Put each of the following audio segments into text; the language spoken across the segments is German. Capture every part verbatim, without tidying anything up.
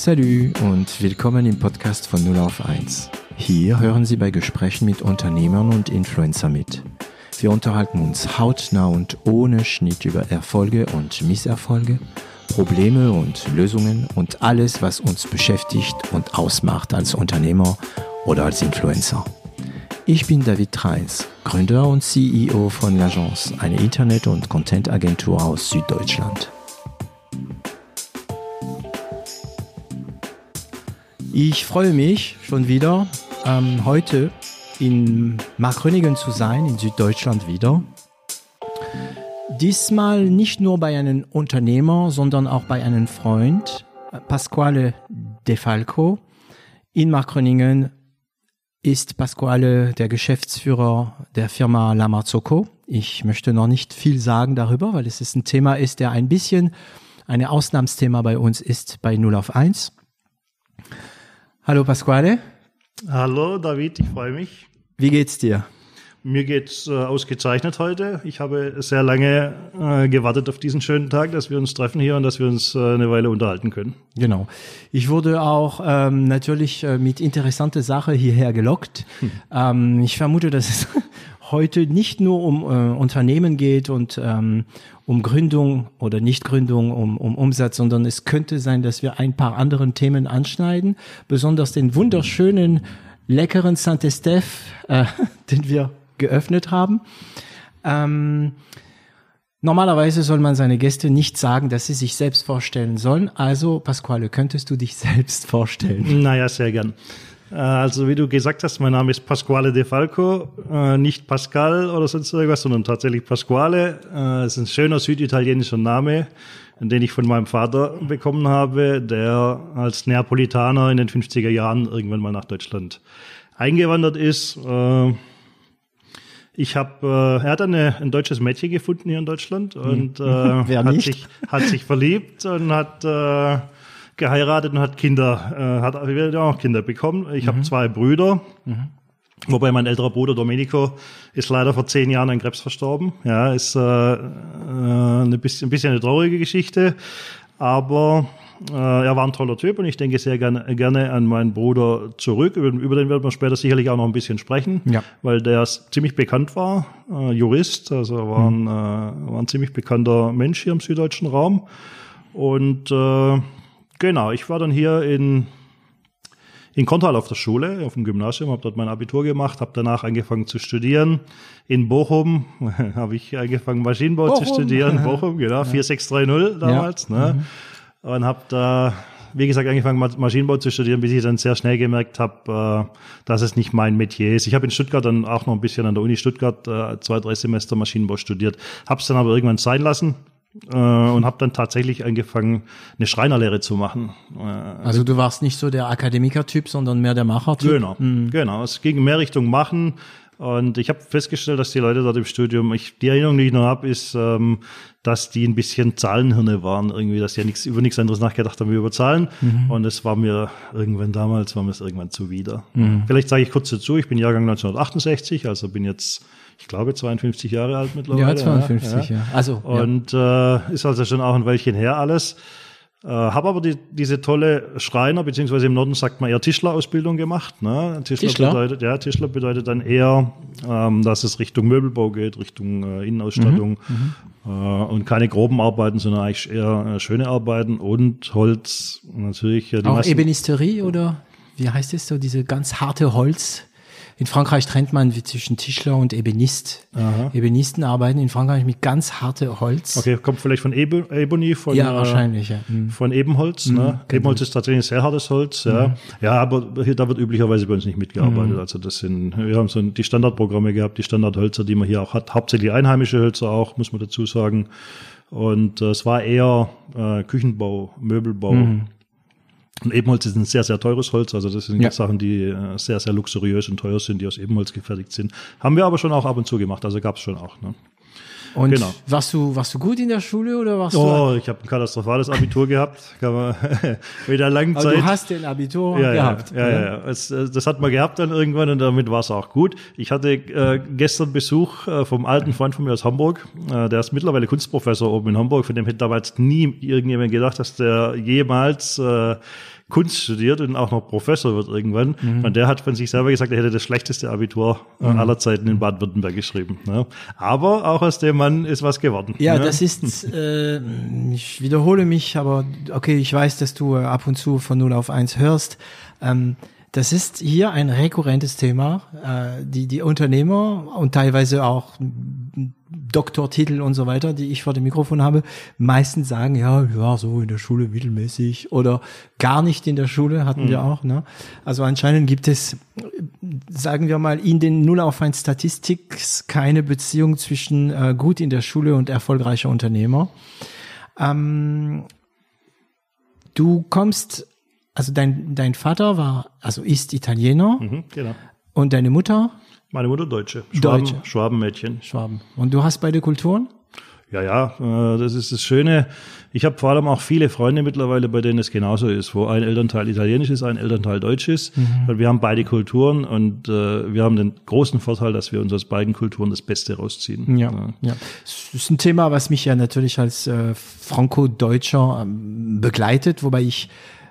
Salut und willkommen im Podcast von null auf eins. Hier hören Sie bei Gesprächen mit Unternehmern und Influencer mit. Wir unterhalten uns hautnah und ohne Schnitt über Erfolge und Misserfolge, Probleme und Lösungen und alles, was uns beschäftigt und ausmacht als Unternehmer oder als Influencer. Ich bin David Treins, Gründer und C E O von L'Agence, eine Internet- und Content-Agentur aus Süddeutschland. Ich freue mich schon wieder, ähm, heute in Markgröningen zu sein, in Süddeutschland wieder. Diesmal nicht nur bei einem Unternehmer, sondern auch bei einem Freund, Pasquale De Falco. In Markgröningen ist Pasquale der Geschäftsführer der Firma La Marzocco. Ich möchte noch nicht viel sagen darüber, weil es ist ein Thema ist, der ein bisschen ein Ausnahmsthema bei uns ist bei null auf eins. Hallo Pasquale. Hallo David, ich freue mich. Wie geht's dir? Mir geht's äh, ausgezeichnet heute. Ich habe sehr lange äh, gewartet auf diesen schönen Tag, dass wir uns treffen hier und dass wir uns äh, eine Weile unterhalten können. Genau. Ich wurde auch ähm, natürlich äh, mit interessanter Sache hierher gelockt. Hm. Ähm, ich vermute, dass es heute nicht nur um äh, Unternehmen geht und ähm, um Gründung oder Nichtgründung, um, um Umsatz, sondern es könnte sein, dass wir ein paar anderen Themen anschneiden, besonders den wunderschönen, leckeren Saint-Estèphe, äh, den wir geöffnet haben. Ähm, normalerweise soll man seine Gäste nicht sagen, dass sie sich selbst vorstellen sollen. Also, Pasquale, könntest du dich selbst vorstellen? Naja, sehr gern. Also wie du gesagt hast, mein Name ist Pasquale De Falco, äh, nicht Pascal oder sonst irgendwas, sondern tatsächlich Pasquale. Äh, es ist ein schöner süditalienischer Name, den ich von meinem Vater bekommen habe, der als Neapolitaner in den fünfziger Jahren irgendwann mal nach Deutschland eingewandert ist. Äh, ich habe, äh, er hat eine, ein deutsches Mädchen gefunden hier in Deutschland und äh, hat sich hat sich verliebt und hat äh, geheiratet und hat Kinder, äh, hat auch Kinder bekommen. Ich mhm. habe zwei Brüder, mhm. wobei mein älterer Bruder Domenico ist leider vor zehn Jahren an Krebs verstorben. Ja, ist äh, äh, eine bisschen, ein bisschen eine traurige Geschichte, aber äh, er war ein toller Typ und ich denke sehr gerne, gerne an meinen Bruder zurück. Über, über den werden wir später sicherlich auch noch ein bisschen sprechen, ja. weil der ziemlich bekannt war, äh, Jurist, also war, mhm. ein, äh, war ein ziemlich bekannter Mensch hier im süddeutschen Raum und äh, genau, ich war dann hier in, in Korntal auf der Schule, auf dem Gymnasium, habe dort mein Abitur gemacht, habe danach angefangen zu studieren. In Bochum habe ich angefangen, Maschinenbau Bochum. zu studieren. Bochum, genau, ja. vier sechs drei null damals. Ja. Ne? Mhm. Und habe da, wie gesagt, angefangen, Maschinenbau zu studieren, bis ich dann sehr schnell gemerkt habe, dass es nicht mein Metier ist. Ich habe in Stuttgart dann auch noch ein bisschen an der Uni Stuttgart zwei, drei Semester Maschinenbau studiert, habe es dann aber irgendwann sein lassen. Äh, und habe dann tatsächlich angefangen, eine Schreinerlehre zu machen. Äh, also du warst nicht so der Akademiker-Typ, sondern mehr der Macher-Typ? Genau, mhm. genau. Es ging in mehr Richtung Machen. Und ich habe festgestellt, dass die Leute dort im Studium, ich, die Erinnerung, die ich noch habe, ist, ähm, dass die ein bisschen Zahlenhirne waren, irgendwie, dass die ja nichts, über nichts anderes nachgedacht haben wie über Zahlen. Mhm. Und es war mir irgendwann damals, war mir es irgendwann zuwider. Mhm. Vielleicht sage ich kurz dazu, ich bin Jahrgang neunzehnhundertachtundssechzig, also bin jetzt, ich glaube, zweiundfünfzig Jahre alt mittlerweile. Ja, zweiundfünfzig, ja. ja. Also, und ja. Äh, ist also schon auch ein Weilchen her alles. Äh, habe aber die, diese tolle Schreiner, beziehungsweise im Norden sagt man eher Tischlerausbildung gemacht. Ne? Tischler, Tischler? Bedeutet, ja, Tischler bedeutet dann eher, ähm, dass es Richtung Möbelbau geht, Richtung äh, Innenausstattung mhm, äh, und keine groben Arbeiten, sondern eigentlich eher äh, schöne Arbeiten und Holz natürlich. Äh, die auch meisten, Ebenisterie oder wie heißt es so, diese ganz harte Holz? In Frankreich trennt man zwischen Tischler und Ebenist. Aha. Ebenisten arbeiten in Frankreich mit ganz hartem Holz. Okay, kommt vielleicht von Ebo, Ebony, von, ja, wahrscheinlich, ja. Mhm. von Ebenholz. Mhm, ne? Genau. Ebenholz ist tatsächlich ein sehr hartes Holz. Ja, mhm. ja, aber hier, da wird üblicherweise bei uns nicht mitgearbeitet. Mhm. Also das sind, wir haben so die Standardprogramme gehabt, die Standardhölzer, die man hier auch hat. Hauptsächlich einheimische Hölzer auch, muss man dazu sagen. Und äh, es war eher äh, Küchenbau, Möbelbau. Mhm. Und Ebenholz ist ein sehr, sehr teures Holz. Also das sind ja. Sachen, die äh, sehr, sehr luxuriös und teuer sind, die aus Ebenholz gefertigt sind. Haben wir aber schon auch ab und zu gemacht. Also gab es schon auch. Ne? Und genau. warst du warst du gut in der Schule oder warst oh, du? Ich habe ein katastrophales Abitur gehabt. Kann man mit der langen Aber Zeit. Du hast den Abitur ja, gehabt. Ja, ja, ja. ja. Es, das hat man gehabt dann irgendwann und damit war es auch gut. Ich hatte äh, gestern Besuch äh, vom alten Freund von mir aus Hamburg. Äh, der ist mittlerweile Kunstprofessor oben in Hamburg. Von dem hätte damals nie irgendjemand gedacht, dass der jemals äh, Kunst studiert und auch noch Professor wird irgendwann. Mhm. Und der hat von sich selber gesagt, er hätte das schlechteste Abitur mhm. aller Zeiten in Baden-Württemberg geschrieben. Ne? Aber auch aus dem Mann ist was geworden. Ja, ne? das ist, äh, ich wiederhole mich, aber okay, ich weiß, dass du äh, ab und zu von null auf eins hörst. Ähm, Das ist hier ein rekurrentes Thema. Äh, die, die Unternehmer und teilweise auch Doktortitel und so weiter, die ich vor dem Mikrofon habe, meistens sagen, ja, ja, so in der Schule mittelmäßig oder gar nicht in der Schule, hatten mhm. wir auch. Ne? Also anscheinend gibt es, sagen wir mal, in den null auf eins Statistics keine Beziehung zwischen äh, gut in der Schule und erfolgreicher Unternehmer. Ähm, du kommst Also dein, dein Vater war, also ist Italiener. Mhm, genau. Und deine Mutter? Meine Mutter Deutsche. Schwaben, Deutsche. Schwabenmädchen. Schwaben. Und du hast beide Kulturen? Ja, ja, das ist das Schöne. Ich habe vor allem auch viele Freunde mittlerweile, bei denen es genauso ist, wo ein Elternteil italienisch ist, ein Elternteil deutsch ist. Mhm. Und wir haben beide Kulturen und äh, wir haben den großen Vorteil, dass wir uns aus beiden Kulturen das Beste rausziehen. Ja, ja. ja. Das ist ein Thema, was mich ja natürlich als äh, Franco-Deutscher ähm, begleitet, wobei ich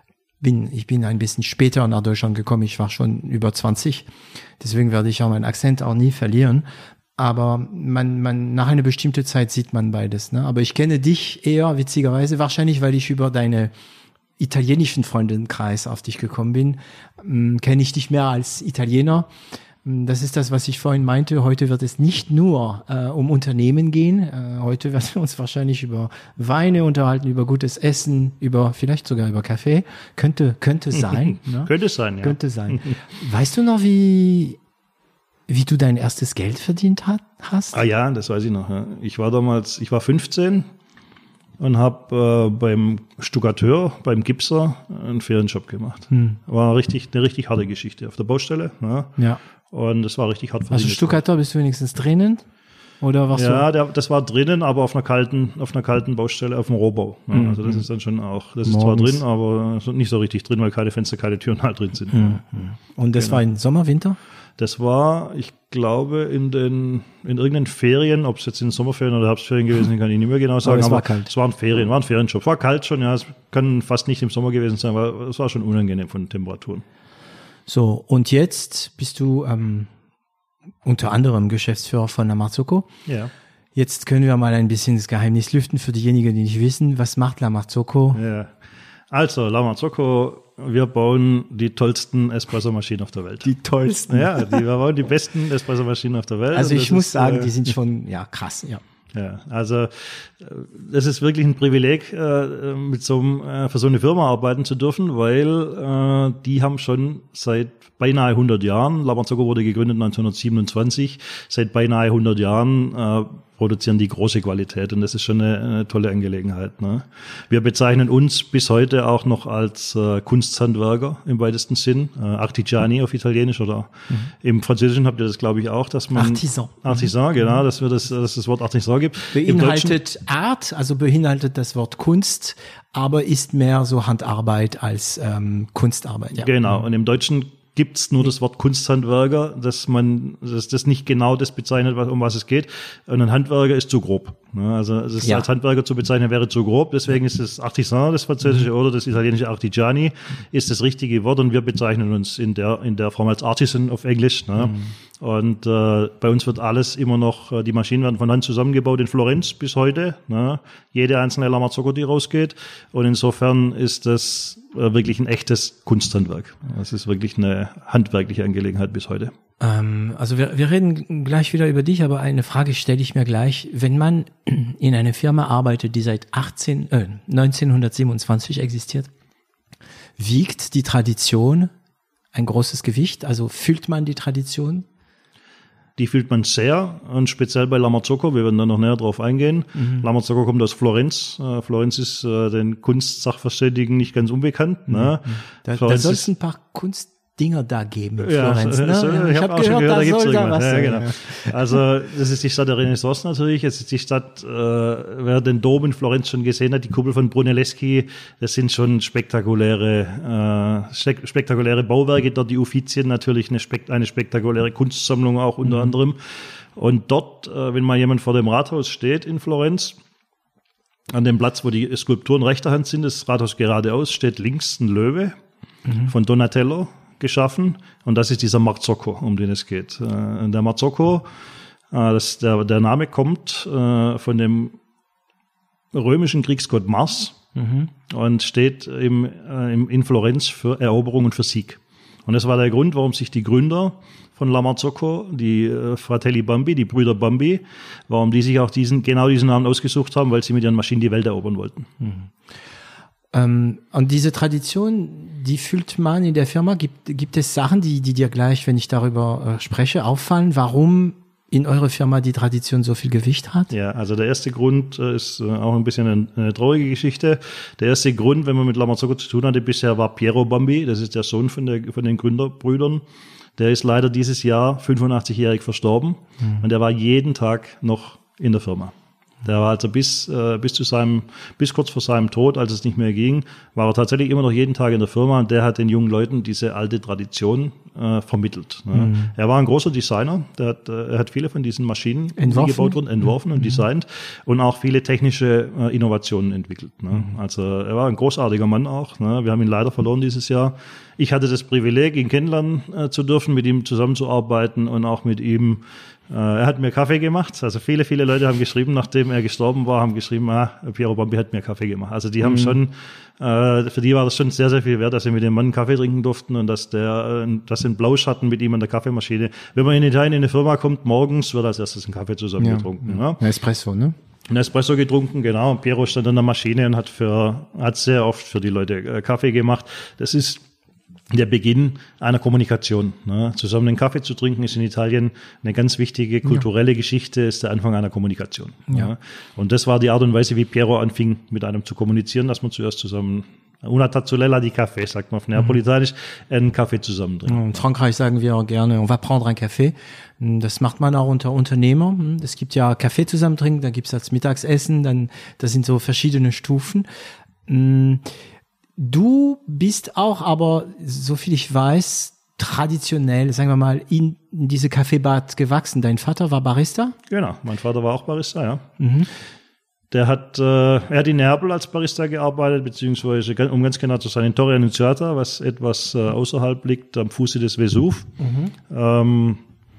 bin, ich bin ein bisschen später nach Deutschland gekommen. Ich war schon über zwanzig. Deswegen werde ich auch meinen Akzent auch nie verlieren. Aber man, man, nach einer bestimmten Zeit sieht man beides, ne? Aber ich kenne dich eher, witzigerweise, wahrscheinlich, weil ich über deine italienischen Freundinnenkreis auf dich gekommen bin, ähm, kenne ich dich mehr als Italiener. Das ist das, was ich vorhin meinte. Heute wird es nicht nur äh, um Unternehmen gehen. Äh, heute werden wir uns wahrscheinlich über Weine unterhalten, über gutes Essen, über vielleicht sogar über Kaffee. Könnte könnte sein. Ne? Könnte sein, ja. Könnte sein. Weißt du noch, wie wie du dein erstes Geld verdient hat, hast? Ah ja, das weiß ich noch. Ja. Ich war damals, ich war fünfzehn und habe äh, beim Stuckateur, beim Gipser einen Ferienjob gemacht. Hm. War richtig eine richtig harte Geschichte auf der Baustelle. Ja. ja. Und das war richtig hart verdient. Also Stuckateur, bist du wenigstens drinnen? Oder warst ja, du? Ja, das war drinnen, aber auf einer kalten, auf einer kalten Baustelle, auf dem Rohbau. Ja, mhm. Also das ist dann schon auch, das ist Morgens. Zwar drin, aber nicht so richtig drin, weil keine Fenster, keine Türen halt drin sind. Mhm. Und das genau. war im Sommer, Winter? Das war, ich glaube, in den, in irgendeinen Ferien, ob es jetzt in Sommerferien oder Herbstferien gewesen ist, kann ich nicht mehr genau sagen. Aber es aber war kalt. Es waren Ferien, war ein Ferienjob. War kalt schon, ja, es kann fast nicht im Sommer gewesen sein, aber es war schon unangenehm von den Temperaturen. So, und jetzt bist du ähm, unter anderem Geschäftsführer von La Marzocco. Ja. Jetzt können wir mal ein bisschen das Geheimnis lüften für diejenigen, die nicht wissen, was macht La Marzocco? Ja. Also, La Marzocco, wir bauen die tollsten Espressomaschinen auf der Welt. Die tollsten? Ja, die, wir bauen die besten Espressomaschinen auf der Welt. Also ich muss ist, sagen, äh, die sind schon, ja, krass, ja. Ja, also das ist wirklich ein Privileg, mit so einem, für so eine Firma arbeiten zu dürfen, weil die haben schon seit beinahe hundert Jahren, La Marzocco wurde gegründet neunzehnhundertsiebenundzwanzig, seit beinahe hundert Jahren produzieren die große Qualität und das ist schon eine, eine tolle Angelegenheit. Ne? Wir bezeichnen uns bis heute auch noch als äh, Kunsthandwerker im weitesten Sinn, äh, Artigiani auf Italienisch oder mhm. im Französischen habt ihr das, glaube ich, auch, dass man Artisan, Artisan, genau, dass wir das, dass das Wort Artisan gibt. Beinhaltet Art, also beinhaltet das Wort Kunst, aber ist mehr so Handarbeit als ähm, Kunstarbeit. Ja. Genau. Und im Deutschen gibt's nur das Wort Kunsthandwerker, dass man, dass das nicht genau das bezeichnet, was, um was es geht. Und ein Handwerker ist zu grob. Also es ja. als Handwerker zu bezeichnen wäre zu grob. Deswegen ist das Artisan, das französische oder das italienische Artigiani, ist das richtige Wort. Und wir bezeichnen uns in der in der Form als Artisan auf Englisch. Ne? Mhm. Und äh, bei uns wird alles immer noch, die Maschinen werden von Hand zusammengebaut in Florenz bis heute. Ne? Jede einzelne La Marzocco, die rausgeht. Und insofern ist das äh, wirklich ein echtes Kunsthandwerk. Das ist wirklich eine handwerkliche Angelegenheit bis heute. Ähm, also wir, wir reden gleich wieder über dich, aber eine Frage stelle ich mir gleich. Wenn man in einer Firma arbeitet, die seit achtzehn, äh, neunzehnhundertsiebenundzwanzig existiert, wiegt die Tradition ein großes Gewicht? Also fühlt man die Tradition? Die fühlt man sehr und speziell bei La Marzocco, wir werden da noch näher drauf eingehen. Mhm. La Marzocco kommt aus Florenz. Äh, Florenz ist äh, den Kunstsachverständigen nicht ganz unbekannt. Mhm. Ne? Da, da soll es ein paar Kunstdinger da geben in ja, Florenz. Ne? So, ich ich habe hab auch gehört, schon gehört, da, da gibt's soll da irgendwas. was Ja, sein. genau. Also das ist die Stadt der Renaissance natürlich. Jetzt ist die Stadt, äh, wer den Dom in Florenz schon gesehen hat, die Kuppel von Brunelleschi, das sind schon spektakuläre, äh, spektakuläre Bauwerke. Dort die Uffizien natürlich eine, spekt eine spektakuläre Kunstsammlung auch unter mhm. anderem. Und dort, äh, wenn mal jemand vor dem Rathaus steht in Florenz, an dem Platz, wo die Skulpturen rechter Hand sind, das Rathaus geradeaus, steht links ein Löwe. mhm. von Donatello geschaffen. Und das ist dieser Marzocco, um den es geht. Äh, der Marzocco, äh, das, der, der Name kommt äh, von dem römischen Kriegsgott Mars mhm. und steht im, äh, im, in Florenz für Eroberung und für Sieg. Und das war der Grund, warum sich die Gründer von La Marzocco, die äh, Fratelli Bambi, die Brüder Bambi, warum die sich auch diesen, genau diesen Namen ausgesucht haben, weil sie mit ihren Maschinen die Welt erobern wollten. Mhm. Ähm, und diese Tradition, die fühlt man in der Firma. Gibt, gibt es Sachen, die, die dir gleich, wenn ich darüber äh, spreche, auffallen, warum in eurer Firma die Tradition so viel Gewicht hat? Ja, also der erste Grund äh, ist äh, auch ein bisschen eine, eine traurige Geschichte. Der erste Grund, wenn man mit La Marzocco zu tun hatte bisher, war Piero Bambi. Das ist der Sohn von, der, von den Gründerbrüdern. Der ist leider dieses Jahr fünfundachtzig-jährig verstorben. Mhm. Und der war jeden Tag noch in der Firma. Der war also bis, äh, bis zu seinem, bis kurz vor seinem Tod, als es nicht mehr ging, war er tatsächlich immer noch jeden Tag in der Firma und der hat den jungen Leuten diese alte Tradition äh, vermittelt. Ne? Mhm. Er war ein großer Designer, der hat, äh, er hat viele von diesen Maschinen, entworfen? die gebaut wurden, entworfen mhm. und designt und auch viele technische äh, Innovationen entwickelt. Ne? Mhm. Also er war ein großartiger Mann auch. Ne? Wir haben ihn leider verloren dieses Jahr. Ich hatte das Privileg, ihn kennenlernen äh, zu dürfen, mit ihm zusammenzuarbeiten und auch mit ihm. Er hat mir Kaffee gemacht. Also viele, viele Leute haben geschrieben, nachdem er gestorben war, haben geschrieben, ah, Piero Bambi hat mir Kaffee gemacht. Also die haben mhm. schon, äh, für die war das schon sehr, sehr viel wert, dass sie mit dem Mann Kaffee trinken durften und dass der, äh, dass sie einen Blausch hatten mit ihm an der Kaffeemaschine. Wenn man in Italien in eine Firma kommt, morgens wird als erstes ein Kaffee zusammen ja, getrunken. Ja. Ja. Ein Espresso, ne? Ein Espresso getrunken, genau. Und Piero stand an der Maschine und hat für, hat sehr oft für die Leute äh, Kaffee gemacht. Das ist der Beginn einer Kommunikation. Ne? Zusammen einen Kaffee zu trinken ist in Italien eine ganz wichtige kulturelle ja. Geschichte, ist der Anfang einer Kommunikation. Ja. Ne? Und das war die Art und Weise, wie Piero anfing, mit einem zu kommunizieren, dass man zuerst zusammen una tazzolella di Kaffee, sagt man auf Neapolitanisch, einen Kaffee zusammen trinken. In Frankreich sagen wir auch gerne, on va prendre un café. Das macht man auch unter Unternehmer. Es gibt ja Kaffee zusammen trinken, dann gibt es das Mittagsessen, dann das sind so verschiedene Stufen. Du bist auch aber, so viel ich weiß, traditionell, sagen wir mal, in, in diese Kaffeebar gewachsen. Dein Vater war Barista? Genau, mein Vater war auch Barista, ja. Mhm. Der hat, äh, er hat in Neapel als Barista gearbeitet, beziehungsweise, um ganz genau zu sein, in Torre Annunziata, was etwas äh, außerhalb liegt, am Fuße des Vesuv. Mhm. Ähm,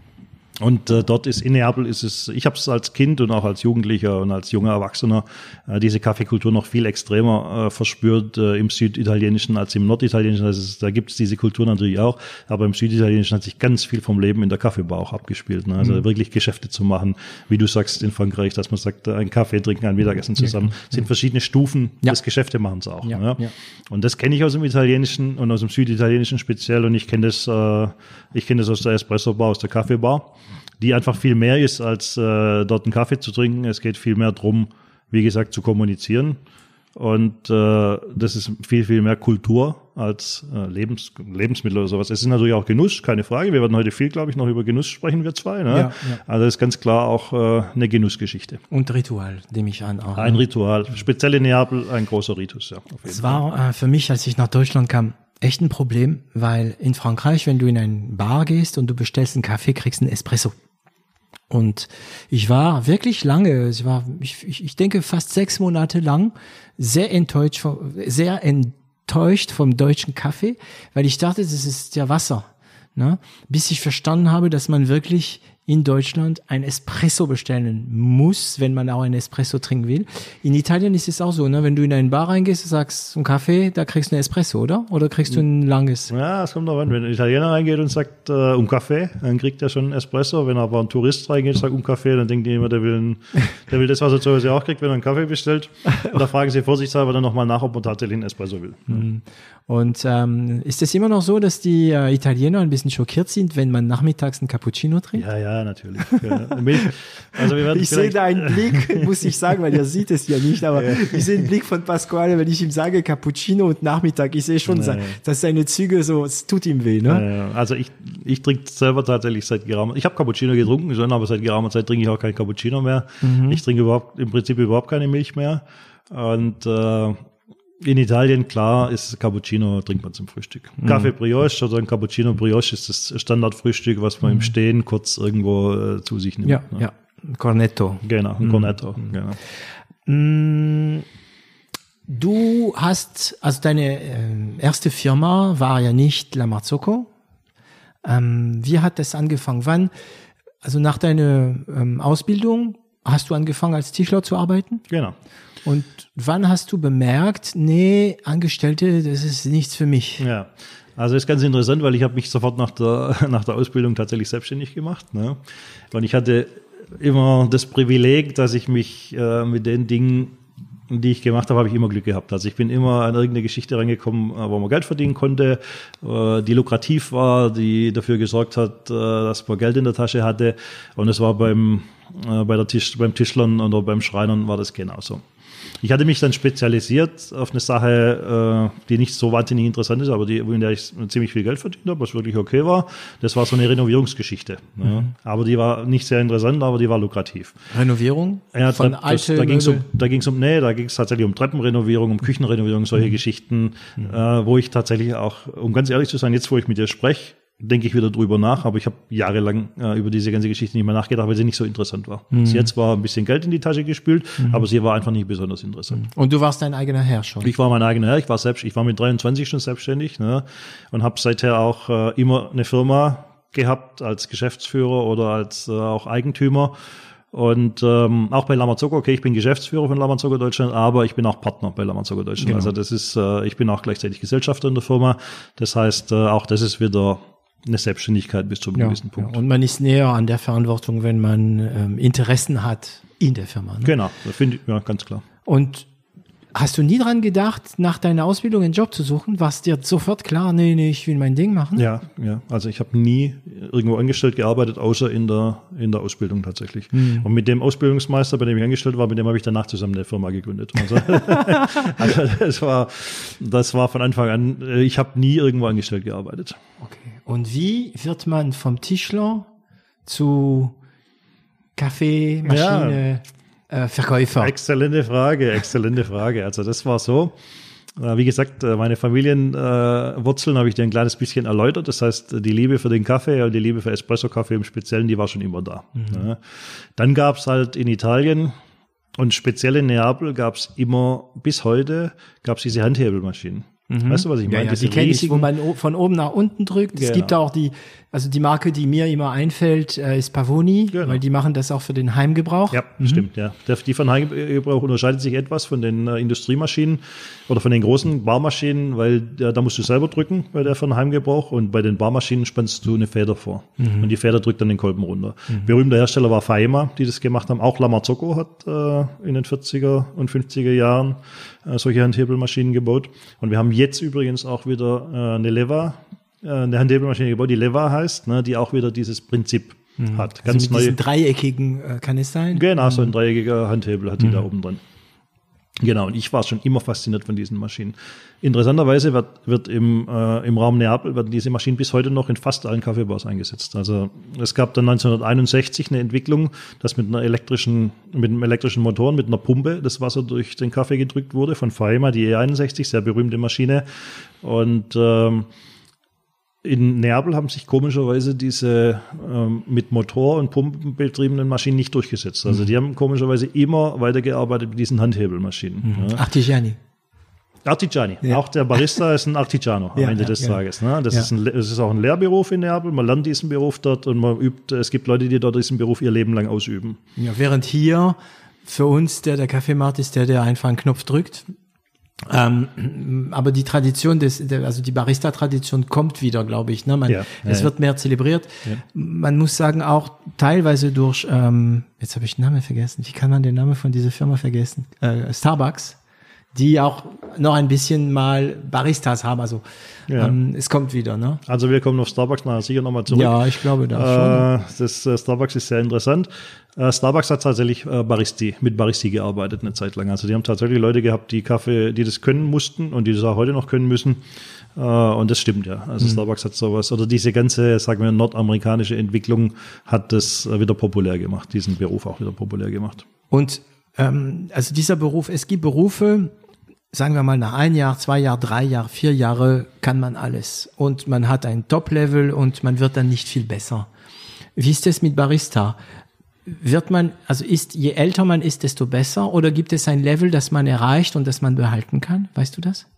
Und äh, dort ist in Neapel ist es, ich habe es als Kind und auch als Jugendlicher und als junger Erwachsener äh, diese Kaffeekultur noch viel extremer äh, verspürt äh, im Süditalienischen als im Norditalienischen. Also es, da gibt es diese Kultur natürlich auch, aber im Süditalienischen hat sich ganz viel vom Leben in der Kaffeebar auch abgespielt. Ne? Also mhm. wirklich Geschäfte zu machen, wie du sagst in Frankreich, dass man sagt, ein Kaffee trinken, ein Mittagessen zusammen, ja, sind verschiedene Stufen ja. des Geschäftemachens auch. Ja, ne? ja. Und das kenne ich aus dem Italienischen und aus dem Süditalienischen speziell und ich kenne das, äh, ich kenne das aus der Espresso-Bar, aus der Kaffeebar, die einfach viel mehr ist, als äh, dort einen Kaffee zu trinken. Es geht viel mehr drum, wie gesagt, zu kommunizieren. Und äh, das ist viel, viel mehr Kultur als äh, Lebens, Lebensmittel oder sowas. Es ist natürlich auch Genuss, keine Frage. Wir werden heute viel, glaube ich, noch über Genuss sprechen, wir zwei. Ne? Ja, ja. Also das ist ganz klar auch äh, eine Genussgeschichte. Und Ritual, nehme ich an. Auch, ein ne? Ritual, speziell in Neapel ein großer Ritus. Ja, es war äh, für mich, als ich nach Deutschland kam, echt ein Problem, weil in Frankreich, wenn du in ein Bar gehst und du bestellst einen Kaffee, kriegst du einen Espresso. Und ich war wirklich lange, ich war, ich, ich denke fast sechs Monate lang sehr enttäuscht, vom, sehr enttäuscht vom deutschen Kaffee, weil ich dachte, das ist ja Wasser, ne? Bis ich verstanden habe, dass man wirklich in Deutschland ein Espresso bestellen muss, wenn man auch ein Espresso trinken will. In Italien ist es auch so, ne? Wenn du in einen Bar reingehst, sagst einen Kaffee, da kriegst du einen Espresso, oder? Oder kriegst du ein langes? Ja, es kommt noch an. Wenn ein Italiener reingeht und sagt äh, um Kaffee, dann kriegt er schon einen Espresso. Wenn aber ein Tourist reingeht und sagt um Kaffee, dann denkt jemand, der will, ein, der will das, was er zu Hause auch kriegt, wenn er einen Kaffee bestellt. Und da fragen sie vorsichtshalber dann nochmal nach, ob man tatsächlich einen Espresso will. Mhm. Und ähm, ist es immer noch so, dass die äh, Italiener ein bisschen schockiert sind, wenn man nachmittags einen Cappuccino trinkt? Ja, ja, natürlich. Ja. Also wir werden ich sehe da einen Blick, muss ich sagen, weil ihr sieht es ja nicht, aber ja. ich sehe einen Blick von Pasquale, wenn ich ihm sage Cappuccino und Nachmittag, ich sehe schon, ja, ja. dass seine Züge so, es tut ihm weh, ne? Ja, ja. Also ich, ich trinke selber tatsächlich seit geraumer, ich habe Cappuccino getrunken schon, aber seit geraumer Zeit trinke ich auch kein Cappuccino mehr. Mhm. Ich trinke überhaupt, im Prinzip überhaupt keine Milch mehr und äh, in Italien, klar, ist Cappuccino, trinkt man zum Frühstück. Mhm. Kaffee Brioche oder ein Cappuccino Brioche ist das Standardfrühstück, was man mhm. im Stehen kurz irgendwo äh, zu sich nimmt. Ja, ne? ja. Cornetto. Genau, ein mhm. Cornetto. Mhm. Genau. du hast, also deine äh, erste Firma war ja nicht La Marzocco. Ähm, wie hat das angefangen? Wann, also nach deiner ähm, Ausbildung, hast du angefangen als Tischler zu arbeiten? Genau. Und wann hast du bemerkt, nee, Angestellte, das ist nichts für mich? Ja, also ist ganz interessant, weil ich habe mich sofort nach der, nach der Ausbildung tatsächlich selbstständig gemacht. Ne? Und ich hatte immer das Privileg, dass ich mich äh, mit den Dingen, die ich gemacht habe, habe ich immer Glück gehabt. Also ich bin immer an irgendeine Geschichte reingekommen, wo man Geld verdienen konnte, die lukrativ war, die dafür gesorgt hat, dass man Geld in der Tasche hatte. Und es war beim, bei der Tisch, beim Tischlern oder beim Schreinern war das genauso. Ich hatte mich dann spezialisiert auf eine Sache, die nicht so wahnsinnig interessant ist, aber die, in der ich ziemlich viel Geld verdient habe, was wirklich okay war. Das war so eine Renovierungsgeschichte. Mhm. Ja. Aber die war nicht sehr interessant, aber die war lukrativ. Renovierung? Ja, von da, alte da ging es um, da ging's um, nee, da ging es tatsächlich um Treppenrenovierung, um Küchenrenovierung, solche mhm. Geschichten, mhm. äh, wo ich tatsächlich auch, um ganz ehrlich zu sein, jetzt wo ich mit dir spreche, denke ich wieder drüber nach, aber ich habe jahrelang äh, über diese ganze Geschichte nicht mehr nachgedacht, weil sie nicht so interessant war. Mhm. Sie hat zwar ein bisschen Geld in die Tasche gespült, mhm. aber sie war einfach nicht besonders interessant. Und du warst dein eigener Herr schon? Ich war mein eigener Herr, ich war selbst, ich war mit dreiundzwanzig schon selbstständig, ne, und habe seither auch äh, immer eine Firma gehabt als Geschäftsführer oder als äh, auch Eigentümer. Und ähm, auch bei La Marzocco, okay, ich bin Geschäftsführer von La Marzocco Deutschland, aber ich bin auch Partner bei La Marzocco Deutschland. Genau. Also das ist, äh, ich bin auch gleichzeitig Gesellschafter in der Firma. Das heißt, äh, auch das ist wieder eine Selbstständigkeit bis zu einem ja, gewissen Punkt. Ja. Und man ist näher an der Verantwortung, wenn man ähm, Interessen hat in der Firma. Ne? Genau, das finde ich, ja, ganz klar. Und hast du nie dran gedacht, nach deiner Ausbildung einen Job zu suchen? War es dir sofort klar, nee, nee, ich will mein Ding machen? Ja, ja. Also ich habe nie irgendwo angestellt gearbeitet, außer in der in der Ausbildung tatsächlich. Mhm. Und mit dem Ausbildungsmeister, bei dem ich angestellt war, mit dem habe ich danach zusammen eine Firma gegründet. Also, also das war das war von Anfang an. Ich habe nie irgendwo angestellt gearbeitet. Okay. Und wie wird man vom Tischler zu Kaffeemaschine? Ja. Verkäufer? Exzellente Frage, exzellente Frage. Also das war so, wie gesagt, meine Familienwurzeln habe ich dir ein kleines bisschen erläutert. Das heißt, die Liebe für den Kaffee und die Liebe für Espresso-Kaffee im Speziellen, die war schon immer da. Mhm. Dann gab es halt in Italien und speziell in Neapel gab es immer, bis heute, gab es diese Handhebelmaschinen. Mhm. Weißt du, was ich meine? Ja, ja, die kenne ich, wo man von oben nach unten drückt. Genau. Es gibt auch die, also die Marke, die mir immer einfällt, äh, ist Pavoni, genau. Weil die machen das auch für den Heimgebrauch. Ja, mhm. Stimmt, ja. Die von Heimgebrauch unterscheidet sich etwas von den äh, Industriemaschinen oder von den großen Barmaschinen, weil äh, da musst du selber drücken bei der von Heimgebrauch und bei den Barmaschinen spannst du eine Feder vor. Mhm. Und die Feder drückt dann den Kolben runter. Mhm. Berühmter Hersteller war Faema, die das gemacht haben. Auch La Marzocco hat äh, in den vierziger und fünfziger Jahren äh, solche Handhebelmaschinen gebaut. Und wir haben jetzt übrigens auch wieder äh, eine Leva, äh, eine Handhebelmaschine gebaut, die Leva heißt, ne, die auch wieder dieses Prinzip mhm. hat. Ganz also mit neu. Diesen dreieckigen äh, kann es sein? Genau, mhm. so ein dreieckiger Handhebel hat die mhm. da oben drin. Genau, und ich war schon immer fasziniert von diesen Maschinen. Interessanterweise wird, wird im, äh, im Raum Neapel werden diese Maschinen bis heute noch in fast allen Kaffeebars eingesetzt. Also es gab dann neunzehnhunderteinundsechzig eine Entwicklung, dass mit einer elektrischen, mit einem elektrischen Motor, mit einer Pumpe das Wasser durch den Kaffee gedrückt wurde von Faema, die E einundsechzig, sehr berühmte Maschine. Und ähm, in Neapel haben sich komischerweise diese ähm, mit Motor und Pumpen betriebenen Maschinen nicht durchgesetzt. Also die haben komischerweise immer weitergearbeitet mit diesen Handhebelmaschinen. Mhm. Ja. Artigiani. Artigiani. Ja. Auch der Barista ist ein Artigiano am ja, Ende ja, des ja. Tages. Ne? Das, ja. ist ein, das ist auch ein Lehrberuf in Neapel. Man lernt diesen Beruf dort und man übt. Es gibt Leute, die dort diesen Beruf ihr Leben lang ausüben. Ja, während hier für uns der der Kaffeemarkt ist, der der einfach einen Knopf drückt. Ähm, aber die Tradition des, der, also die Barista-Tradition kommt wieder, glaube ich. Ne? Man, ja, es ja, wird mehr zelebriert. Ja. Man muss sagen, auch teilweise durch, ähm, jetzt habe ich den Namen vergessen. Wie kann man den Namen von dieser Firma vergessen? Äh, Starbucks, die auch noch ein bisschen mal Baristas haben. Also ja. ähm, es kommt wieder. Ne? Also wir kommen auf Starbucks nachher sicher nochmal zurück. Ja, ich glaube da äh, schon. Das äh, Starbucks ist sehr interessant. Äh, Starbucks hat tatsächlich äh, Baristi, mit Baristi gearbeitet eine Zeit lang. Also die haben tatsächlich Leute gehabt, die Kaffee, die das können mussten und die das auch heute noch können müssen. Äh, und das stimmt ja. Also mhm. Starbucks hat sowas, oder diese ganze, sagen wir, nordamerikanische Entwicklung hat das äh, wieder populär gemacht, diesen Beruf auch wieder populär gemacht. Und ähm, also dieser Beruf, es gibt Berufe, sagen wir mal, nach ein Jahr, zwei Jahr, drei Jahr, vier Jahre kann man alles. Und man hat ein Top-Level und man wird dann nicht viel besser. Wie ist das mit Barista? wird man, also ist, je älter man ist, desto besser, oder gibt es ein Level, das man erreicht und das man behalten kann? Weißt du das?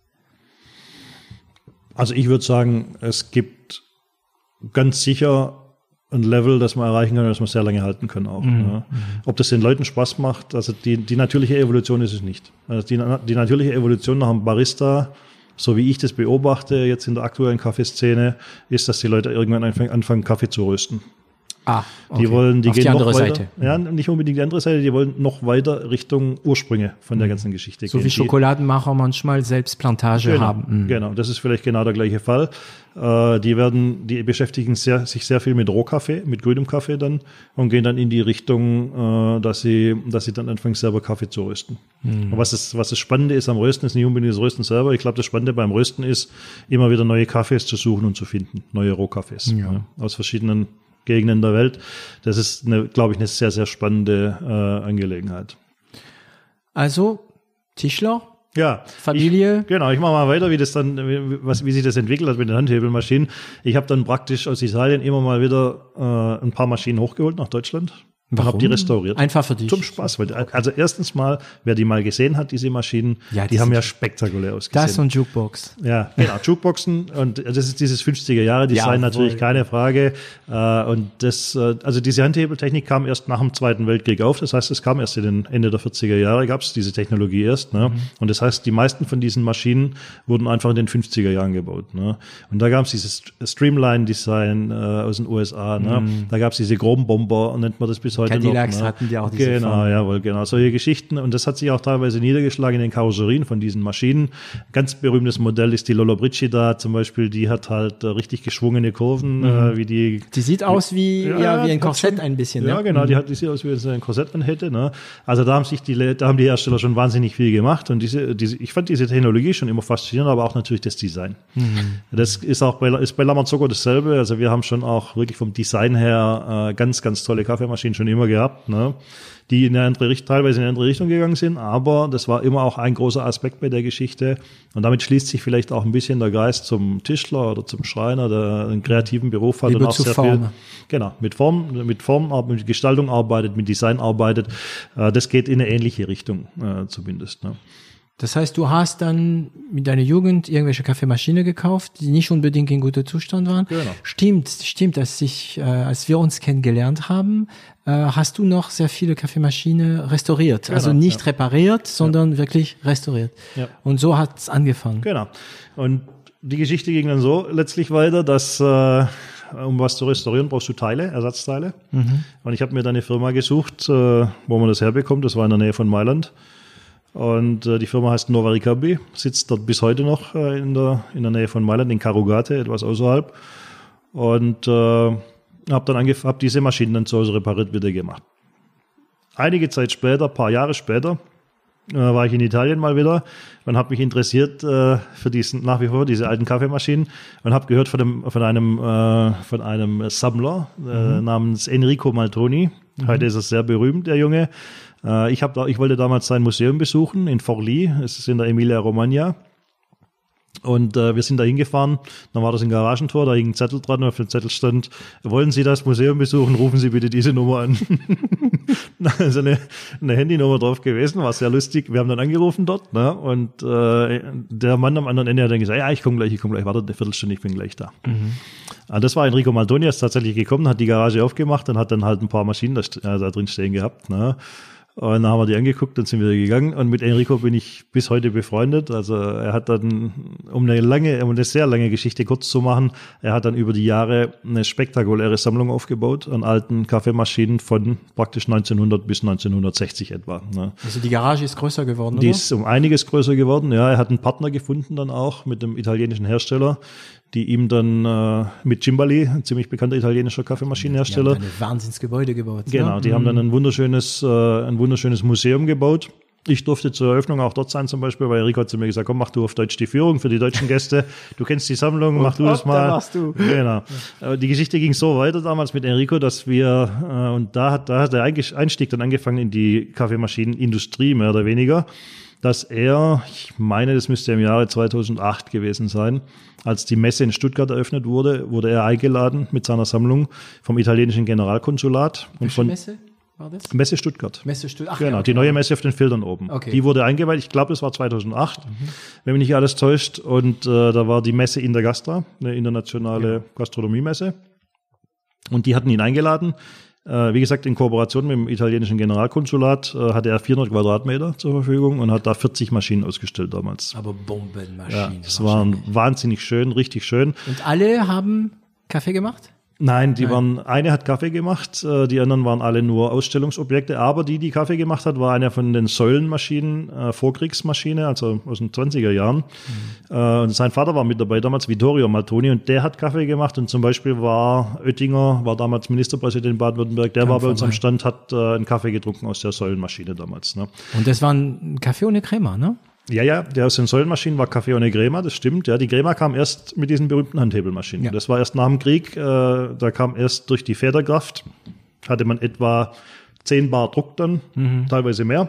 Also ich würde sagen, es gibt ganz sicher ein Level, das man erreichen kann, das man sehr lange halten kann auch. Mhm. Ja. Ob das den Leuten Spaß macht, also die, die natürliche Evolution ist es nicht. Also die, die natürliche Evolution nach einem Barista, so wie ich das beobachte jetzt in der aktuellen Kaffeeszene, ist, dass die Leute irgendwann anfangen, anfangen Kaffee zu rösten. Ah, okay. Die wollen, die Auf gehen die andere noch weiter, Seite. Ja, nicht unbedingt die andere Seite, die wollen noch weiter Richtung Ursprünge von der ganzen Geschichte so gehen. wie Schokoladenmacher manchmal selbst Plantage genau, haben. Mhm. Genau, das ist vielleicht genau der gleiche Fall. Äh, die werden, die beschäftigen sehr, sich sehr viel mit Rohkaffee, mit grünem Kaffee dann und gehen dann in die Richtung, äh, dass sie, dass sie dann anfangen selber Kaffee zu rösten. Mhm. Und was das, was das Spannende ist am Rösten, ist nicht unbedingt das Rösten selber. Ich glaube, das Spannende beim Rösten ist, immer wieder neue Kaffees zu suchen und zu finden, neue Rohkaffees ja. Ja, aus verschiedenen Gegenden der Welt. Das ist, eine, glaube ich, eine sehr, sehr spannende äh, Angelegenheit. Also, Tischler, ja, Familie. Ich, genau, ich mache mal weiter, wie das dann, wie, was, wie sich das entwickelt hat mit den Handhebelmaschinen. Ich habe dann praktisch aus Italien immer mal wieder äh, ein paar Maschinen hochgeholt nach Deutschland. Warum? Habe die restauriert. Einfach für dich. Zum Spaß. Weil, also erstens mal, wer die mal gesehen hat, diese Maschinen, ja, die haben ja spektakulär ausgesehen. Das und Jukebox. Ja, genau, Jukeboxen und das ist dieses fünfziger-Jahre-Design, ja, natürlich, keine Frage. Und das, also diese Handhebeltechnik kam erst nach dem Zweiten Weltkrieg auf. Das heißt, es kam erst in den Ende der vierziger Jahre, gab es diese Technologie erst. Ne? Mhm. Und das heißt, die meisten von diesen Maschinen wurden einfach in den fünfziger Jahren gebaut. Ne? Und da gab es dieses Streamline-Design äh, aus den U S A. Ne? Mhm. Da gab es diese Grubenbomber, nennt man das bis heute Cadillacs noch. Ne? hatten die auch diese Genau, Form. jawohl, genau. Solche Geschichten. Und das hat sich auch teilweise niedergeschlagen in den Karosserien von diesen Maschinen. Ganz berühmtes Modell ist die Lollobrigida zum Beispiel. Die hat halt äh, richtig geschwungene Kurven, mhm. äh, wie die. Die sieht aus wie, ja, ja, wie ein Korsett ein bisschen. Ja, ne? genau. Mhm. Die hat, die sieht aus, wie wenn sie ein Korsett an hätte. Ne? Also da haben sich die, da haben die Hersteller schon wahnsinnig viel gemacht. Und diese, diese, ich fand diese Technologie schon immer faszinierend, aber auch natürlich das Design. Mhm. Das ist auch bei, ist bei La Marzocco dasselbe. Also wir haben schon auch wirklich vom Design her äh, ganz, ganz tolle Kaffeemaschinen schon immer gehabt, ne? Die in eine andere Richtung, teilweise in eine andere Richtung gegangen sind, aber das war immer auch ein großer Aspekt bei der Geschichte. Und damit schließt sich vielleicht auch ein bisschen der Geist zum Tischler oder zum Schreiner, der einen kreativen Beruf hat. Lieber und auch zu sehr Formen. viel, genau, mit Form, mit Form, mit Gestaltung arbeitet, mit Design arbeitet. Das geht in eine ähnliche Richtung, zumindest, ne? Das heißt, du hast dann mit deiner Jugend irgendwelche Kaffeemaschine gekauft, die nicht unbedingt in gutem Zustand waren. Genau. Stimmt, stimmt, dass ich, äh, als wir uns kennengelernt haben, äh, hast du noch sehr viele Kaffeemaschinen restauriert. Genau, also nicht ja. repariert, sondern ja. wirklich restauriert. Ja. Und so hat's angefangen. Genau. Und die Geschichte ging dann so letztlich weiter, dass äh, um was zu restaurieren, brauchst du Teile, Ersatzteile. Mhm. Und ich habe mir dann eine Firma gesucht, äh, wo man das herbekommt. Das war in der Nähe von Mailand. Und äh, die Firma heißt Nova Ricambi, sitzt dort bis heute noch äh, in der in der Nähe von Mailand, in Carugate, etwas außerhalb. Und äh, habe dann angef- hab diese Maschinen dann zu Hause repariert wieder gemacht. Einige Zeit später, paar Jahre später, äh, war ich in Italien mal wieder und habe mich interessiert äh, für diesen nach wie vor diese alten Kaffeemaschinen und habe gehört von dem von einem äh, von einem Sammler äh, mhm. namens Enrico Maltoni. Mhm. Heute ist er sehr berühmt, der Junge. Ich, hab da, ich wollte damals sein Museum besuchen in Forlì, es ist in der Emilia-Romagna. Und äh, wir sind da hingefahren, dann war das ein Garagentor, da hing ein Zettel dran und auf dem Zettel stand, wollen Sie das Museum besuchen, rufen Sie bitte diese Nummer an. Da ist eine, eine Handynummer drauf gewesen, war sehr lustig. Wir haben dann angerufen dort, ne? Und äh, der Mann am anderen Ende hat dann gesagt, ja, ich komme gleich, ich komme gleich, warte eine Viertelstunde, ich bin gleich da. Mhm. Also das war Enrico Maltoni, ist tatsächlich gekommen, hat die Garage aufgemacht und hat dann halt ein paar Maschinen da, äh, da drin stehen gehabt, ne? Und dann haben wir die angeguckt, dann sind wir gegangen. Und mit Enrico bin ich bis heute befreundet. Also er hat dann, um eine lange, um eine sehr lange Geschichte kurz zu machen, er hat dann über die Jahre eine spektakuläre Sammlung aufgebaut an alten Kaffeemaschinen von praktisch neunzehnhundert bis neunzehnhundertsechzig etwa. Ne? Also die Garage ist größer geworden, Die oder? ist um einiges größer geworden. Ja, er hat einen Partner gefunden dann auch mit dem italienischen Hersteller, die ihm dann äh, mit Cimbali, ein ziemlich bekannter italienischer Kaffeemaschinenhersteller. Die haben ein Wahnsinnsgebäude gebaut. Genau, ne? die mhm. haben dann ein wunderschönes, äh, ein wunderschönes Museum gebaut. Ich durfte zur Eröffnung auch dort sein zum Beispiel, weil Enrico hat zu mir gesagt, komm, mach du auf Deutsch die Führung für die deutschen Gäste. Du kennst die Sammlung, mach du das mal. Da machst du. Genau. Ja. Die Geschichte ging so weiter damals mit Enrico, dass wir, äh, und da hat, da hat der Einstieg dann angefangen in die Kaffeemaschinenindustrie, mehr oder weniger, dass er, ich meine, das müsste im Jahre zweitausendacht gewesen sein, als die Messe in Stuttgart eröffnet wurde, wurde er eingeladen mit seiner Sammlung vom italienischen Generalkonsulat. Welche und von Messe? war das? Messe Stuttgart. Messe Stuttgart. Genau, ja, okay. Die neue Messe auf den Filtern oben. Okay. Die wurde eingeweiht, ich glaube, das war zweitausendacht, mhm. wenn mich nicht alles täuscht. Und äh, da war die Messe in der Gastra, eine internationale ja. Gastronomiemesse. Und die hatten ihn eingeladen. Äh, wie gesagt, in Kooperation mit dem italienischen Generalkonsulat äh, hatte er vierhundert Quadratmeter zur Verfügung und hat da vierzig Maschinen ausgestellt damals. Aber Bombenmaschinen. Ja, das waren wahnsinnig schön, richtig schön. Und alle haben Kaffee gemacht? Nein, die Nein. waren, eine hat Kaffee gemacht, äh, die anderen waren alle nur Ausstellungsobjekte, aber die, die Kaffee gemacht hat, war eine von den Säulenmaschinen, äh, Vorkriegsmaschine, also aus den zwanziger Jahren. Mhm. Äh, und sein Vater war mit dabei damals, Vittorio Maltoni, und der hat Kaffee gemacht und zum Beispiel war Oettinger, war damals Ministerpräsident in Baden-Württemberg, der Kam war bei uns am Stand, hat äh, einen Kaffee getrunken aus der Säulenmaschine damals. Ne? Und das war ein Kaffee ohne Crema, ne? Ja, ja, der aus den Säulenmaschinen war Kaffee ohne Crema, das stimmt. Ja, die Crema kam erst mit diesen berühmten Handhebelmaschinen. Ja. Das war erst nach dem Krieg, äh, da kam erst durch die Federkraft, hatte man etwa zehn Bar Druck dann, mhm. teilweise mehr.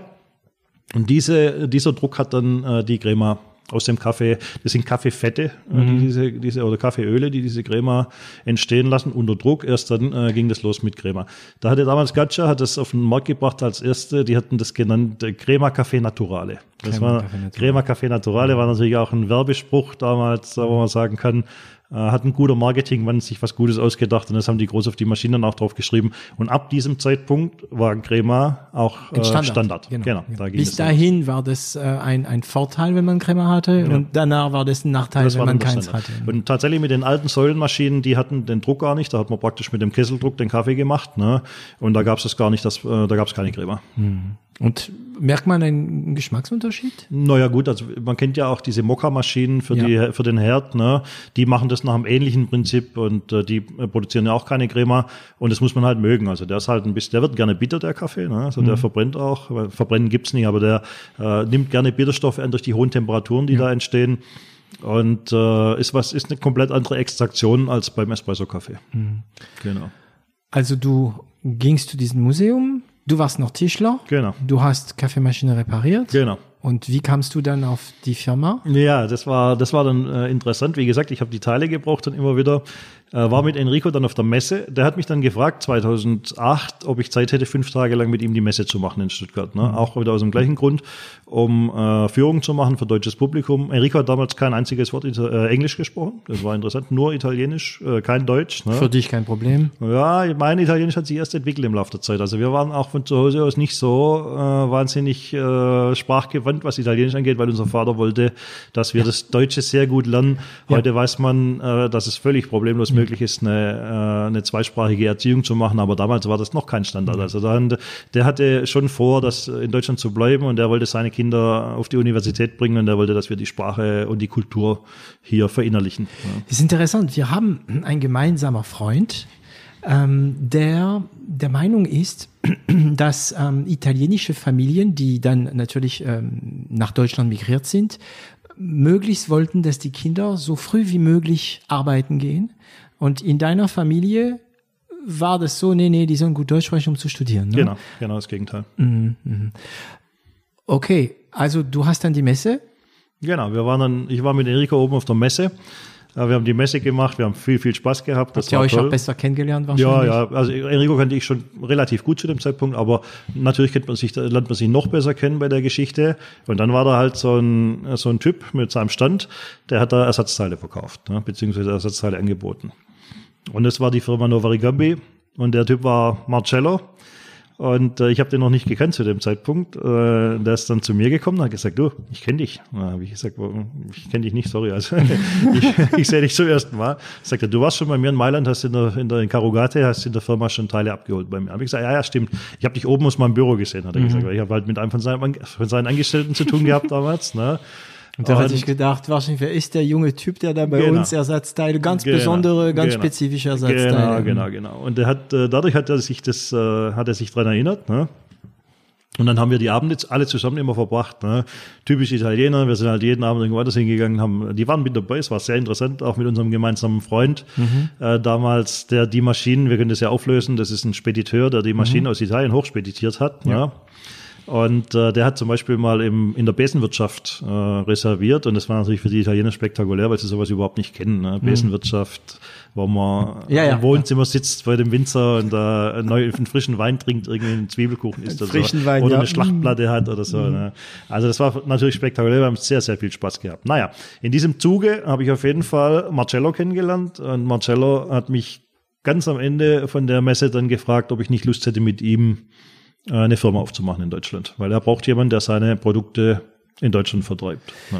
Und diese, dieser Druck hat dann äh, die Crema aus dem Kaffee, das sind Kaffeefette, mhm. die diese, diese, oder Kaffeeöle, die diese Crema entstehen lassen unter Druck. Erst dann äh, ging das los mit Crema. Da hatte damals Gaccia, hat das auf den Markt gebracht als erste, die hatten das genannt äh, Crema Café Naturale. Das Crema war Crema Café Naturale, war natürlich auch ein Werbespruch damals, wo man sagen kann, äh, hat ein guter Marketingmann sich was Gutes ausgedacht und das haben die groß auf die Maschinen auch drauf geschrieben. Und ab diesem Zeitpunkt war Crema auch äh, Standard. Standard. Genau. Genau, ja. da ging Bis dahin aus. War das äh, ein, ein Vorteil, wenn man Crema hatte ja. und danach war das ein Nachteil, das wenn man keins hatte. Und tatsächlich mit den alten Säulenmaschinen, die hatten den Druck gar nicht, da hat man praktisch mit dem Kesseldruck den Kaffee gemacht, ne? Und da gab es das gar nicht, das, äh, da gab es keine Crema. Hm. Und merkt man einen Geschmacksunterschied? Naja gut, also man kennt ja auch diese Mokka-Maschinen für, ja. die, für den Herd, ne? Die machen das nach einem ähnlichen Prinzip und äh, die produzieren ja auch keine Crema und das muss man halt mögen. Also der ist halt ein bisschen, der wird gerne bitter, der Kaffee, ne? Also mhm. der verbrennt auch, weil verbrennen gibt's nicht, aber der äh, nimmt gerne Bitterstoffe an durch die hohen Temperaturen, die ja. da entstehen. Und äh, ist was ist eine komplett andere Extraktion als beim Espresso-Kaffee. Mhm. Genau. Also du gingst zu diesem Museum, du warst noch Tischler, genau. Du hast Kaffeemaschine repariert. Genau. Und wie kamst du dann auf die Firma? Ja, das war das war dann äh, interessant. Wie gesagt, ich habe die Teile gebraucht dann immer wieder. Äh, war mit Enrico dann auf der Messe. Der hat mich dann gefragt, zweitausendacht, ob ich Zeit hätte, fünf Tage lang mit ihm die Messe zu machen in Stuttgart. Ne? Mhm. Auch wieder aus dem gleichen Grund, um äh, Führungen zu machen für deutsches Publikum. Enrico hat damals kein einziges Wort äh, Englisch gesprochen. Das war interessant. Nur Italienisch, äh, kein Deutsch. Ne? Für dich kein Problem? Ja, mein Italienisch hat sich erst entwickelt im Laufe der Zeit. Also wir waren auch von zu Hause aus nicht so äh, wahnsinnig äh, sprachgewandt, was Italienisch angeht, weil unser Vater wollte, dass wir ja. das Deutsche sehr gut lernen. Heute ja. weiß man, äh, dass es völlig problemlos mhm. möglich ist, eine, äh, eine zweisprachige Erziehung zu machen, aber damals war das noch kein Standard. Mhm. Also dann, der hatte schon vor, das in Deutschland zu bleiben und er wollte seine Kinder auf die Universität bringen und er wollte, dass wir die Sprache und die Kultur hier verinnerlichen. Ja. Das ist interessant. Wir haben einen gemeinsamen Freund, ähm, der der Meinung ist, dass ähm, italienische Familien, die dann natürlich ähm, nach Deutschland migriert sind, möglichst wollten, dass die Kinder so früh wie möglich arbeiten gehen. Und in deiner Familie war das so, nee, nee, die sollen gut Deutsch sprechen, um zu studieren. Ne? Genau, genau das Gegenteil. Mhm, mhm. Okay, also du hast dann die Messe? Genau, wir waren dann, ich war mit Enrico oben auf der Messe. Wir haben die Messe gemacht, wir haben viel, viel Spaß gehabt. Das Habt ihr euch toll. Auch besser kennengelernt wahrscheinlich? Ja, ja, also Enrico kannte ich schon relativ gut zu dem Zeitpunkt, aber natürlich kennt man sich, lernt man sich noch besser kennen bei der Geschichte. Und dann war da halt so ein, so ein Typ mit seinem Stand, der hat da Ersatzteile verkauft, ne, beziehungsweise Ersatzteile angeboten. Und das war die Firma Novaricambi und der Typ war Marcello. Und äh, ich habe den noch nicht gekannt zu dem Zeitpunkt. Äh, der ist dann zu mir gekommen und hat gesagt, du, ich kenne dich. Da habe ich gesagt, ich kenne dich nicht, sorry. Also ich, ich sehe dich zum ersten Mal. Sagt er, du warst schon bei mir in Mailand, hast in der in der in Carugate, hast in der Firma schon Teile abgeholt bei mir. Habe ich gesagt, ja, ja, stimmt. Ich habe dich oben aus meinem Büro gesehen, hat er mhm. gesagt. Ich habe halt mit einem von seinen, von seinen Angestellten zu tun gehabt damals. Ne? Und da hat sich gedacht, wahrscheinlich, wer ist der junge Typ, der da bei genau. uns Ersatzteile, ganz genau. besondere, ganz genau. spezifische Ersatzteile. Genau, genau, genau. Und er hat, dadurch hat er sich das, hat er sich dran erinnert, ne? Und dann haben wir die Abende alle zusammen immer verbracht, ne? Typisch Italiener, wir sind halt jeden Abend irgendwo anders hingegangen, haben, die waren mit dabei, es war sehr interessant, auch mit unserem gemeinsamen Freund, mhm. äh, damals, der die Maschinen, wir können das ja auflösen, das ist ein Spediteur, der die Maschinen mhm. aus Italien hochspeditiert hat, ja. ne? Und äh, der hat zum Beispiel mal im, in der Besenwirtschaft äh, reserviert und das war natürlich für die Italiener spektakulär, weil sie sowas überhaupt nicht kennen. Ne? Mhm. Besenwirtschaft, wo man ja, ja, im Wohnzimmer ja. sitzt bei dem Winzer und da neu einen frischen Wein trinkt, irgendwie einen Zwiebelkuchen isst oder, frischen so. Wein, oder ja. eine Schlachtplatte hat oder so. Mhm. Ne? Also das war natürlich spektakulär, wir haben sehr, sehr viel Spaß gehabt. Naja, in diesem Zuge habe ich auf jeden Fall Marcello kennengelernt und Marcello hat mich ganz am Ende von der Messe dann gefragt, ob ich nicht Lust hätte, mit ihm eine Firma aufzumachen in Deutschland, weil er braucht jemanden, der seine Produkte in Deutschland vertreibt. Ja.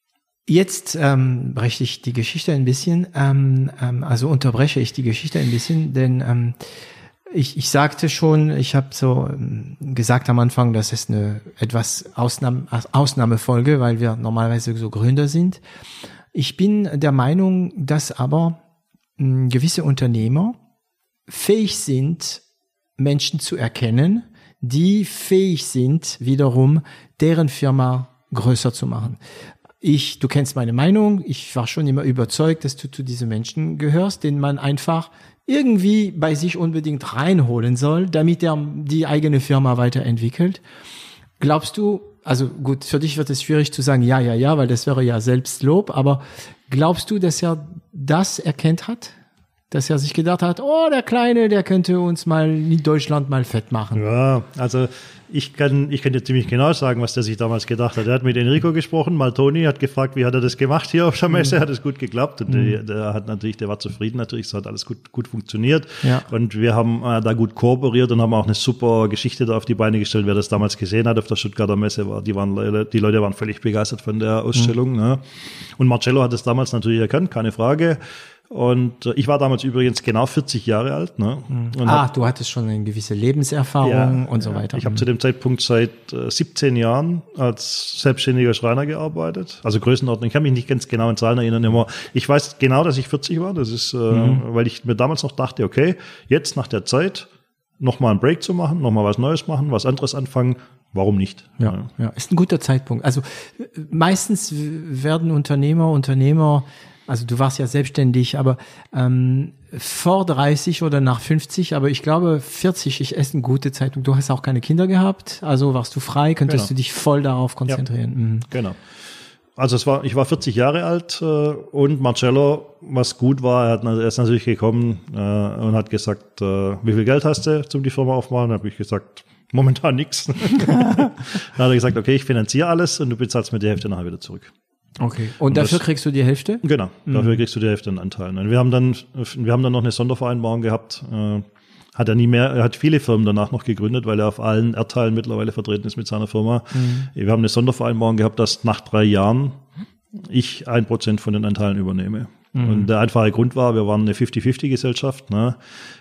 Jetzt ähm, breche ich die Geschichte ein bisschen, ähm, ähm, also unterbreche ich die Geschichte ein bisschen, denn ähm, ich, ich sagte schon, ich habe so ähm, gesagt am Anfang, dass es eine etwas Ausnahme, Ausnahmefolge, weil wir normalerweise so Gründer sind. Ich bin der Meinung, dass aber mh, gewisse Unternehmer fähig sind, Menschen zu erkennen, die fähig sind, wiederum deren Firma größer zu machen. Ich, du kennst meine Meinung, ich war schon immer überzeugt, dass du zu diesen Menschen gehörst, denen man einfach irgendwie bei sich unbedingt reinholen soll, damit er die eigene Firma weiterentwickelt. Glaubst du, also gut, für dich wird es schwierig zu sagen, ja, ja, ja, weil das wäre ja Selbstlob, aber glaubst du, dass er das erkannt hat? Dass er sich gedacht hat, oh, der Kleine, der könnte uns mal in Deutschland mal fett machen. Ja, also ich kann, ich kann dir ziemlich genau sagen, was der sich damals gedacht hat. Er hat mit Enrico gesprochen, Maltoni hat gefragt, wie hat er das gemacht hier auf der Messe, mhm. hat es gut geklappt und mhm. der, der hat natürlich, der war zufrieden natürlich, es hat alles gut, gut funktioniert ja. und wir haben äh, da gut kooperiert und haben auch eine super Geschichte da auf die Beine gestellt. Wer das damals gesehen hat auf der Stuttgarter Messe, war, die waren, die Leute waren völlig begeistert von der Ausstellung. Mhm. Ne? Und Marcello hat es damals natürlich erkannt, keine Frage. Und äh, ich war damals übrigens genau vierzig Jahre alt. Ne? Und ah, hab, du hattest schon eine gewisse Lebenserfahrung ja, und so weiter. Ich habe zu dem Zeitpunkt seit äh, siebzehn Jahren als selbstständiger Schreiner gearbeitet. Also Größenordnung, ich kann mich nicht ganz genau an Zahlen erinnern. Immer. Ich weiß genau, dass ich vierzig war. Das ist, äh, mhm. weil ich mir damals noch dachte, okay, jetzt nach der Zeit nochmal einen Break zu machen, nochmal was Neues machen, was anderes anfangen. Warum nicht? Ja, ja, ist ein guter Zeitpunkt. Also meistens werden Unternehmer, Unternehmer Also du warst ja selbstständig, aber ähm, vor dreißig oder nach fünfzig, aber ich glaube vierzig ist eine gute Zeitpunkt. Du hast auch keine Kinder gehabt, also warst du frei, könntest genau. du dich voll darauf konzentrieren. Ja, mhm. Genau. Also es war, ich war vierzig Jahre alt äh, und Marcello, was gut war, er, hat, er ist natürlich gekommen äh, und hat gesagt, äh, wie viel Geld hast du, um die Firma aufzumachen? Da habe ich gesagt, momentan nichts. Dann hat er gesagt, okay, ich finanziere alles und du bezahlst mir die Hälfte nachher wieder zurück. Okay. Und, und dafür das, kriegst du die Hälfte? Genau, dafür mhm. kriegst du die Hälfte an Anteilen. Und wir haben dann, wir haben dann noch eine Sondervereinbarung gehabt. Äh, hat er nie mehr, er hat viele Firmen danach noch gegründet, weil er auf allen Erdteilen mittlerweile vertreten ist mit seiner Firma. Mhm. Wir haben eine Sondervereinbarung gehabt, dass nach drei Jahren ich ein Prozent von den Anteilen übernehme. Mhm. Und der einfache Grund war, wir waren eine fünfzig fünfzig Gesellschaft, ne?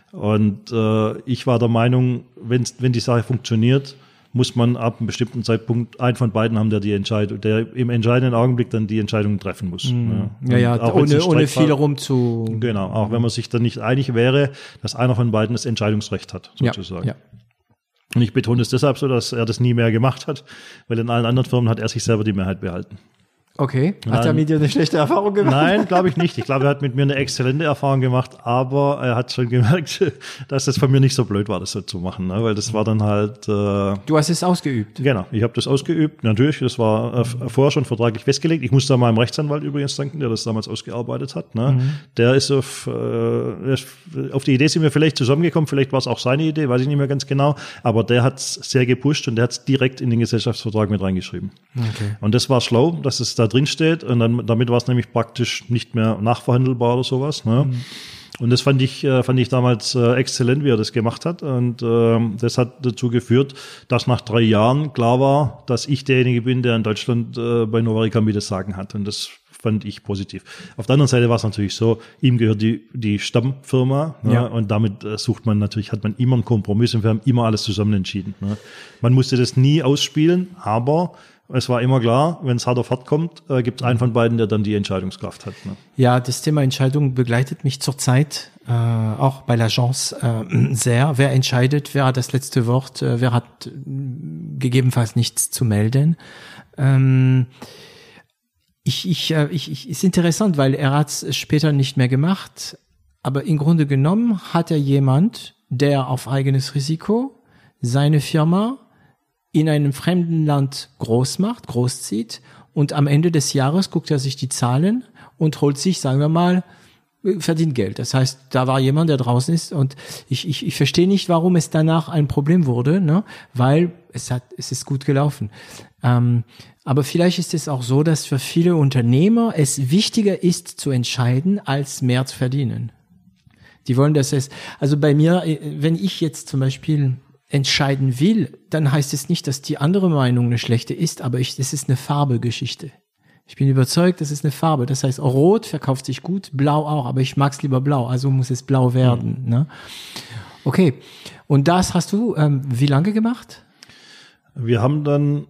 Und äh, ich war der Meinung, wenn wenn die Sache funktioniert, muss man ab einem bestimmten Zeitpunkt einen von beiden haben, der die Entscheidung, der im entscheidenden Augenblick dann die Entscheidung treffen muss. Mhm. Ja, ja, ja ohne, ohne viel rum zu. Genau, auch wenn man sich dann nicht einig wäre, dass einer von beiden das Entscheidungsrecht hat, sozusagen. Ja, ja. Und ich betone es deshalb so, dass er das nie mehr gemacht hat, weil in allen anderen Firmen hat er sich selber die Mehrheit behalten. Okay. Hat er mit dir eine schlechte Erfahrung gemacht? Nein, glaube ich nicht. Ich glaube, er hat mit mir eine exzellente Erfahrung gemacht, aber er hat schon gemerkt, dass das von mir nicht so blöd war, das so zu machen, ne? Weil das war dann halt... Äh, du hast es ausgeübt? Genau, ich habe das ausgeübt. Natürlich, das war äh, vorher schon vertraglich festgelegt. Ich musste meinem Rechtsanwalt übrigens danken, der das damals ausgearbeitet hat. Ne? Mhm. Der ist auf, äh, auf die Idee sind wir vielleicht zusammengekommen, vielleicht war es auch seine Idee, weiß ich nicht mehr ganz genau, aber der hat es sehr gepusht und der hat es direkt in den Gesellschaftsvertrag mit reingeschrieben. Okay. Und das war schlau, dass es da drin steht und dann, damit war es nämlich praktisch nicht mehr nachverhandelbar oder sowas. Ne? Mhm. Und das fand ich, äh, fand ich damals äh, exzellent, wie er das gemacht hat. Und äh, das hat dazu geführt, dass nach drei Jahren klar war, dass ich derjenige bin, der in Deutschland äh, bei Novaricambi das Sagen hat. Und das fand ich positiv. Auf der anderen Seite war es natürlich so, ihm gehört die, die Stammfirma. Ne? Ja. Und damit äh, sucht man natürlich, hat man immer einen Kompromiss und wir haben immer alles zusammen entschieden. Ne? Man musste das nie ausspielen, aber es war immer klar, wenn es hart auf hart kommt, äh, gibt es einen von beiden, der dann die Entscheidungskraft hat. Ne? Ja, das Thema Entscheidung begleitet mich zurzeit äh, auch bei l'Agence äh, sehr. Wer entscheidet, wer hat das letzte Wort, äh, wer hat äh, gegebenenfalls nichts zu melden. Ähm, ich, ich, äh, ich, ich, ist interessant, weil er hat es später nicht mehr gemacht, aber im Grunde genommen hat er jemand, der auf eigenes Risiko seine Firma in einem fremden Land groß macht, großzieht und am Ende des Jahres guckt er sich die Zahlen und holt sich, sagen wir mal, verdient Geld. Das heißt, da war jemand, der draußen ist und ich, ich, ich verstehe nicht, warum es danach ein Problem wurde, ne? Weil es hat, es ist gut gelaufen. Ähm, aber vielleicht ist es auch so, dass für viele Unternehmer es wichtiger ist zu entscheiden, als mehr zu verdienen. Die wollen, dass es, also bei mir, wenn ich jetzt zum Beispiel entscheiden will, dann heißt es nicht, dass die andere Meinung eine schlechte ist, aber ich, es ist eine Farbegeschichte. Ich bin überzeugt, das ist eine Farbe. Das heißt, Rot verkauft sich gut, Blau auch, aber ich mag's lieber Blau, also muss es Blau werden. Mhm. Ne? Okay, und das hast du ähm, wie lange gemacht? Wir haben dann,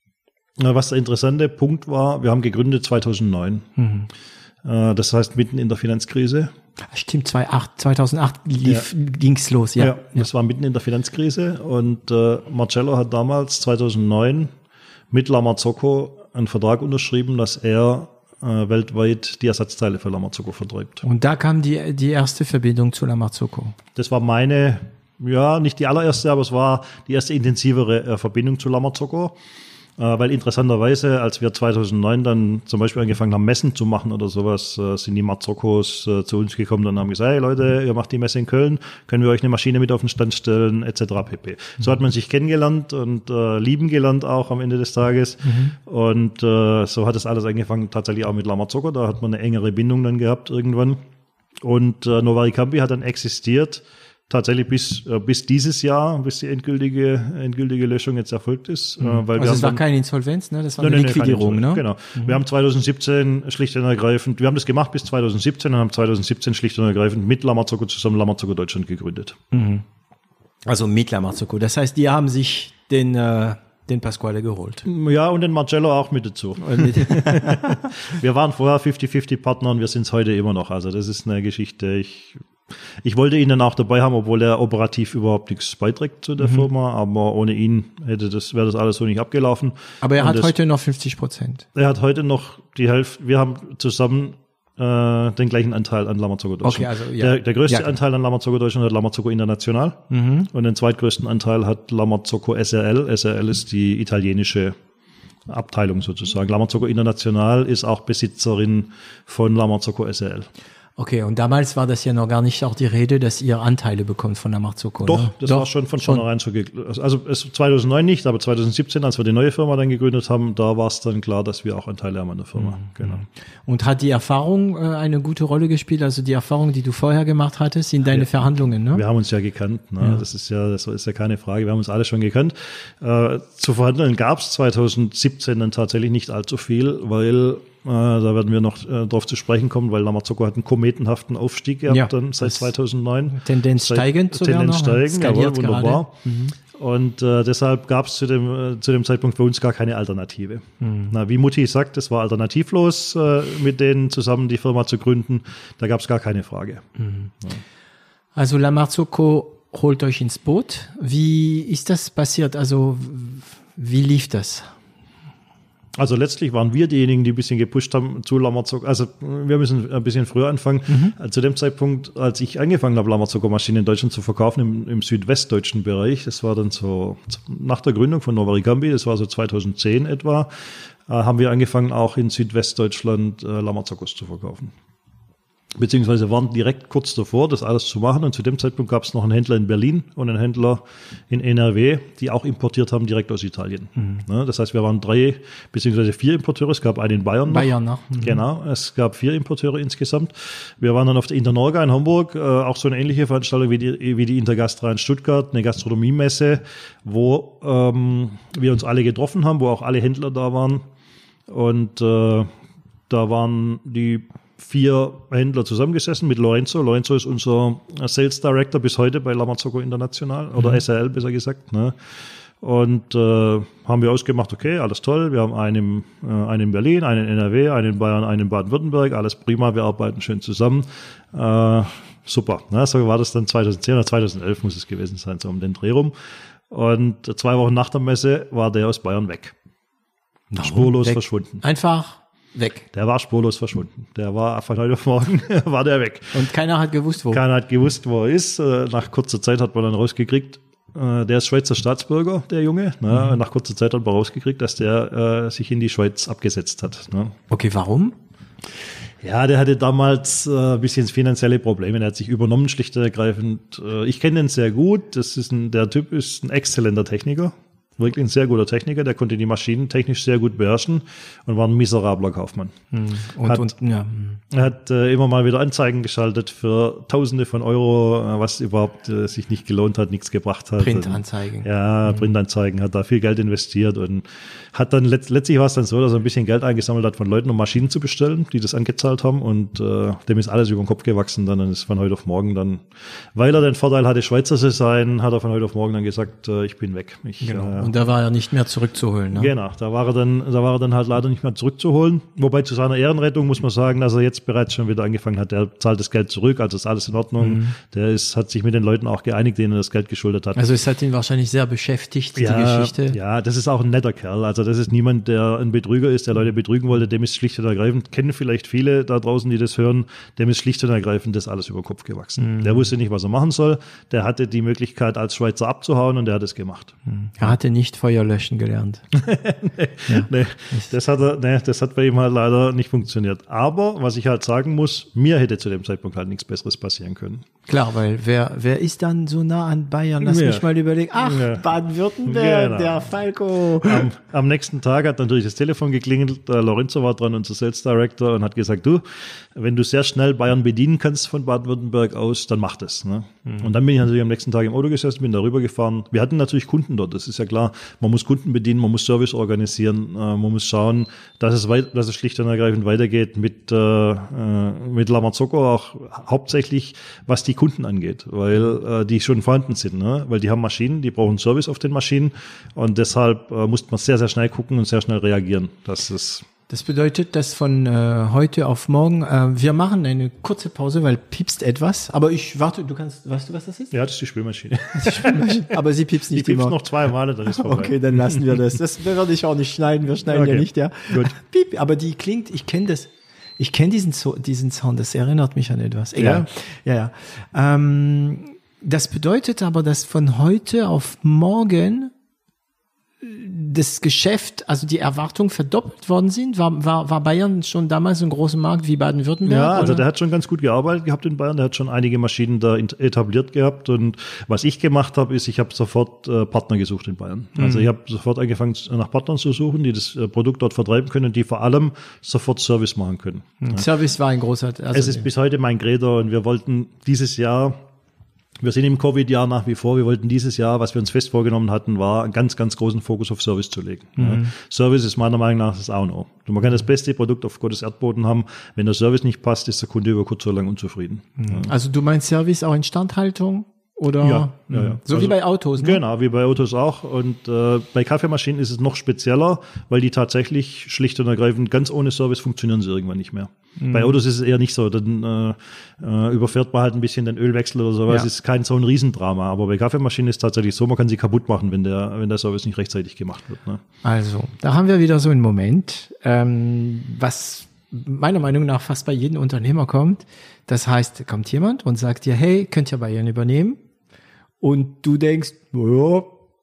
was der interessante Punkt war, wir haben gegründet zweitausendneun. Mhm. Äh, das heißt mitten in der Finanzkrise. Stimmt, zweitausendacht lief, ja. ging's los. Ja, ja, das war mitten in der Finanzkrise und äh, Marcello hat damals zweitausendneun mit La Marzocco einen Vertrag unterschrieben, dass er äh, weltweit die Ersatzteile für La Marzocco vertreibt. Und da kam die die erste Verbindung zu La Marzocco. Das war meine, ja, nicht die allererste, aber es war die erste intensivere äh, Verbindung zu La Marzocco. Äh, weil interessanterweise, als wir zweitausendneun dann zum Beispiel angefangen haben, Messen zu machen oder sowas, äh, sind die Marzoccos äh, zu uns gekommen und haben gesagt, hey Leute, ihr macht die Messe in Köln, können wir euch eine Maschine mit auf den Stand stellen, et cetera pp. So hat man sich kennengelernt und äh, lieben gelernt auch am Ende des Tages. Mhm. Und äh, so hat es alles angefangen, tatsächlich auch mit La Marzocco, da hat man eine engere Bindung dann gehabt irgendwann. Und äh, Novari Campi hat dann existiert, tatsächlich bis äh, bis dieses Jahr, bis die endgültige endgültige Löschung jetzt erfolgt ist. Mhm. Äh, weil also wir es war dann, keine Insolvenz, ne? Das war eine nein, Liquidierung, nein, ne? Genau. Mhm. Wir haben zweitausendsiebzehn schlicht und ergreifend, wir haben das gemacht bis zweitausendsiebzehn und haben zweitausendsiebzehn schlicht und ergreifend mit La Marzocco zusammen La Marzocco Deutschland gegründet. Mhm. Also mit La Marzocco. Das heißt, die haben sich den äh, den Pasquale geholt. Ja, und den Marcello auch mit dazu. Wir waren vorher fifty fifty Partner und wir sind es heute immer noch. Also das ist eine Geschichte. Ich Ich wollte ihn dann auch dabei haben, obwohl er operativ überhaupt nichts beiträgt zu der mhm. Firma, aber ohne ihn hätte das, wäre das alles so nicht abgelaufen. Aber er und hat das, heute noch fünfzig Prozent. Er hat heute noch die Hälfte, wir haben zusammen äh, den gleichen Anteil an La Marzocco Deutschland. Okay, also, ja. der, der größte ja, Anteil an La Marzocco Deutschland hat La Marzocco International mhm. und den zweitgrößten Anteil hat La Marzocco S R L. S R L ist die italienische Abteilung sozusagen. La Marzocco International ist auch Besitzerin von La Marzocco S R L. Okay, und damals war das ja noch gar nicht auch die Rede, dass ihr Anteile bekommt von La Marzocco. Doch, ne? das Doch, war schon von vornherein so. Also es zweitausendneun nicht, aber zweitausendsiebzehn, als wir die neue Firma dann gegründet haben, da war es dann klar, dass wir auch Anteile haben an der Firma. Mhm. Genau. Und hat die Erfahrung äh, eine gute Rolle gespielt? Also die Erfahrung, die du vorher gemacht hattest, in deine ja, Verhandlungen, ne? Wir haben uns ja gekannt, ne? Ja. Das ist ja, das ist ja keine Frage. Wir haben uns alle schon gekannt. Äh, zu verhandeln gab es zweitausendsiebzehn dann tatsächlich nicht allzu viel, weil Äh, da werden wir noch äh, drauf zu sprechen kommen, weil La Marzocco hat einen kometenhaften Aufstieg gehabt ja, dann seit zweitausendneun. Tendenz seit, steigend sogar Tendenz noch. steigend, jawohl, wunderbar. Mhm. Und äh, deshalb gab es zu dem äh, zu dem Zeitpunkt für uns gar keine Alternative. Mhm. Na, wie Mutti sagt, es war alternativlos, äh, mit denen zusammen die Firma zu gründen. Da gab es gar keine Frage. Mhm. Ja. Also La Marzocco holt euch ins Boot. Wie ist das passiert? Also wie lief das? Also letztlich waren wir diejenigen, die ein bisschen gepusht haben zu La Marzocco. Also wir müssen ein bisschen früher anfangen. Mhm. Zu dem Zeitpunkt, als ich angefangen habe, La Marzocco Maschinen in Deutschland zu verkaufen, im, im südwestdeutschen Bereich, das war dann so nach der Gründung von Novari Campi, das war so zweitausendzehn etwa, äh, haben wir angefangen, auch in Südwestdeutschland äh, La Marzoccos zu verkaufen. Beziehungsweise waren direkt kurz davor, das alles zu machen. Und zu dem Zeitpunkt gab es noch einen Händler in Berlin und einen Händler in N R W, die auch importiert haben, direkt aus Italien. Mhm. Ne, das heißt, wir waren drei, beziehungsweise vier Importeure. Es gab einen in Bayern noch. Bayern noch. Mhm. Genau, es gab vier Importeure insgesamt. Wir waren dann auf der Internorga in Hamburg, äh, auch so eine ähnliche Veranstaltung wie die, wie die Intergastra in Stuttgart, eine Gastronomiemesse, wo ähm, wir uns alle getroffen haben, wo auch alle Händler da waren. Und äh, da waren die vier Händler zusammengesessen mit Lorenzo. Lorenzo ist unser Sales Director bis heute bei La Marzocco International oder mhm. S R L besser gesagt. Ne? Und äh, haben wir ausgemacht, okay, alles toll. Wir haben einen, äh, einen in Berlin, einen in N R W, einen in Bayern, einen in Baden-Württemberg. Alles prima, wir arbeiten schön zusammen. Äh, super. Ne? So war das dann zweitausendzehn oder zweitausendelf muss es gewesen sein, so um den Dreh rum. Und zwei Wochen nach der Messe war der aus Bayern weg. Warum? Spurlos weg. Verschwunden. Einfach weg. Der war spurlos verschwunden. Der war von heute auf morgen war der weg. Und keiner hat gewusst, wo. Keiner hat gewusst, wo er ist. Nach kurzer Zeit hat man dann rausgekriegt, äh, der ist Schweizer Staatsbürger, der Junge. Ne? Mhm. Nach kurzer Zeit hat man rausgekriegt, dass der äh, sich in die Schweiz abgesetzt hat. Ne? Okay, warum? Ja, der hatte damals äh, ein bisschen finanzielle Probleme. Der hat sich übernommen, schlicht und ergreifend. Äh, ich kenne den sehr gut. Das ist ein, der Typ ist ein exzellenter Techniker. Wirklich ein sehr guter Techniker, der konnte die Maschinen technisch sehr gut beherrschen und war ein miserabler Kaufmann. Hm. Und, hat, und, ja. Er hat äh, immer mal wieder Anzeigen geschaltet für Tausende von Euro, äh, was überhaupt äh, sich nicht gelohnt hat, nichts gebracht hat. Printanzeigen. Und, ja, hm. Printanzeigen, hat da viel Geld investiert und hat dann letzt, letztlich war es dann so, dass er ein bisschen Geld eingesammelt hat von Leuten, um Maschinen zu bestellen, die das angezahlt haben und äh, dem ist alles über den Kopf gewachsen dann und ist von heute auf morgen dann, weil er den Vorteil hatte, Schweizer zu sein, hat er von heute auf morgen dann gesagt, äh, ich bin weg. Ich, genau. äh, Und da war er nicht mehr zurückzuholen. Ne? Genau, da war er dann, da war er dann halt leider nicht mehr zurückzuholen. Wobei zu seiner Ehrenrettung muss man sagen, dass er jetzt bereits schon wieder angefangen hat. Der zahlt das Geld zurück, also ist alles in Ordnung. Mhm. Der ist, hat sich mit den Leuten auch geeinigt, denen er das Geld geschuldet hat. Also es hat ihn wahrscheinlich sehr beschäftigt, ja, die Geschichte. Ja, das ist auch ein netter Kerl. Also das ist niemand, der ein Betrüger ist, der Leute betrügen wollte. Dem ist schlicht und ergreifend, kennen vielleicht viele da draußen, die das hören, dem ist schlicht und ergreifend das alles über den Kopf gewachsen. Mhm. Der wusste nicht, was er machen soll. Der hatte die Möglichkeit, als Schweizer abzuhauen und der hat es gemacht. Mhm. Er hatte nicht Feuer löschen gelernt. nee, ja. nee, das hat er, nee, das hat bei ihm halt leider nicht funktioniert. Aber was ich halt sagen muss, mir hätte zu dem Zeitpunkt halt nichts Besseres passieren können. Klar, weil wer wer ist dann so nah an Bayern? Lass ja. mich mal überlegen. Ach, ja. Baden-Württemberg, genau. Der Falco. Am, am nächsten Tag hat natürlich das Telefon geklingelt. Der Lorenzo war dran, unser Sales Director, und hat gesagt, du, wenn du sehr schnell Bayern bedienen kannst von Baden-Württemberg aus, dann mach das. Ne? Mhm. Und dann bin ich natürlich am nächsten Tag im Auto gesessen, bin darüber gefahren. Wir hatten natürlich Kunden dort, das ist ja klar. Man muss Kunden bedienen, man muss Service organisieren, äh, man muss schauen, dass es, weit, dass es schlicht und ergreifend weitergeht mit, äh, mit La Marzocco, auch hauptsächlich, was die Kunden angeht, weil äh, die schon vorhanden sind, ne? Weil die haben Maschinen, die brauchen Service auf den Maschinen und deshalb äh, muss man sehr, sehr schnell gucken und sehr schnell reagieren. Das ist Das bedeutet, dass von äh, heute auf morgen, äh, wir machen eine kurze Pause, weil piepst etwas, aber ich warte, du kannst, weißt du, was das ist? Ja, das ist die Spülmaschine. Das ist die Spülmaschine. Aber sie piepst nicht die immer. Die piepst noch zwei Male, dann ist vorbei. Okay, dann lassen wir das. Das werde ich auch nicht schneiden, wir schneiden okay. ja nicht, ja. Gut. Piep, aber die klingt, ich kenne das, ich kenne diesen, so diesen Sound, das erinnert mich an etwas. Egal. Ja, ja. ja. Ähm, das bedeutet aber, dass von heute auf morgen das Geschäft, also die Erwartungen verdoppelt worden sind? War, war, war Bayern schon damals ein großer Markt wie Baden-Württemberg? Ja, also oder? Der hat schon ganz gut gearbeitet gehabt in Bayern. Der hat schon einige Maschinen da etabliert gehabt. Und was ich gemacht habe, ist, ich habe sofort äh, Partner gesucht in Bayern. Mhm. Also ich habe sofort angefangen, nach Partnern zu suchen, die das äh, Produkt dort vertreiben können, die vor allem sofort Service machen können. Mhm. Ja. Service war ein großer... Also es ist bis heute mein Credo und wir wollten dieses Jahr... Wir sind im Covid-Jahr nach wie vor. Wir wollten dieses Jahr, was wir uns fest vorgenommen hatten, war einen ganz, ganz großen Fokus auf Service zu legen. Mhm. Ja. Service ist meiner Meinung nach das A und O. Man kann das beste Produkt auf Gottes Erdboden haben. Wenn der Service nicht passt, ist der Kunde über kurz oder lang unzufrieden. Mhm. Ja. Also du meinst Service auch Instandhaltung? Oder? Ja, ja, ja. So also, wie bei Autos, ne? Genau, wie bei Autos auch. Und äh, bei Kaffeemaschinen ist es noch spezieller, weil die tatsächlich schlicht und ergreifend ganz ohne Service funktionieren sie irgendwann nicht mehr. Mhm. Bei Autos ist es eher nicht so. Dann äh, äh, überfährt man halt ein bisschen den Ölwechsel oder sowas. Ja. Ist kein so ein Riesendrama. Aber bei Kaffeemaschinen ist es tatsächlich so, man kann sie kaputt machen, wenn der, wenn der Service nicht rechtzeitig gemacht wird. Ne? Also, da haben wir wieder so einen Moment, ähm, was meiner Meinung nach fast bei jedem Unternehmer kommt. Das heißt, kommt jemand und sagt dir, hey, könnt ihr Bayern übernehmen? Und du denkst, ja,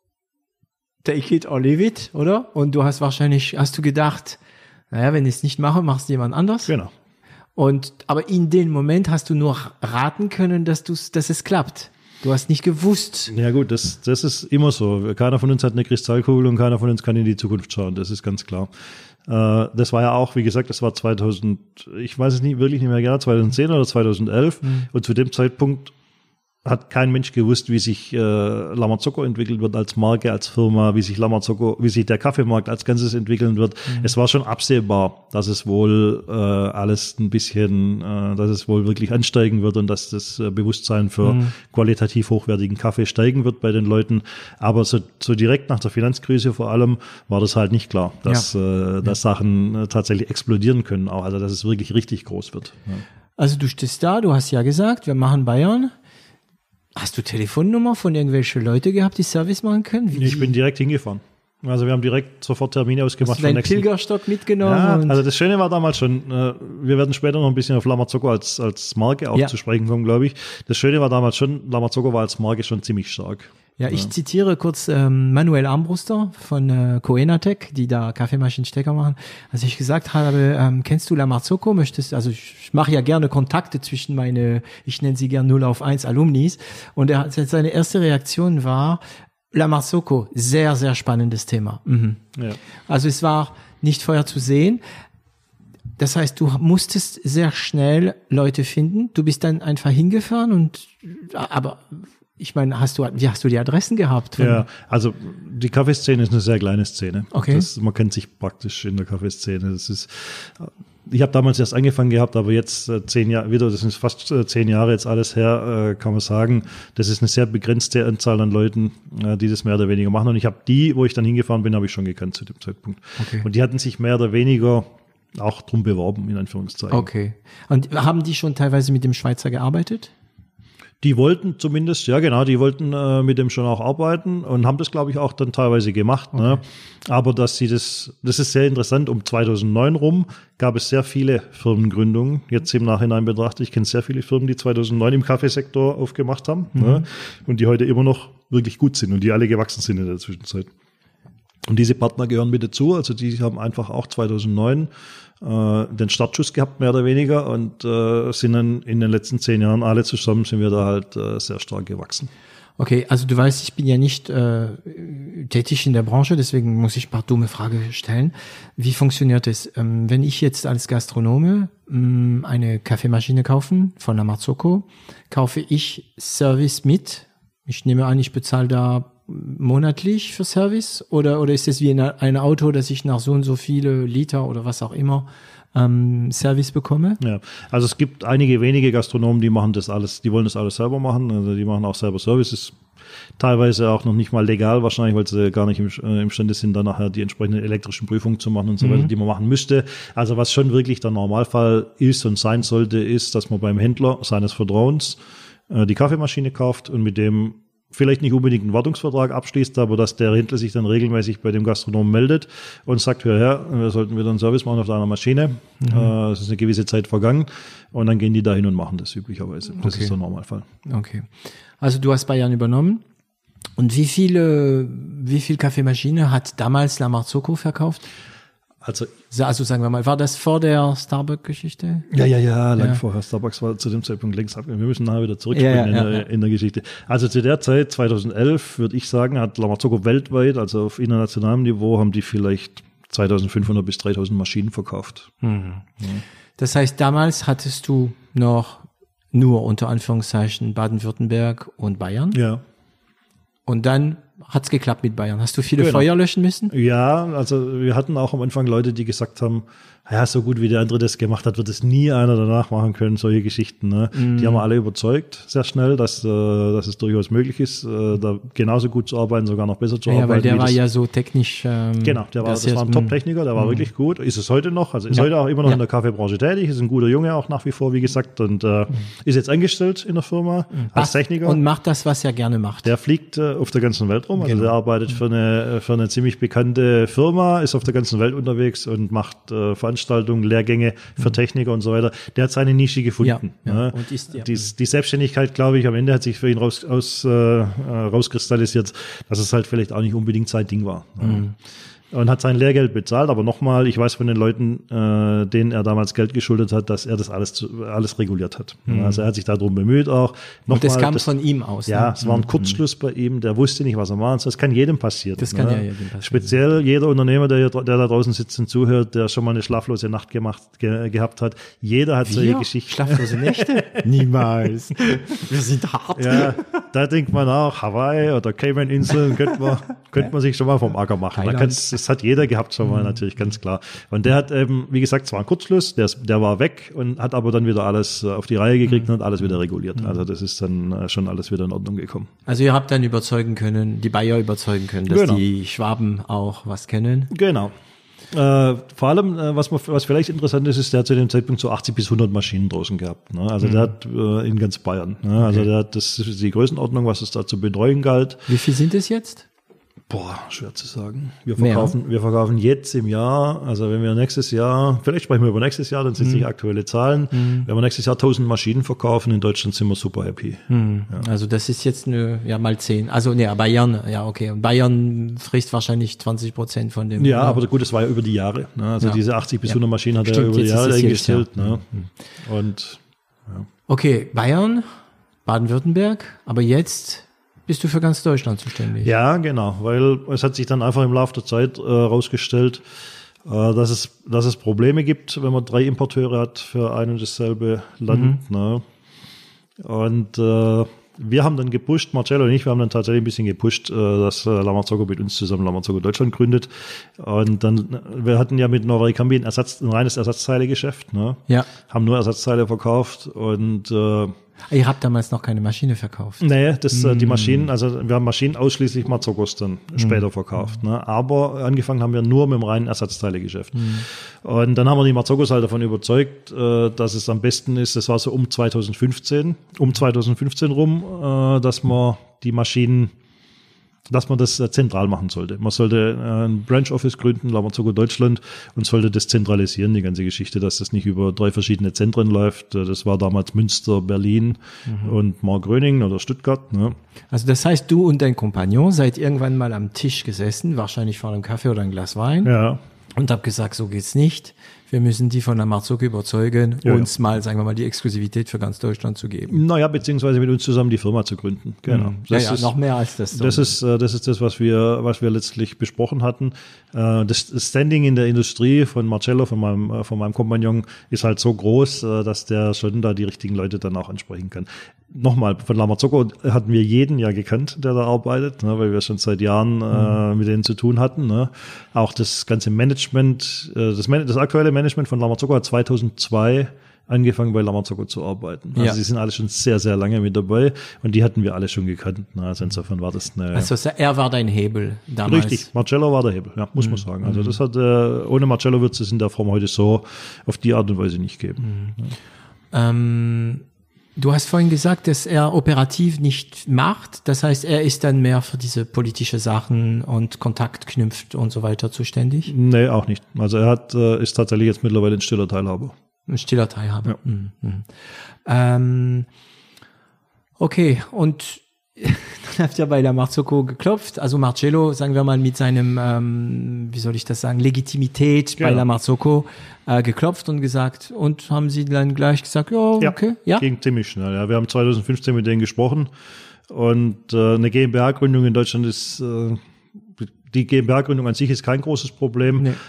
take it or leave it, oder? Und du hast wahrscheinlich, hast du gedacht, naja, wenn ich es nicht mache, machst du jemand anders. Genau. Und, aber in dem Moment hast du nur raten können, dass du, dass es klappt. Du hast nicht gewusst. Ja gut, das, das ist immer so. Keiner von uns hat eine Kristallkugel und keiner von uns kann in die Zukunft schauen. Das ist ganz klar. Äh, das war ja auch, wie gesagt, das war zweitausend, ich weiß es nicht, wirklich nicht mehr genau, zweitausendzehn oder zweitausendelf. Mhm. Und zu dem Zeitpunkt hat kein Mensch gewusst, wie sich äh, La Marzocco entwickelt wird als Marke, als Firma, wie sich La Marzocco, wie sich der Kaffeemarkt als Ganzes entwickeln wird. Mhm. Es war schon absehbar, dass es wohl äh, alles ein bisschen, äh, dass es wohl wirklich ansteigen wird und dass das äh, Bewusstsein für mhm. qualitativ hochwertigen Kaffee steigen wird bei den Leuten. Aber so, so direkt nach der Finanzkrise vor allem war das halt nicht klar, dass, ja. äh, dass ja. Sachen äh, tatsächlich explodieren können, auch also dass es wirklich richtig groß wird. Ja. Also du stehst da, du hast ja gesagt, wir machen Bayern. Hast du Telefonnummer von irgendwelchen Leuten gehabt, die Service machen können? Wie ich bin direkt hingefahren. Also wir haben direkt sofort Termine ausgemacht. Hast du deinen Pilgerstock mitgenommen? Ja, also das Schöne war damals schon, wir werden später noch ein bisschen auf La Marzocco als, als Marke auch ja. zu sprechen kommen, glaube ich. Das Schöne war damals schon, La Marzocco war als Marke schon ziemlich stark. Ja, ich ja. zitiere kurz ähm, Manuel Armbruster von äh, Coenatec, die da Kaffeemaschinenstecker machen. Als ich gesagt habe, ähm, kennst du La Marzocco? Möchtest, also ich, ich mache ja gerne Kontakte zwischen meine, ich nenne sie gern null auf eins Alumnis. Und er hat, seine erste Reaktion war, La Marzocco, sehr, sehr spannendes Thema. Mhm. Ja. Also es war nicht vorher zu sehen. Das heißt, du musstest sehr schnell Leute finden. Du bist dann einfach hingefahren und, aber ich meine, hast du, wie hast du die Adressen gehabt? Ja, also die Kaffeeszene ist eine sehr kleine Szene. Okay. Das, man kennt sich praktisch in der Kaffeeszene. Das ist, ich habe damals erst angefangen gehabt, aber jetzt äh, zehn Jahre wieder, das sind fast äh, zehn Jahre jetzt alles her, äh, kann man sagen. Das ist eine sehr begrenzte Anzahl an Leuten, äh, die das mehr oder weniger machen. Und ich habe die, wo ich dann hingefahren bin, habe ich schon gekannt zu dem Zeitpunkt. Okay. Und die hatten sich mehr oder weniger auch drum beworben, in Anführungszeichen. Okay. Und haben die schon teilweise mit dem Schweizer gearbeitet? Die wollten zumindest, ja genau, die wollten äh, mit dem schon auch arbeiten und haben das, glaube ich, auch dann teilweise gemacht. Okay. Ne? Aber dass sie das, das ist sehr interessant, um zweitausendneun rum gab es sehr viele Firmengründungen, jetzt im Nachhinein betrachtet. Ich kenne sehr viele Firmen, die zweitausendneun im Kaffeesektor aufgemacht haben, mhm. ne? Und die heute immer noch wirklich gut sind und die alle gewachsen sind in der Zwischenzeit. Und diese Partner gehören mit dazu, also die haben einfach auch zweitausendneun äh, den Startschuss gehabt, mehr oder weniger, und äh, sind dann in den letzten zehn Jahren alle zusammen, sind wir da halt äh, sehr stark gewachsen. Okay, also du weißt, ich bin ja nicht äh, tätig in der Branche, deswegen muss ich ein paar dumme Fragen stellen. Wie funktioniert es, ähm, wenn ich jetzt als Gastronome ähm, eine Kaffeemaschine kaufen von La Marzocco, kaufe ich Service mit? Ich nehme an, ich bezahle da monatlich für Service, oder oder ist es wie in ein Auto, dass ich nach so und so viele Liter oder was auch immer ähm, Service bekomme? Ja, also es gibt einige wenige Gastronomen, die machen das alles, die wollen das alles selber machen, also die machen auch selber Services, teilweise auch noch nicht mal legal wahrscheinlich, weil sie gar nicht im, äh, imstande sind, dann nachher die entsprechenden elektrischen Prüfungen zu machen und so mhm. weiter, die man machen müsste. Also was schon wirklich der Normalfall ist und sein sollte, ist, dass man beim Händler seines Vertrauens äh, die Kaffeemaschine kauft und mit dem vielleicht nicht unbedingt einen Wartungsvertrag abschließt, aber dass der Händler sich dann regelmäßig bei dem Gastronomen meldet und sagt, hör her, wir sollten wieder einen Service machen auf deiner Maschine. Mhm. Äh, es ist eine gewisse Zeit vergangen und dann gehen die da hin und machen das üblicherweise. Das okay. ist der Normalfall. Okay. Also du hast Bayern übernommen. Und wie viele, wie viel Kaffeemaschine hat damals La Marzocco verkauft? Also, also sagen wir mal, war das vor der Starbucks-Geschichte? Ja, ja, ja, lang ja. vorher. Starbucks war zu dem Zeitpunkt längst ab. Wir müssen nachher wieder zurückspringen ja, ja, in, der, ja, ja. in der Geschichte. Also zu der Zeit, zweitausendelf, würde ich sagen, hat La Marzocco weltweit, also auf internationalem Niveau, haben die vielleicht zweitausendfünfhundert bis dreitausend Maschinen verkauft. Mhm. Ja. Das heißt, damals hattest du noch nur unter Anführungszeichen Baden-Württemberg und Bayern? Ja. Und dann hat's geklappt mit Bayern. Hast du viele genau. Feuer löschen müssen? Ja, also wir hatten auch am Anfang Leute, die gesagt haben, ja, so gut wie der andere das gemacht hat, wird es nie einer danach machen können, solche Geschichten. Ne? Mm. Die haben wir alle überzeugt, sehr schnell, dass, äh, dass es durchaus möglich ist, äh, da genauso gut zu arbeiten, sogar noch besser zu ja, arbeiten. Ja, weil der war ja so technisch. Ähm, genau, der war, das war ein Top-Techniker, der war mm. wirklich gut. Ist es heute noch, also ist ja. heute auch immer noch ja. in der Kaffeebranche tätig, ist ein guter Junge auch nach wie vor, wie gesagt, und äh, mm. ist jetzt angestellt in der Firma mm. als Techniker. Und macht das, was er gerne macht. Der fliegt äh, auf der ganzen Welt rum, also genau. der arbeitet für eine, für eine ziemlich bekannte Firma, ist auf der ganzen Welt unterwegs und macht äh, Veranstaltungen, Lehrgänge für Techniker und so weiter. Der hat seine Nische gefunden. Ja, ja. Und ist, ja. Die, die Selbstständigkeit, glaube ich, am Ende hat sich für ihn raus, aus, äh, rauskristallisiert, dass es halt vielleicht auch nicht unbedingt sein Ding war. Mhm. Und hat sein Lehrgeld bezahlt, aber nochmal, ich weiß von den Leuten, äh, denen er damals Geld geschuldet hat, dass er das alles alles reguliert hat. Mhm. Also er hat sich darum bemüht auch. Noch und das mal, kam das, von ihm aus. Ja, ne? es war ein Kurzschluss bei ihm, der wusste nicht, was er machen soll. Das kann jedem passieren. Das kann ne? ja jedem passieren. Speziell jeder Unternehmer, der, der da draußen sitzt und zuhört, der schon mal eine schlaflose Nacht gemacht ge, gehabt hat. Jeder hat Wir? solche Geschichten. Schlaflose Nächte? Niemals. Wir sind hart. Ja, da denkt man auch, Hawaii oder Cayman-Inseln könnte man, könnte man sich schon mal vom Acker machen. Da das hat jeder gehabt schon mal, natürlich, ganz klar. Und der hat eben, wie gesagt, zwar ein Kurzschluss, der, der war weg und hat aber dann wieder alles auf die Reihe gekriegt und hat alles wieder reguliert. Also das ist dann schon alles wieder in Ordnung gekommen. Also ihr habt dann überzeugen können, die Bayer überzeugen können, dass genau. die Schwaben auch was kennen. Genau. Äh, vor allem, äh, was, man, was vielleicht interessant ist, ist, der hat zu dem Zeitpunkt so achtzig bis hundert Maschinen draußen gehabt. Ne? Also mhm. der hat äh, in ganz Bayern. Ne? Also okay. der hat, das ist die Größenordnung, was es da zu betreuen galt. Wie viel sind es jetzt? Boah, schwer zu sagen. Wir verkaufen, wir verkaufen jetzt im Jahr, also wenn wir nächstes Jahr, vielleicht sprechen wir über nächstes Jahr, dann sind es mhm. nicht aktuelle Zahlen. Mhm. Wenn wir nächstes Jahr tausend Maschinen verkaufen, in Deutschland sind wir super happy. Mhm. Ja. Also das ist jetzt eine, ja mal zehn. Also ne, Bayern, ja okay. Und Bayern frisst wahrscheinlich zwanzig Prozent von dem. Ja, ja, aber gut, das war ja über die Jahre. Ne? Also ja. diese achtzig bis hundert ja. Maschinen hat er ja über die Jahre eingestellt. Ne? Mhm. Und ja. Okay, Bayern, Baden-Württemberg, aber jetzt bist du für ganz Deutschland zuständig? Ja, genau, weil es hat sich dann einfach im Laufe der Zeit herausgestellt, äh, dass es, dass es Probleme gibt, wenn man drei Importeure hat für ein und dasselbe Land. Mhm. Ne? Und äh, wir haben dann gepusht, Marcello und ich, wir haben dann tatsächlich ein bisschen gepusht, äh, dass äh, La Marzocco mit uns zusammen La Marzocco Deutschland gründet. Und dann, wir hatten ja mit Novari Cambi ein, Ersatz, ein reines Ersatzteilegeschäft, ne? Ja. Haben nur Ersatzteile verkauft und äh, ihr habt damals noch keine Maschine verkauft? Nee, das, mm. die Maschinen, also wir haben Maschinen ausschließlich Marzocos dann mm. später verkauft. Ne? Aber angefangen haben wir nur mit dem reinen Ersatzteilegeschäft. Mm. Und dann haben wir die Marzocos halt davon überzeugt, äh, dass es am besten ist, das war so um zwanzig fünfzehn, um zwanzig fünfzehn rum, äh, dass man die Maschinen, dass man das äh, zentral machen sollte. Man sollte äh, ein Branch Office gründen, La Marzocco Deutschland, und sollte das zentralisieren, die ganze Geschichte, dass das nicht über drei verschiedene Zentren läuft. Das war damals Münster, Berlin mhm. und Markgröningen oder Stuttgart. Ne? Also das heißt, du und dein Kompagnon seid irgendwann mal am Tisch gesessen, wahrscheinlich vor einem Kaffee oder ein Glas Wein. Ja. Und hab gesagt, so geht's nicht. Wir müssen die von der Marzocco überzeugen, ja, uns ja. mal, sagen wir mal, die Exklusivität für ganz Deutschland zu geben. Naja, beziehungsweise mit uns zusammen die Firma zu gründen. Genau. Das ja, ja, ist, noch mehr als das. Das ist, das ist das, was wir, was wir letztlich besprochen hatten. Das Standing in der Industrie von Marcello, von meinem, von meinem Kompagnon, ist halt so groß, dass der schon da die richtigen Leute dann auch ansprechen kann. Nochmal, von La Marzocco hatten wir jeden ja gekannt, der da arbeitet, ne, weil wir schon seit Jahren mhm. äh, mit denen zu tun hatten. Ne. Auch das ganze Management, äh, das, das aktuelle Management von La Marzocco hat zweitausendzwei angefangen bei La Marzocco zu arbeiten. Also ja. sie sind alle schon sehr, sehr lange mit dabei und die hatten wir alle schon gekannt. Ne. Also insofern war das eine... Also er war dein Hebel damals? Richtig, Marcello war der Hebel, ja, muss mhm. man sagen. Also das hat, äh, ohne Marcello wird es in der Form heute so auf die Art und Weise nicht geben. Mhm. Ja. Ähm Du hast vorhin gesagt, dass er operativ nicht macht. Das heißt, er ist dann mehr für diese politische Sachen und Kontakt knüpft und so weiter zuständig? Nee, auch nicht. Also er hat, ist tatsächlich jetzt mittlerweile ein stiller Teilhaber. Ein stiller Teilhaber. Ja. Mhm. Ähm, okay, und dann habt ihr bei der Marzocco geklopft. Also Marcello, sagen wir mal, mit seinem, ähm, wie soll ich das sagen, Legitimität genau. bei der Marzocco äh, geklopft und gesagt, und haben sie dann gleich gesagt, ja, okay, ja. Ging ziemlich schnell, ja. Wir haben zwanzig fünfzehn mit denen gesprochen und äh, eine GmbH-Gründung in Deutschland ist, äh, die GmbH-Gründung an sich ist kein großes Problem, nee.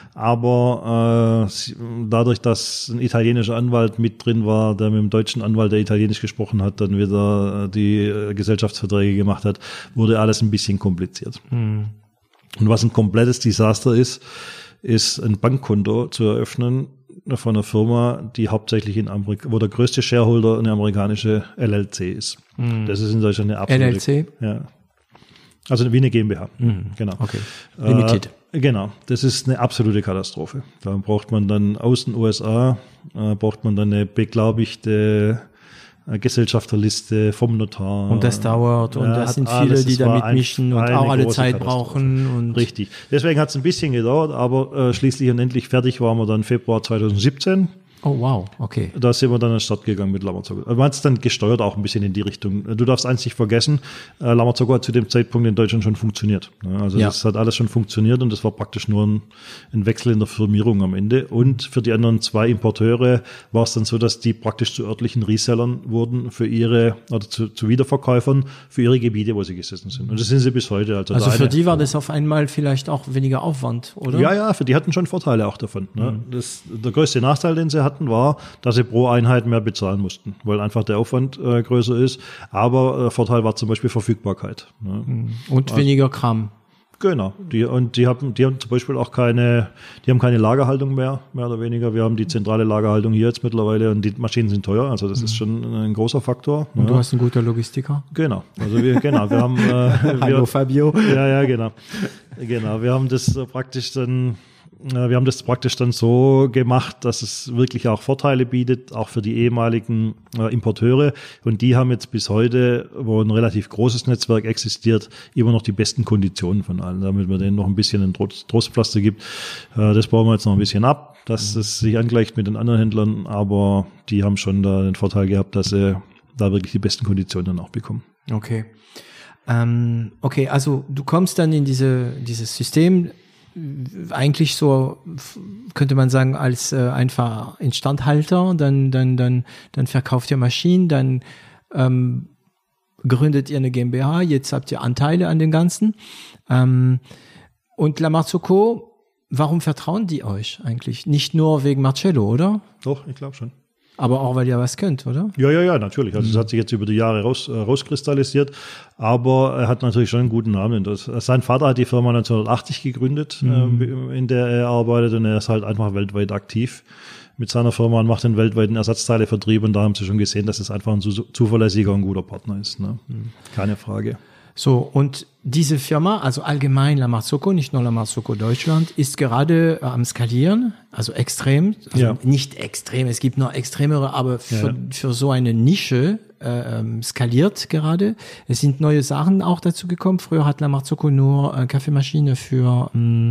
aber äh, dadurch, dass ein italienischer Anwalt mit drin war, der mit dem deutschen Anwalt, der Italienisch gesprochen hat, dann wieder die äh, Gesellschaftsverträge gemacht hat, wurde alles ein bisschen kompliziert. Mhm. Und was ein komplettes Desaster ist, ist ein Bankkonto zu eröffnen von einer Firma, die hauptsächlich in Amerika, wo der größte Shareholder eine amerikanische L L C ist. Mhm. Das ist in Deutschland eine absolute... L L C? Ja. Also wie eine GmbH, mhm. genau. Okay. Limited. Äh, genau, das ist eine absolute Katastrophe. Da braucht man dann aus den U S A, äh, braucht man dann eine beglaubigte äh, Gesellschafterliste vom Notar. Und das dauert und ja, das sind viele, alles, die da mitmischen und auch alle Zeit brauchen. Und richtig, deswegen hat es ein bisschen gedauert, aber äh, schließlich und endlich fertig waren wir dann Februar zwanzig siebzehn. Oh wow, okay. Da sind wir dann an den Start gegangen mit La Marzocco. Man hat es dann gesteuert auch ein bisschen in die Richtung. Du darfst eins nicht vergessen, äh, La Marzocco hat zu dem Zeitpunkt in Deutschland schon funktioniert. Also ja. das hat alles schon funktioniert und das war praktisch nur ein, ein Wechsel in der Firmierung am Ende. Und für die anderen zwei Importeure war es dann so, dass die praktisch zu örtlichen Resellern wurden für ihre, oder zu, zu Wiederverkäufern für ihre Gebiete, wo sie gesessen sind. Und das sind sie bis heute. Also, also für eine, die war das auf einmal vielleicht auch weniger Aufwand, oder? Ja, ja, für die hatten schon Vorteile auch davon. Ne? Mhm. Das, der größte Nachteil, den sie hatten, war, dass sie pro Einheit mehr bezahlen mussten, weil einfach der Aufwand äh, größer ist. Aber äh, Vorteil war zum Beispiel Verfügbarkeit. Ne? Und also, weniger Kram. Genau. Die, und die haben, die haben zum Beispiel auch keine, die haben keine Lagerhaltung mehr, mehr oder weniger. Wir haben die zentrale Lagerhaltung hier jetzt mittlerweile und die Maschinen sind teuer. Also das mhm. ist schon ein großer Faktor. Und ne? du hast einen guten Logistiker? Genau. Also wir, genau, wir haben, äh, Hallo wir, Fabio. Ja, ja, genau. Genau. Wir haben das äh, praktisch dann, Wir haben das praktisch dann so gemacht, dass es wirklich auch Vorteile bietet, auch für die ehemaligen äh, Importeure. Und die haben jetzt bis heute, wo ein relativ großes Netzwerk existiert, immer noch die besten Konditionen von allen, damit man denen noch ein bisschen ein Trostpflaster gibt. Äh, das bauen wir jetzt noch ein bisschen ab, dass es sich angleicht mit den anderen Händlern, aber die haben schon da den Vorteil gehabt, dass sie da wirklich die besten Konditionen dann auch bekommen. Okay. Ähm, okay, also du kommst dann in diese dieses System, eigentlich so, könnte man sagen, als äh, einfach Instandhalter, dann, dann, dann, dann verkauft ihr Maschinen, dann ähm, gründet ihr eine GmbH, jetzt habt ihr Anteile an den Ganzen. Ähm, und La Marzocco, warum vertrauen die euch eigentlich? Nicht nur wegen Marcello, oder? Doch, ich glaube schon. Aber auch, weil ihr was könnt, oder? Ja, ja, ja, natürlich. Also es mhm. hat sich jetzt über die Jahre raus, äh, rauskristallisiert, aber er hat natürlich schon einen guten Namen. Das, sein Vater hat die Firma neunzehnhundertachtzig gegründet, mhm. äh, in der er arbeitet, und er ist halt einfach weltweit aktiv mit seiner Firma und macht den weltweiten Ersatzteilevertrieb, und da haben sie schon gesehen, dass es einfach ein zu, zuverlässiger und guter Partner ist. Ne? Mhm. Keine Frage. So, und diese Firma, also allgemein La Marzocco, nicht nur La Marzocco Deutschland, ist gerade äh, am Skalieren, also extrem, also ja. nicht extrem, es gibt noch extremere, aber für, ja. für so eine Nische äh, ähm, skaliert gerade. Es sind neue Sachen auch dazu gekommen. Früher hat La Marzocco nur äh, Kaffeemaschine für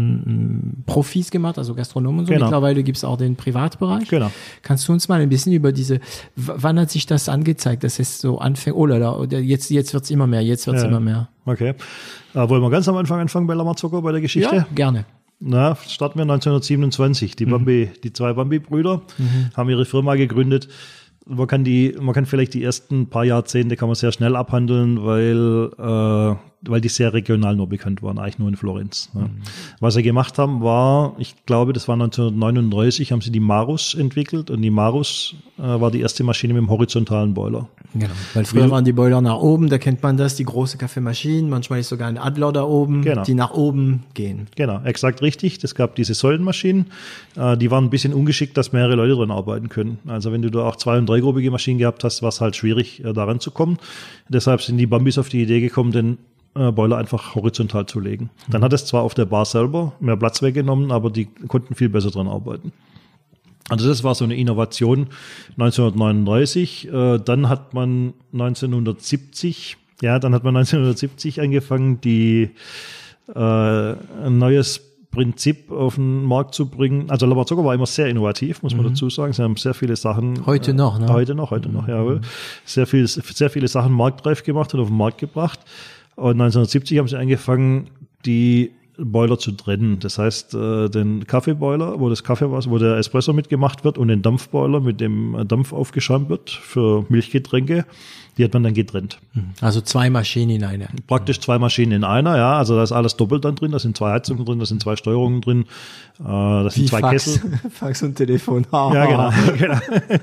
ähm, Profis gemacht, also Gastronomen und so. Genau. Mittlerweile gibt's auch den Privatbereich. Genau. Kannst du uns mal ein bisschen über diese, w- wann hat sich das angezeigt, dass es so anfängt, oh lala, jetzt, jetzt wird's immer mehr, jetzt wird's ja. immer mehr. Okay. Äh, wollen wir ganz am Anfang anfangen bei La Marzocco, bei der Geschichte? Ja, gerne. Na, starten wir neunzehnhundertsiebenundzwanzig. Die Bambi, mhm. die zwei Bambi-Brüder mhm. haben ihre Firma gegründet. Man kann die, man kann vielleicht die ersten paar Jahrzehnte kann man sehr schnell abhandeln, weil, äh, weil die sehr regional nur bekannt waren, eigentlich nur in Florenz. Ne? Mhm. Was sie gemacht haben, war, ich glaube, das war neunzehnhundertneununddreißig, haben sie die Marus entwickelt, und die Marus äh, war die erste Maschine mit dem horizontalen Boiler. Genau, weil früher Wie, waren die Boiler nach oben, da kennt man das, die große Kaffeemaschinen, manchmal ist sogar ein Adler da oben, genau. die nach oben gehen. Genau, exakt richtig. Es gab diese Säulenmaschinen, äh, die waren ein bisschen ungeschickt, dass mehrere Leute dran arbeiten können. Also wenn du da auch zwei- und dreigruppige Maschinen gehabt hast, war es halt schwierig, äh, daran zu kommen. Deshalb sind die Bambis auf die Idee gekommen, den äh, Boiler einfach horizontal zu legen. Mhm. Dann hat es zwar auf der Bar selber mehr Platz weggenommen, aber die konnten viel besser dran arbeiten. Also das war so eine Innovation neunzehnhundertneununddreißig. Äh, dann hat man neunzehnhundertsiebzig, ja, dann hat man neunzehnhundertsiebzig angefangen, die äh, ein neues Prinzip auf den Markt zu bringen. Also La Marzocco war immer sehr innovativ, muss man mhm. dazu sagen. Sie haben sehr viele Sachen. Heute noch, ne? Heute noch, heute noch, jawohl. Mhm. Sehr viel, sehr viele Sachen marktreif gemacht und auf den Markt gebracht. Und neunzehnhundertsiebzig haben sie angefangen, die Boiler zu trennen. Das heißt, äh, den Kaffeeboiler, wo das Kaffee was, wo der Espresso mitgemacht wird, und den Dampfboiler, mit dem Dampf aufgeschäumt wird für Milchgetränke, die hat man dann getrennt. Also zwei Maschinen in einer. Praktisch zwei Maschinen in einer, ja. Also da ist alles doppelt dann drin. Da sind zwei Heizungen drin, da sind zwei Steuerungen drin, äh, das sind Wie zwei Fax, Kessel. Fax und Telefon. Ja, genau, genau.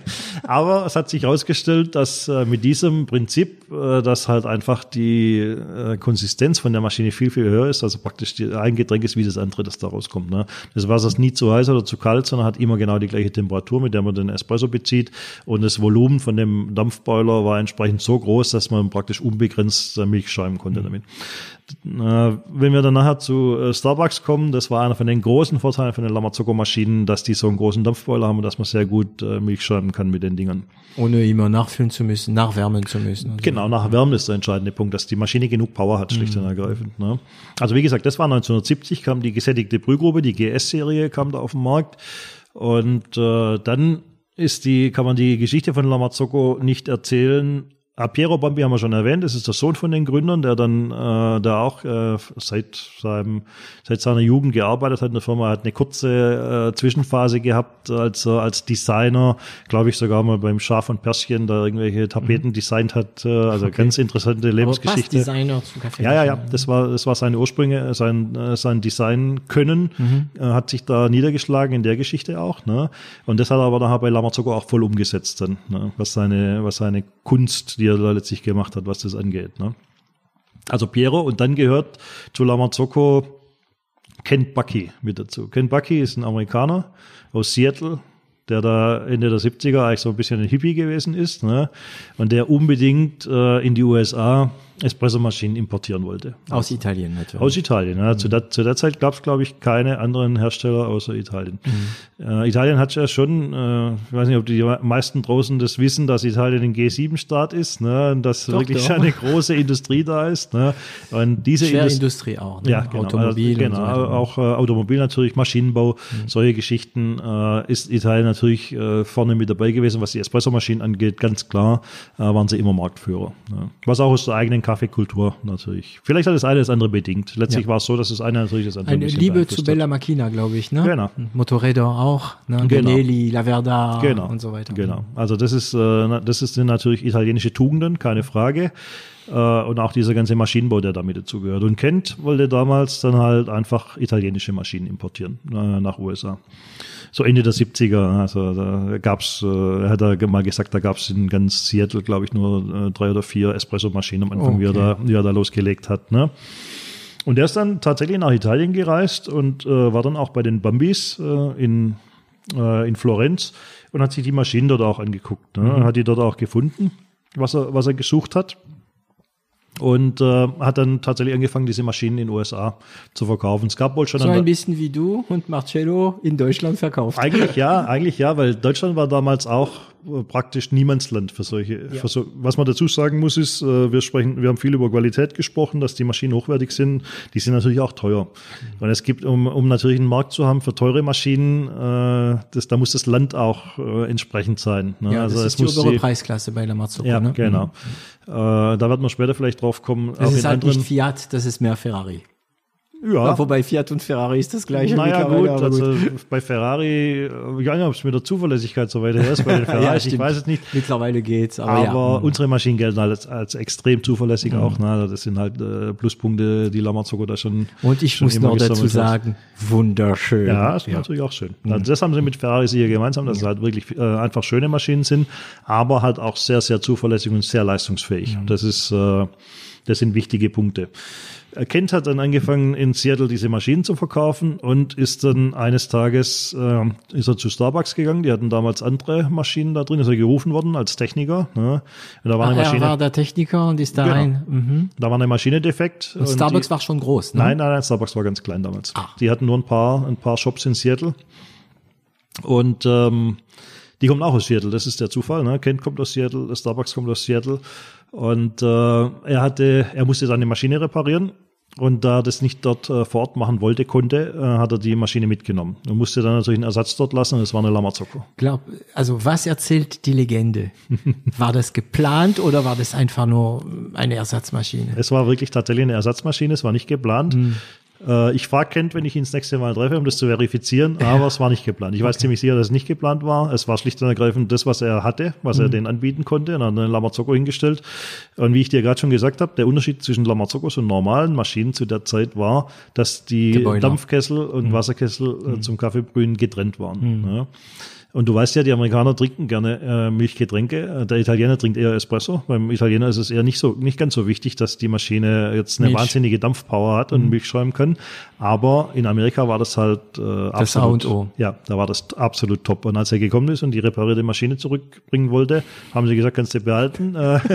Aber es hat sich herausgestellt, dass äh, mit diesem Prinzip, äh, dass halt einfach die äh, Konsistenz von der Maschine viel, viel höher ist. Also praktisch die, ein Getränk ist wie das andere, das da rauskommt. Ne? Das Wasser ist nie zu heiß oder zu kalt, sondern hat immer genau die gleiche Temperatur, mit der man den Espresso bezieht. Und das Volumen von dem Dampfboiler war entsprechend so groß, dass man praktisch unbegrenzt Milch schäumen konnte damit. Äh, wenn wir dann nachher zu äh, Starbucks kommen, das war einer von den großen Vorteilen von den La Marzocco Maschinen, dass die so einen großen Dampfboiler haben und dass man sehr gut äh, Milch schäumen kann mit den Dingern. Ohne immer nachfüllen zu müssen, nachwärmen zu müssen. Also. Genau, nachwärmen ist der entscheidende Punkt, dass die Maschine genug Power hat, schlicht mhm. und ergreifend. Ne? Also wie gesagt, das war neunzehnhundertsiebzig, kam die gesättigte Brühgrube, die G S-Serie kam da auf den Markt, und äh, dann ist die, kann man die Geschichte von La Marzocco nicht erzählen. Ah, Piero Bambi haben wir schon erwähnt, das ist der Sohn von den Gründern, der dann äh, da auch äh, seit seinem seit seiner Jugend gearbeitet hat in der Firma, hat eine kurze äh, Zwischenphase gehabt als äh, als Designer, glaube ich sogar mal beim Schaf und Pärchen, da irgendwelche Tapeten mhm. designt hat, äh, also okay. ganz interessante Lebensgeschichte. Aber Designer zum Kaffee. Ja, ja, ja, das war das war seine Ursprünge, sein äh, sein Design können, mhm. äh, hat sich da niedergeschlagen in der Geschichte auch, ne? Und das hat er aber nachher bei La Marzocco auch voll umgesetzt dann, ne? Was seine was seine Kunst, die er da letztlich gemacht hat, was das angeht. Ne? Also Piero, und dann gehört zu La Marzocco Kent Bucky mit dazu. Kent Bucky ist ein Amerikaner aus Seattle, der da Ende der siebziger eigentlich so ein bisschen ein Hippie gewesen ist, ne? Und der unbedingt äh, in die U S A Espressomaschinen importieren wollte. Aus Italien natürlich. Aus Italien, ja. Mhm. Zu, der, zu der Zeit gab es, glaube ich, keine anderen Hersteller außer Italien. Mhm. Äh, Italien hat ja schon, äh, ich weiß nicht, ob die meisten draußen das wissen, dass Italien ein G sieben Staat ist, ne? Und dass doch, wirklich doch. eine große Industrie da ist. Ne? Und diese Schwerindustrie Indust- auch, ne? Ja, genau. Automobil. Also, genau, und so auch äh, Automobil natürlich, Maschinenbau, mhm. solche Geschichten äh, ist Italien natürlich äh, vorne mit dabei gewesen. Was die Espressomaschinen angeht, ganz klar, äh, waren sie immer Marktführer. Ne? Was auch aus der eigenen Kaffeekultur natürlich. Vielleicht hat das eine das andere bedingt. Letztlich ja. war es so, dass das eine natürlich das andere Eine ein Liebe zu Bella Macchina, glaube ich, ne? Genau. Motorräder auch, ne? Genau. Benelli, La Verda genau. und so weiter. Genau. Also das ist, äh, das ist, sind natürlich italienische Tugenden, keine Frage. Äh, und auch dieser ganze Maschinenbau, der damit dazugehört. Und Kent wollte damals dann halt einfach italienische Maschinen importieren äh, nach U S A. So Ende der siebziger, also da gab's, äh, er hat er mal gesagt, da gab's in ganz Seattle, glaube ich, nur äh, drei oder vier Espresso-Maschinen am Anfang, okay. wie, er da, wie er da losgelegt hat. Ne? Und der ist dann tatsächlich nach Italien gereist und äh, war dann auch bei den Bambis äh, in, äh, in Florenz und hat sich die Maschinen dort auch angeguckt. Ne? Mhm. Hat die dort auch gefunden, was er, was er gesucht hat. Und äh, hat dann tatsächlich angefangen, diese Maschinen in den U S A zu verkaufen. Es gab wohl schon so ein bisschen wie du und Marcello in Deutschland verkauft. Eigentlich ja, eigentlich ja, weil Deutschland war damals auch äh, praktisch Niemandsland für solche. Ja. Für so, was man dazu sagen muss, ist, äh, wir sprechen, wir haben viel über Qualität gesprochen, dass die Maschinen hochwertig sind. Die sind natürlich auch teuer. Mhm. Und es gibt, um, um natürlich einen Markt zu haben für teure Maschinen, äh, das, da muss das Land auch äh, entsprechend sein. Ne? Ja, also das es ist die muss obere die, Preisklasse bei der Marzocco. Ja, ne? genau. Mhm. Äh, da wird man später vielleicht drauf kommen. Das auch ist in halt anderen, nicht Fiat, das ist mehr Ferrari. Ja. Wobei Fiat und Ferrari ist das gleiche. Naja, gut, gut, also bei Ferrari, ich weiß nicht, ob es mit der Zuverlässigkeit so weiter ist, bei den Ferrari, ja, ich weiß es nicht. Mittlerweile geht's, aber, aber ja. unsere Maschinen gelten als, als extrem zuverlässig mhm. auch. Ne? Das sind halt äh, Pluspunkte, die La Marzocco da schon. Und ich schon muss noch dazu sagen, wunderschön. Ja, ist ja. natürlich auch schön. Mhm. Also das haben sie mit Ferrari sicher gemeinsam, dass ja. es halt wirklich äh, einfach schöne Maschinen sind, aber halt auch sehr, sehr zuverlässig und sehr leistungsfähig. Mhm. Das ist, äh, das sind wichtige Punkte. Kent hat dann angefangen, in Seattle diese Maschinen zu verkaufen und ist dann eines Tages äh, ist er zu Starbucks gegangen. Die hatten damals andere Maschinen da drin, ist er gerufen worden als Techniker. Ne? Und da war Ach, eine Maschine, er war der Techniker und ist da genau. rein. Mhm. Da war eine Maschine defekt. Und, und Starbucks die, war schon groß, ne? Nein, nein, nein, Starbucks war ganz klein damals. Ach. Die hatten nur ein paar, ein paar Shops in Seattle. Und ähm, die kommen auch aus Seattle, das ist der Zufall. Ne? Kent kommt aus Seattle, Starbucks kommt aus Seattle. Und äh, er hatte, er musste seine Maschine reparieren. Und da er das nicht dort äh, vor Ort machen wollte, konnte, äh, hat er die Maschine mitgenommen. Und musste dann natürlich einen Ersatz dort lassen, und das war eine La Marzocco. Glaub, also was erzählt die Legende? War das geplant oder war das einfach nur eine Ersatzmaschine? Es war wirklich tatsächlich eine Ersatzmaschine, es war nicht geplant. Mhm. Äh, ich frage Kent, wenn ich ihn das nächste Mal treffe, um das zu verifizieren, aber es war nicht geplant. Ich okay. weiß ziemlich sicher, dass es nicht geplant war. Es war schlicht und ergreifend das, was er hatte, was mhm. er denen anbieten konnte. Und dann hat eine La Marzocco hingestellt. Und wie ich dir gerade schon gesagt habe, der Unterschied zwischen La Marzocos und normalen Maschinen zu der Zeit war, dass die Dampfkessel und mhm. Wasserkessel äh, mhm. zum Kaffeebrühen getrennt waren. Mhm. Ja. Und du weißt ja, die Amerikaner trinken gerne äh, Milchgetränke. Der Italiener trinkt eher Espresso. Beim Italiener ist es eher nicht so, nicht ganz so wichtig, dass die Maschine jetzt eine Milch. wahnsinnige Dampfpower hat und mhm. Milch schäumen kann. Aber in Amerika war das halt äh, absolut. Das A und O. Ja, da war das absolut top. Und als er gekommen ist und die reparierte Maschine zurückbringen wollte, haben sie gesagt, kannst du behalten.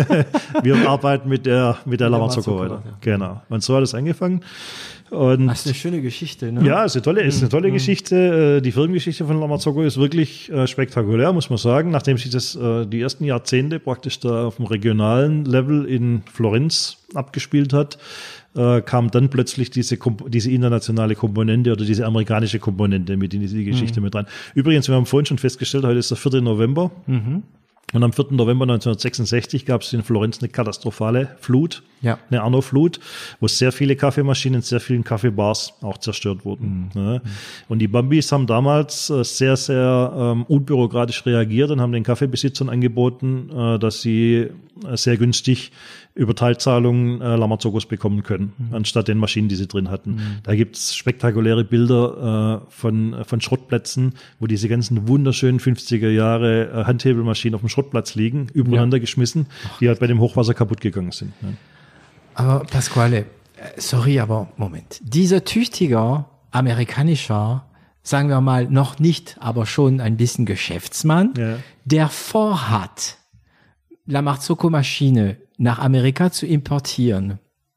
Wir arbeiten mit der mit der La Marzocco weiter. Ja. Genau. Und so hat es angefangen. Und das ist eine schöne Geschichte, ne? Ja, ist eine tolle, ist eine tolle mhm. Geschichte. Die Firmengeschichte von La Marzocco ist wirklich äh, spektakulär, muss man sagen. Nachdem sich das äh, die ersten Jahrzehnte praktisch da auf dem regionalen Level in Florenz abgespielt hat, äh, kam dann plötzlich diese diese internationale Komponente oder diese amerikanische Komponente mit in diese Geschichte mhm. mit rein. Übrigens, wir haben vorhin schon festgestellt, heute ist der vierte November. Mhm. Und am vierten November neunzehnhundertsechsundsechzig gab es in Florenz eine katastrophale Flut, ja. eine Arno-Flut, wo sehr viele Kaffeemaschinen, sehr vielen Kaffeebars auch zerstört wurden. Mhm. Ja. Und die Bambis haben damals sehr, sehr ähm, unbürokratisch reagiert und haben den Kaffeebesitzern angeboten, äh, dass sie äh, sehr günstig über Teilzahlungen äh, La Marzocos bekommen können, mhm. anstatt den Maschinen, die sie drin hatten. Mhm. Da gibt's spektakuläre Bilder äh, von von Schrottplätzen, wo diese ganzen wunderschönen fünfziger Jahre äh, Handhebelmaschinen auf dem Schrottplatz liegen, übereinander ja. geschmissen, die halt bei dem Hochwasser kaputt gegangen sind. Ne? Aber Pasquale, sorry, aber Moment. Dieser tüchtiger amerikanischer sagen wir mal, noch nicht, aber schon ein bisschen Geschäftsmann, Ja. der vorhat, La Marzocco Maschine nach Amerika zu importieren,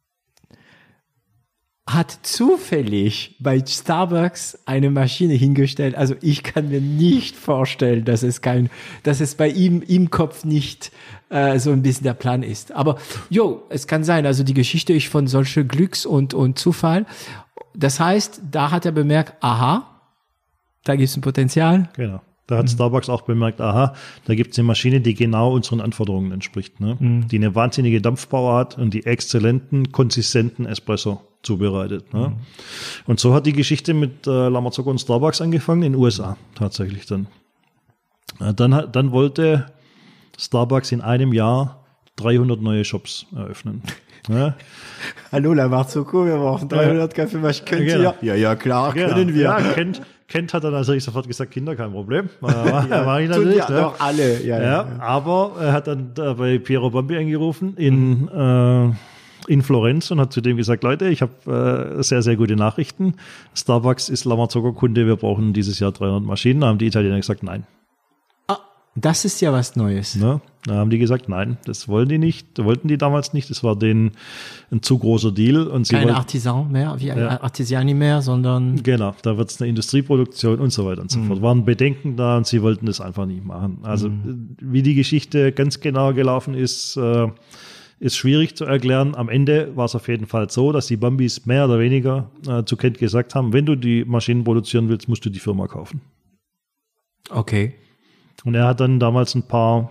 hat zufällig bei Starbucks eine Maschine hingestellt. Also ich kann mir nicht vorstellen, dass es kein, dass es bei ihm im Kopf nicht äh, so ein bisschen der Plan ist. Aber jo, es kann sein. Also die Geschichte ist von solchen Glücks und und Zufall. Das heißt, da hat er bemerkt, aha, da gibt es ein Potenzial. Genau. Da hat Starbucks auch bemerkt, aha, da gibt es eine Maschine, die genau unseren Anforderungen entspricht, ne? Mhm. Die eine wahnsinnige Dampfpower hat und die exzellenten, konsistenten Espresso zubereitet. Ne? Mhm. Und so hat die Geschichte mit äh, La Marzocco und Starbucks angefangen in den U S A tatsächlich dann. Äh, dann, hat, dann wollte Starbucks in einem Jahr dreihundert neue Shops eröffnen. Ja. Hallo, La Marzocco, wir brauchen dreihundert Kaffeemaschinen. Könnt genau. ihr? Ja, ja, klar, genau. können wir. Ja, Kent, Kent hat dann natürlich sofort gesagt, Kinder, kein Problem. War, ja, war ich tun natürlich, ja ne? doch alle. Ja, Ja, ja, ja. aber er hat dann da bei Piero Bombi angerufen in, mhm. äh, in Florenz und hat zu dem gesagt, Leute, ich habe äh, sehr, sehr gute Nachrichten. Starbucks ist La Marzocco-Kunde, wir brauchen dieses Jahr dreihundert Maschinen. Da haben die Italiener gesagt, nein. Ah, das ist ja was Neues. Ne? Da haben die gesagt, nein, das wollen die nicht, wollten die damals nicht. Das war denen ein zu großer Deal. Und sie Keine wollten, Artisan mehr, wie Ja. Artesiani mehr, sondern Genau, da wird es eine Industrieproduktion und so weiter und so Mhm. fort. Waren Bedenken da und sie wollten das einfach nicht machen. Also Mhm. wie die Geschichte ganz genau gelaufen ist, äh, ist schwierig zu erklären. Am Ende war es auf jeden Fall so, dass die Bambis mehr oder weniger äh, zu Kent gesagt haben, wenn du die Maschinen produzieren willst, musst du die Firma kaufen. okay. Und er hat dann damals ein paar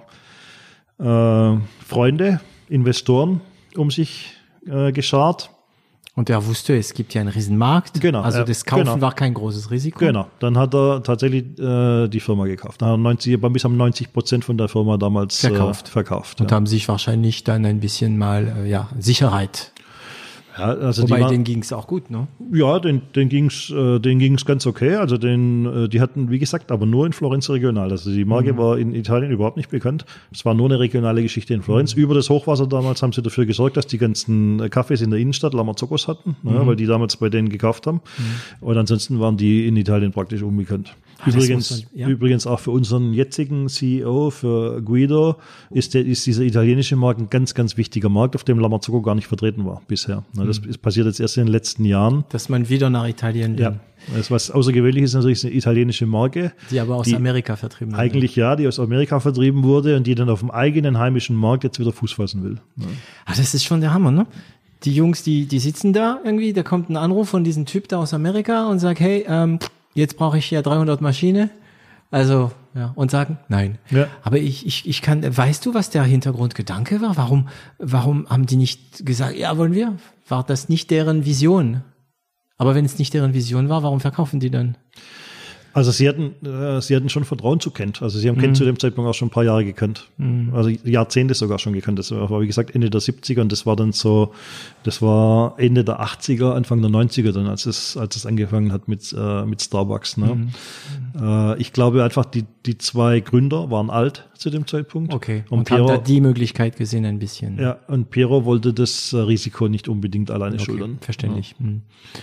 äh, Freunde, Investoren um sich äh, geschart. Und er wusste, es gibt ja einen Riesenmarkt. Genau, Also ja, das Kaufen genau. war kein großes Risiko. Genau, dann hat er tatsächlich äh, die Firma gekauft. Dann haben neunzig, Bambis haben neunzig Prozent von der Firma damals Verkauft. Äh, verkauft Und ja. haben sich wahrscheinlich dann ein bisschen mal, äh, ja, Sicherheit. Ja, also Wobei die war, denen ging es auch gut, ne? ja, den, den ging's, äh, den ging's ganz okay. Also den, äh, die hatten, wie gesagt, aber nur in Florenz regional. Also die Marke mhm. war in Italien überhaupt nicht bekannt. Es war nur eine regionale Geschichte in Florenz. Mhm. Über das Hochwasser damals haben sie dafür gesorgt, dass die ganzen Cafés in der Innenstadt La Marzocco's hatten, mhm. ne, weil die damals bei denen gekauft haben. Mhm. Und ansonsten waren die in Italien praktisch unbekannt. Ah, Übrigens, man, ja. übrigens auch für unseren jetzigen C E O, für Guido, ist, der, ist dieser italienische Markt ein ganz, ganz wichtiger Markt, auf dem La Marzocco gar nicht vertreten war bisher. Ne, das ist passiert jetzt erst in den letzten Jahren. Dass man wieder nach Italien Ja, ging, das, was außergewöhnlich ist, natürlich ist eine italienische Marke. die aber aus die Amerika vertrieben wurde. Eigentlich ja, die aus Amerika vertrieben wurde und die dann auf dem eigenen heimischen Markt jetzt wieder Fuß fassen will. Ja. Ah, das ist schon der Hammer, ne? Die Jungs, die, die sitzen da irgendwie, da kommt ein Anruf von diesem Typ da aus Amerika und sagt, hey, ähm, jetzt brauche ich ja dreihundert Maschinen. Also, ja, und sagen, nein. Ja. Aber ich, ich, ich kann, weißt du, was der Hintergrundgedanke war? Warum, warum haben die nicht gesagt, ja, wollen wir? War das nicht deren Vision? Aber wenn es nicht deren Vision war, warum verkaufen die dann? Also sie hatten, äh, sie hatten schon Vertrauen zu Kent. Also sie haben Mhm. Kent zu dem Zeitpunkt auch schon ein paar Jahre gekannt. Mhm. Also Jahrzehnte sogar schon gekannt. Das war, wie gesagt, Ende der siebziger und das war dann so, das war Ende der achtziger, Anfang der neunziger dann, als es, als es angefangen hat mit, äh, mit Starbucks. Ne? Mhm. Äh, ich glaube einfach, die, die zwei Gründer waren alt zu dem Zeitpunkt. Okay. Und, Und, Piero, haben da die Möglichkeit gesehen ein bisschen. ja, und Piero wollte das äh, Risiko nicht unbedingt alleine Okay, schultern. verständlich. Mhm.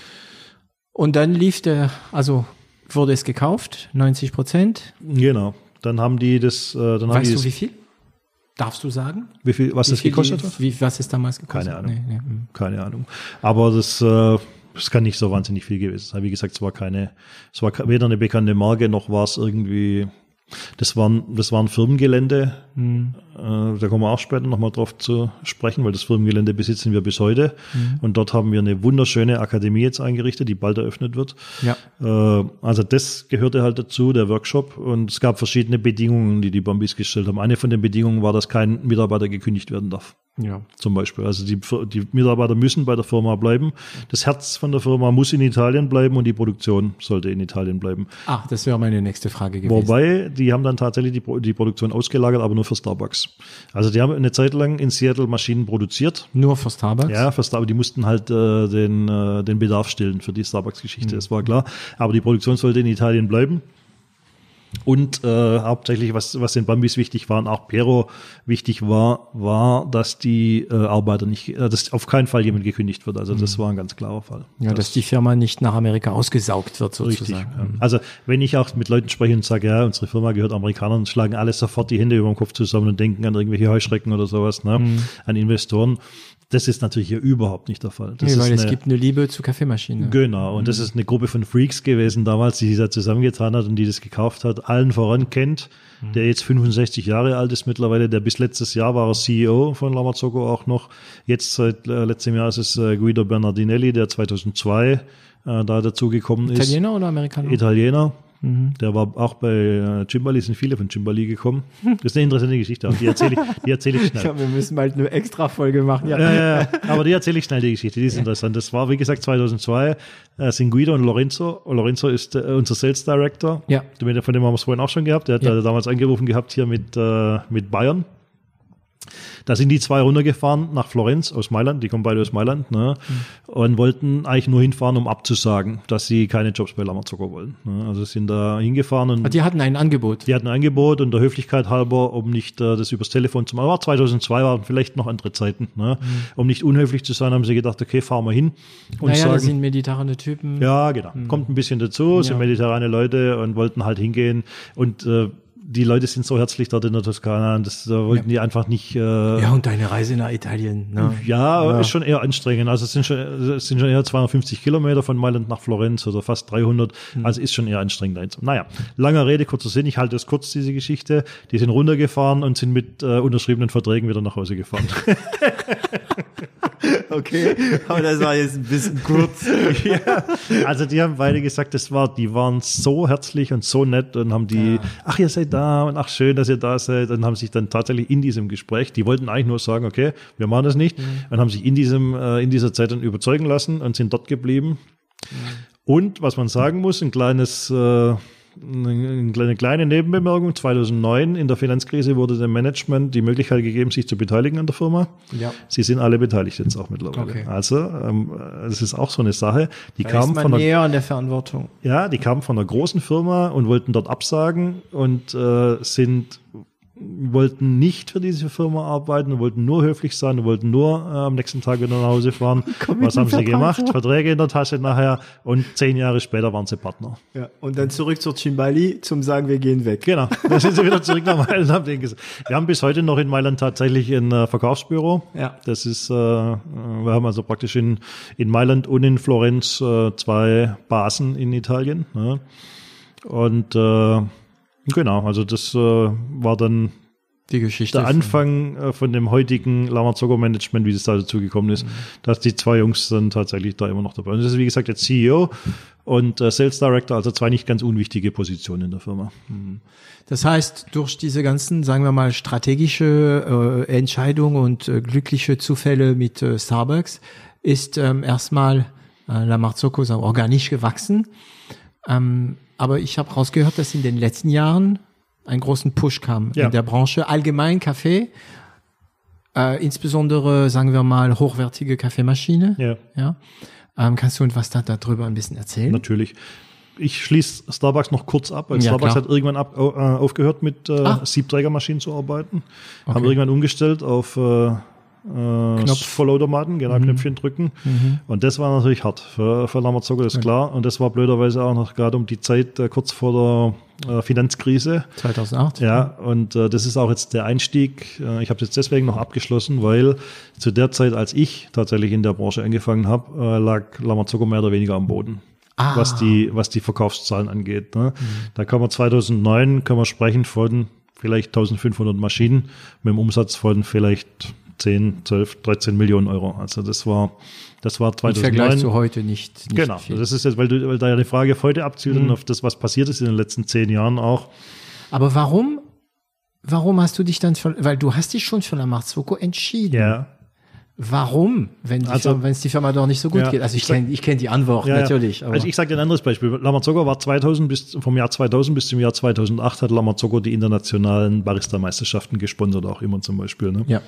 Und dann lief der, also wurde es gekauft, neunzig Prozent. Genau. Dann haben die das, äh, dann haben Weißt die du, das, wie viel? Darfst du sagen? wie viel, was Wie das viel gekostet die, hat? Wie, was es damals gekostet Keine Ahnung. hat? Nee, nee. mhm. Keine Ahnung. Aber das, äh, das kann nicht so wahnsinnig viel gewesen sein. Wie gesagt, es war keine, es war weder eine bekannte Marke, noch war es irgendwie, das waren, das waren Firmengelände. Mhm. Äh, da kommen wir auch später nochmal drauf zu sprechen, weil das Firmengelände besitzen wir bis heute. Mhm. Und dort haben wir eine wunderschöne Akademie jetzt eingerichtet, die bald eröffnet wird. Ja. Äh, also das gehörte halt dazu, der Workshop. Und es gab verschiedene Bedingungen, die die Bambis gestellt haben. Eine von den Bedingungen war, dass kein Mitarbeiter gekündigt werden darf. Ja. Zum Beispiel. Also die, die Mitarbeiter müssen bei der Firma bleiben. Das Herz von der Firma muss in Italien bleiben und die Produktion sollte in Italien bleiben. Ah, das wäre meine nächste Frage gewesen. Wobei, die haben dann tatsächlich die, die Produktion ausgelagert, aber nur für Starbucks. Also die haben eine Zeit lang in Seattle Maschinen produziert. Nur für Starbucks? Ja, für Starbucks. Die mussten halt äh, den, äh, den Bedarf stillen für die Starbucks-Geschichte, Mhm. das war klar. Aber die Produktion sollte in Italien bleiben. Und äh, hauptsächlich, was was den Bambis wichtig war und auch Pero wichtig war, war, dass die äh, Arbeiter nicht, äh, dass auf keinen Fall jemand gekündigt wird. Also das war ein ganz klarer Fall. Ja, dass, dass die Firma nicht nach Amerika ausgesaugt wird, sozusagen. Richtig. Ja. Also wenn ich auch mit Leuten spreche und sage, ja, unsere Firma gehört Amerikanern, schlagen alle sofort die Hände über den Kopf zusammen und denken an irgendwelche Heuschrecken oder sowas, ne, mhm. an Investoren. Das ist natürlich hier überhaupt nicht der Fall. Das nee, weil ist es eine, gibt eine Liebe zur Kaffeemaschine. Genau, und mhm. das ist eine Gruppe von Freaks gewesen damals, die sich da zusammengetan hat und die das gekauft hat. Allen voran Kent, mhm. der jetzt fünfundsechzig Jahre alt ist mittlerweile, der bis letztes Jahr war er C E O von La Marzocco auch noch. Jetzt seit äh, letztem Jahr ist es äh, Guido Bernardinelli, der zweitausendzwei äh, da dazugekommen ist. Italiener oder Amerikaner? Italiener. Mhm. Der war auch bei äh, Cimbali, sind viele von Cimbali gekommen. Das ist eine interessante Geschichte, aber die erzähle ich, die erzähle ich schnell. Ja, wir müssen bald eine extra Folge machen. Ja, ja, ja, ja. Aber die erzähle ich schnell, die Geschichte, die ist interessant. Das war, wie gesagt, zweitausendzwei, äh, sind Guido und Lorenzo. Lorenzo ist äh, unser Sales Director. Ja. Von dem haben wir es vorhin auch schon gehabt. Der hat ja. damals angerufen gehabt hier mit, äh, mit Bayern. Da sind die zwei runtergefahren nach Florenz aus Mailand, die kommen beide aus Mailand, ne, mhm. und wollten eigentlich nur hinfahren, um abzusagen, dass sie keine Jobs bei La Marzocco wollen. Ne. Also sind da hingefahren und. Aber die hatten ein Angebot. Die hatten ein Angebot und der Höflichkeit halber, um nicht äh, das übers Telefon zu machen. Aber zweitausendzwei waren vielleicht noch andere Zeiten. Ne. Mhm. Um nicht unhöflich zu sein, haben sie gedacht, okay, fahren wir hin. Und naja, sagen, das sind mediterrane Typen. Ja, genau. Mhm. Kommt ein bisschen dazu, ja. sind mediterrane Leute und wollten halt hingehen und äh, die Leute sind so herzlich dort in der Toskana und das da wollten ja. die einfach nicht. Äh, ja, und deine Reise nach Italien. Ne? Ja, ja, ist schon eher anstrengend. Also es sind schon, es sind schon eher zweihundertfünfzig Kilometer von Mailand nach Florenz oder fast dreihundert. Mhm. Also ist schon eher anstrengend. Naja, langer Rede, kurzer Sinn. Ich halte es kurz, diese Geschichte. Die sind runtergefahren und sind mit äh, unterschriebenen Verträgen wieder nach Hause gefahren. Okay, aber das war jetzt ein bisschen kurz. Ja, also die haben beide gesagt, das war, die waren so herzlich und so nett und haben die, ja. ach, ihr seid da und ach, schön, dass ihr da seid, und haben sich dann tatsächlich in diesem Gespräch, die wollten eigentlich nur sagen, okay, wir machen das nicht, mhm. und haben sich in diesem, äh, in dieser Zeit dann überzeugen lassen und sind dort geblieben. Mhm. Und was man sagen muss, ein kleines, äh, eine kleine Nebenbemerkung, zweitausendneun in der Finanzkrise wurde dem Management die Möglichkeit gegeben, sich zu beteiligen an der Firma. Ja. Sie sind alle beteiligt jetzt auch mittlerweile. Okay. Also ähm, das ist auch so eine Sache. Die da kamen ist man von näher einer, an der Verantwortung. Ja, die kamen von einer großen Firma und wollten dort absagen und äh, sind wollten nicht für diese Firma arbeiten, wollten nur höflich sein, und wollten nur äh, am nächsten Tag wieder nach Hause fahren. Was haben sie gemacht? Verträge in der Tasche nachher, und zehn Jahre später waren sie Partner. Ja, und dann zurück zur Cimbali zum sagen, wir gehen weg. Genau, dann sind sie wieder zurück nach Mailand. Haben denen gesagt. Wir haben bis heute noch in Mailand tatsächlich ein äh, Verkaufsbüro. Ja. Das ist, äh, wir haben also praktisch in, in Mailand und in Florenz äh, zwei Basen in Italien. Ne? Und äh, genau, also das äh, war dann die Geschichte der Anfang von, äh, von dem heutigen La Marzocco Management, wie es da dazu gekommen ist, mhm. dass die zwei Jungs dann tatsächlich da immer noch dabei sind. Und das ist, wie gesagt, jetzt C E O und äh, Sales Director, also zwei nicht ganz unwichtige Positionen in der Firma. Mhm. Das heißt, durch diese ganzen, sagen wir mal, strategische äh, Entscheidungen und äh, glückliche Zufälle mit äh, Starbucks ist ähm, erstmal äh, La Marzocco so organisch gewachsen. Ähm, Aber ich habe rausgehört, dass in den letzten Jahren einen großen Push kam ja. in der Branche. Allgemein Kaffee, äh, insbesondere, sagen wir mal, hochwertige Kaffeemaschine. Ja. ja. Ähm, kannst du uns was da, darüber ein bisschen erzählen? Natürlich. Ich schließe Starbucks noch kurz ab, weil ja, Starbucks klar. hat irgendwann ab, äh, aufgehört, mit äh, Siebträgermaschinen zu arbeiten. Okay. Haben irgendwann umgestellt auf äh, Äh, Vollautomaten, genau, mhm. Knöpfchen drücken. Mhm. Und das war natürlich hart für, für La Marzocco, das ist ja. klar. Und das war blöderweise auch noch gerade um die Zeit äh, kurz vor der äh, Finanzkrise. zweitausendacht. Ja, und äh, das ist auch jetzt der Einstieg. Äh, ich habe es jetzt deswegen noch abgeschlossen, weil zu der Zeit, als ich tatsächlich in der Branche angefangen habe, äh, lag La Marzocco mehr oder weniger am Boden. Ah. Was die, was die Verkaufszahlen angeht. Ne? Mhm. Da kann man zweitausendneun, kann man sprechen von vielleicht eintausendfünfhundert Maschinen mit einem Umsatz von vielleicht zehn, zwölf, dreizehn Millionen Euro. Also das war, das war zweitausendneun. Im Vergleich zu heute nicht, nicht genau. viel. Das ist jetzt, weil du, weil da ja die Frage auf heute abzielt mhm. und auf das, was passiert ist in den letzten zehn Jahren auch. Aber warum, warum hast du dich dann für, weil du hast dich schon für La Marzocco entschieden. Ja. Warum, wenn die also, Firma, wenn es die Firma doch nicht so gut ja, geht? Also ich kenne, ich kenne die Antwort ja, natürlich. Aber. Also ich sage dir ein anderes Beispiel. La Marzocco war zweitausend bis vom Jahr zweitausend bis zum Jahr zweitausendacht hat La Marzocco die internationalen Barista-Meisterschaften gesponsert, auch immer zum Beispiel. Ne? Ja.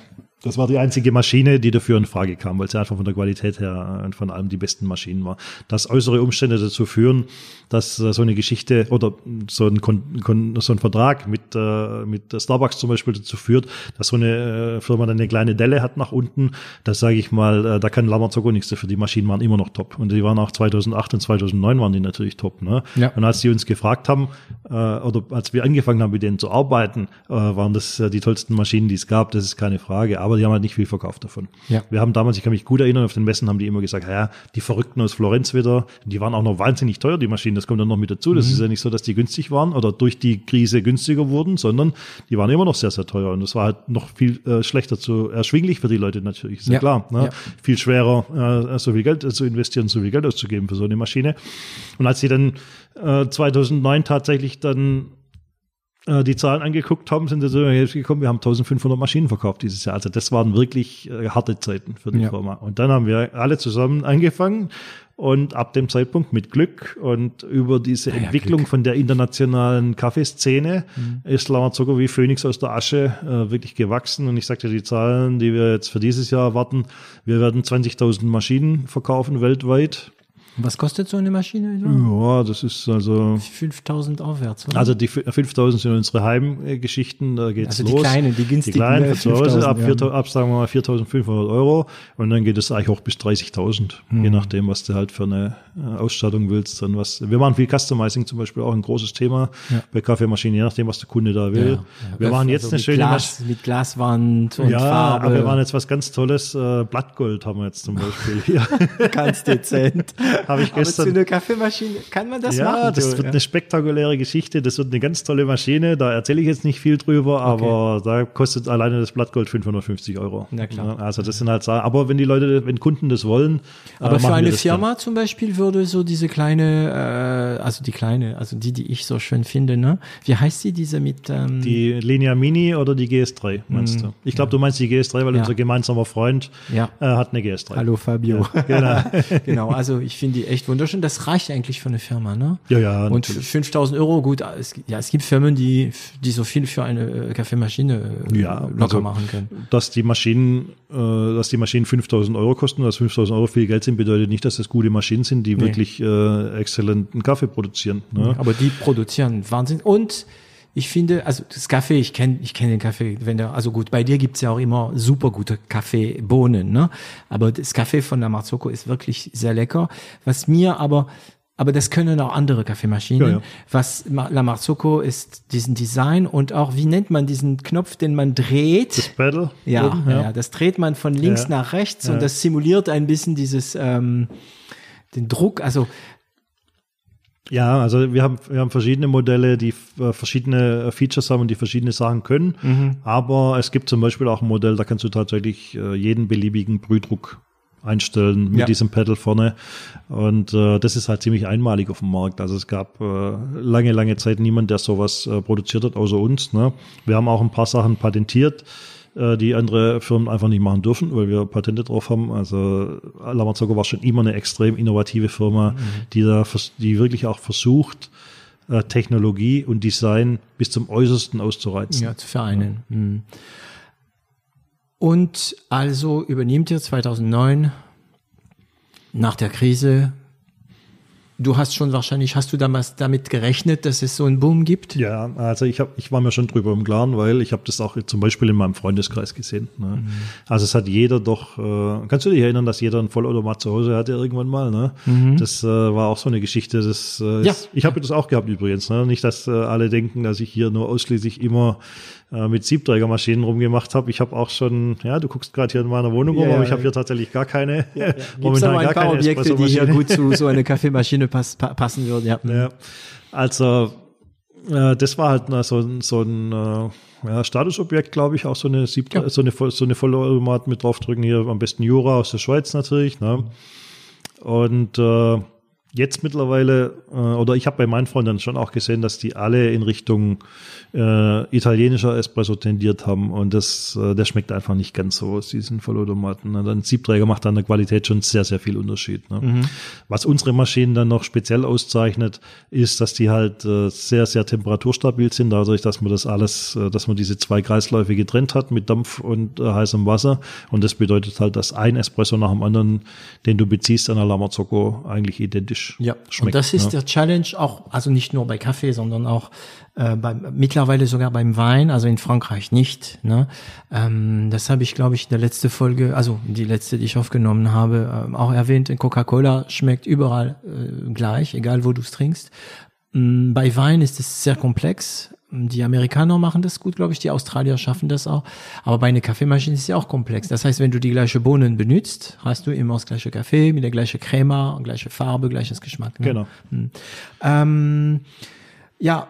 Das war die einzige Maschine, die dafür in Frage kam, weil sie einfach von der Qualität her und von allem die besten Maschinen war. Dass äußere Umstände dazu führen, dass so eine Geschichte oder so ein, Kon- so ein Vertrag mit, äh, mit Starbucks zum Beispiel dazu führt, dass so eine äh, Firma dann eine kleine Delle hat nach unten, das sage ich mal, äh, da kann La Marzocco nichts dafür. Die Maschinen waren immer noch top. Und die waren auch zweitausendacht und zweitausendneun waren die natürlich top. Ne? Ja. Und als die uns gefragt haben, äh, oder als wir angefangen haben, mit denen zu arbeiten, äh, waren das äh, die tollsten Maschinen, die es gab. Das ist keine Frage. Aber die haben halt nicht viel verkauft davon. Ja. Wir haben damals, ich kann mich gut erinnern, auf den Messen haben die immer gesagt, ja, die Verrückten aus Florenz wieder, die waren auch noch wahnsinnig teuer, die Maschinen, das kommt dann noch mit dazu. Das mhm. ist ja nicht so, dass die günstig waren oder durch die Krise günstiger wurden, sondern die waren immer noch sehr, sehr teuer. Und das war halt noch viel äh, schlechter zu erschwinglich für die Leute natürlich, ist ja, ja klar. Ne? Ja. Viel schwerer, äh, so viel Geld zu investieren, so viel Geld auszugeben für so eine Maschine. Und als sie dann äh, zweitausendneun tatsächlich dann die Zahlen angeguckt haben, sind sie so gekommen, wir haben eintausendfünfhundert Maschinen verkauft dieses Jahr. Also das waren wirklich äh, harte Zeiten für die ja. Firma. Und dann haben wir alle zusammen angefangen und ab dem Zeitpunkt mit Glück und über diese ja, Entwicklung Glück. Von der internationalen Kaffeeszene mhm. ist La Marzocco wie Phönix aus der Asche äh, wirklich gewachsen. Und ich sagte, die Zahlen, die wir jetzt für dieses Jahr erwarten, wir werden zwanzigtausend Maschinen verkaufen weltweit. Was kostet so eine Maschine? Ja, das ist also fünftausend aufwärts, oder? Also die fünftausend sind unsere Heimgeschichten, da geht's also los. Die kleinen, die günstigen. Die kleinen für zu Hause, ab, ja. ab sagen wir mal viertausendfünfhundert Euro und dann geht es eigentlich hoch bis dreißigtausend, mhm. je nachdem, was du halt für eine Ausstattung willst. Und was, wir machen viel Customizing zum Beispiel, auch ein großes Thema ja. bei Kaffeemaschinen, je nachdem, was der Kunde da will. Ja, ja. Wir machen jetzt also eine schöne Glas, mit Glaswand und ja, Farbe. aber wir machen jetzt was ganz Tolles, äh, Blattgold haben wir jetzt zum Beispiel hier. Ganz dezent. Habe ich gestern. Aber zu einer Kaffeemaschine kann man das ja, machen? Ja, das so, wird ja. eine spektakuläre Geschichte. Das wird eine ganz tolle Maschine. Da erzähle ich jetzt nicht viel drüber, aber okay. da kostet alleine das Blattgold fünfhundertfünfzig Euro. Na klar. Also das sind halt Sachen. Aber wenn die Leute, wenn Kunden das wollen, aber äh, für eine das Firma dann. Zum Beispiel würde so diese kleine, äh, also die kleine, also die, die ich so schön finde, ne? Wie heißt sie, diese mit? Ähm die Linea Mini oder die G S drei, meinst mm, du? Ich glaube, ja. du meinst die G S drei, weil ja. unser gemeinsamer Freund ja. äh, hat eine G S drei. Hallo Fabio. Ja, genau. Genau, also ich finde die echt wunderschön. Das reicht eigentlich für eine Firma, ne? Ja, ja. Und natürlich. fünftausend Euro, gut, es, ja, es gibt Firmen, die, die so viel für eine Kaffeemaschine äh, ja, locker also, machen können. Dass die Maschinen, äh, dass die Maschinen fünftausend Euro kosten, dass fünftausend Euro viel Geld sind, bedeutet nicht, dass das gute Maschinen sind, die nee. wirklich äh, exzellenten Kaffee produzieren. Ne? Aber die produzieren Wahnsinn. Und ich finde, also das Kaffee, ich kenne ich kenne den Kaffee, wenn der, also gut, bei dir gibt's ja auch immer super gute Kaffeebohnen, ne? Aber das Kaffee von La Marzocco ist wirklich sehr lecker. Was mir aber, aber das können auch andere Kaffeemaschinen. Ja, ja. Was La Marzocco ist diesen Design und auch, wie nennt man diesen Knopf, den man dreht? Das Pedal. Ja, oben, ja. ja, ja, das dreht man von links ja. nach rechts ja. und das simuliert ein bisschen dieses, ähm, den Druck, also ja, also wir haben wir haben verschiedene Modelle, die äh, verschiedene Features haben und die verschiedene Sachen können. Mhm. Aber es gibt zum Beispiel auch ein Modell, da kannst du tatsächlich äh, jeden beliebigen Brühdruck einstellen mit ja. diesem Pedal vorne. Und äh, das ist halt ziemlich einmalig auf dem Markt. Also es gab äh, lange, lange Zeit niemand, der sowas äh, produziert hat, außer uns. Ne? Wir haben auch ein paar Sachen patentiert, die andere Firmen einfach nicht machen dürfen, weil wir Patente drauf haben. Also La Marzocco war schon immer eine extrem innovative Firma, mhm. die da, die wirklich auch versucht, Technologie und Design bis zum Äußersten auszureizen. Ja, zu vereinen. Ja. Mhm. Und also übernehmt ihr zweitausendneun nach der Krise. Du hast schon wahrscheinlich, hast du damals damit gerechnet, dass es so einen Boom gibt? Ja, also ich, hab, ich war mir schon drüber im Klaren, weil ich habe das auch zum Beispiel in meinem Freundeskreis gesehen. Ne? Mhm. Also es hat jeder doch, äh, kannst du dich erinnern, dass jeder einen Vollautomat zu Hause hatte irgendwann mal? Ne? Mhm. Das äh, war auch so eine Geschichte. Das, äh, ja. ist, ich habe das auch gehabt übrigens. Ne? Nicht, dass äh, alle denken, dass ich hier nur ausschließlich immer äh, mit Siebträgermaschinen rumgemacht habe. Ich habe auch schon, ja, du guckst gerade hier in meiner Wohnung rum, ja, aber ich habe hier tatsächlich gar keine. Ja, ja. Momentan ein gar paar keine Objekte, die hier gut zu so einer Kaffeemaschine pass, pa- passen würden. Ja. Ja. Also äh, das war halt na, so, so ein äh, ja, Statusobjekt, glaube ich, auch so eine Siebtra- ja. so eine so eine Vollautomat mit draufdrücken hier, am besten Jura aus der Schweiz natürlich. Ne? Und äh, Jetzt mittlerweile, äh, oder ich habe bei meinen Freunden schon auch gesehen, dass die alle in Richtung äh, italienischer Espresso tendiert haben und das, äh, der schmeckt einfach nicht ganz so aus diesen Vollautomaten. Ne? Dann Siebträger macht an der Qualität schon sehr, sehr viel Unterschied. Ne? Mhm. Was unsere Maschinen dann noch speziell auszeichnet, ist, dass die halt äh, sehr, sehr temperaturstabil sind, dadurch, dass man das alles, äh, dass man diese zwei Kreisläufe getrennt hat mit Dampf und äh, heißem Wasser. Und das bedeutet halt, dass ein Espresso nach dem anderen, den du beziehst an der La Marzocco, eigentlich identisch ja, schmeckt. Und das ist ja. der Challenge auch, also nicht nur bei Kaffee, sondern auch äh, beim, mittlerweile sogar beim Wein, also in Frankreich nicht. Ne? Ähm, das habe ich, glaube ich, in der letzten Folge, also die letzte, die ich aufgenommen habe, äh, auch erwähnt. Coca-Cola schmeckt überall äh, gleich, egal wo du es trinkst. Ähm, bei Wein ist es sehr komplex. Die Amerikaner machen das gut, glaube ich, die Australier schaffen das auch. Aber bei einer Kaffeemaschine ist es ja auch komplex. Das heißt, wenn du die gleiche Bohnen benutzt, hast du immer das gleiche Kaffee mit der gleichen Crema, gleiche Farbe, gleiches Geschmack. Ne? Genau. Hm. Ähm, ja,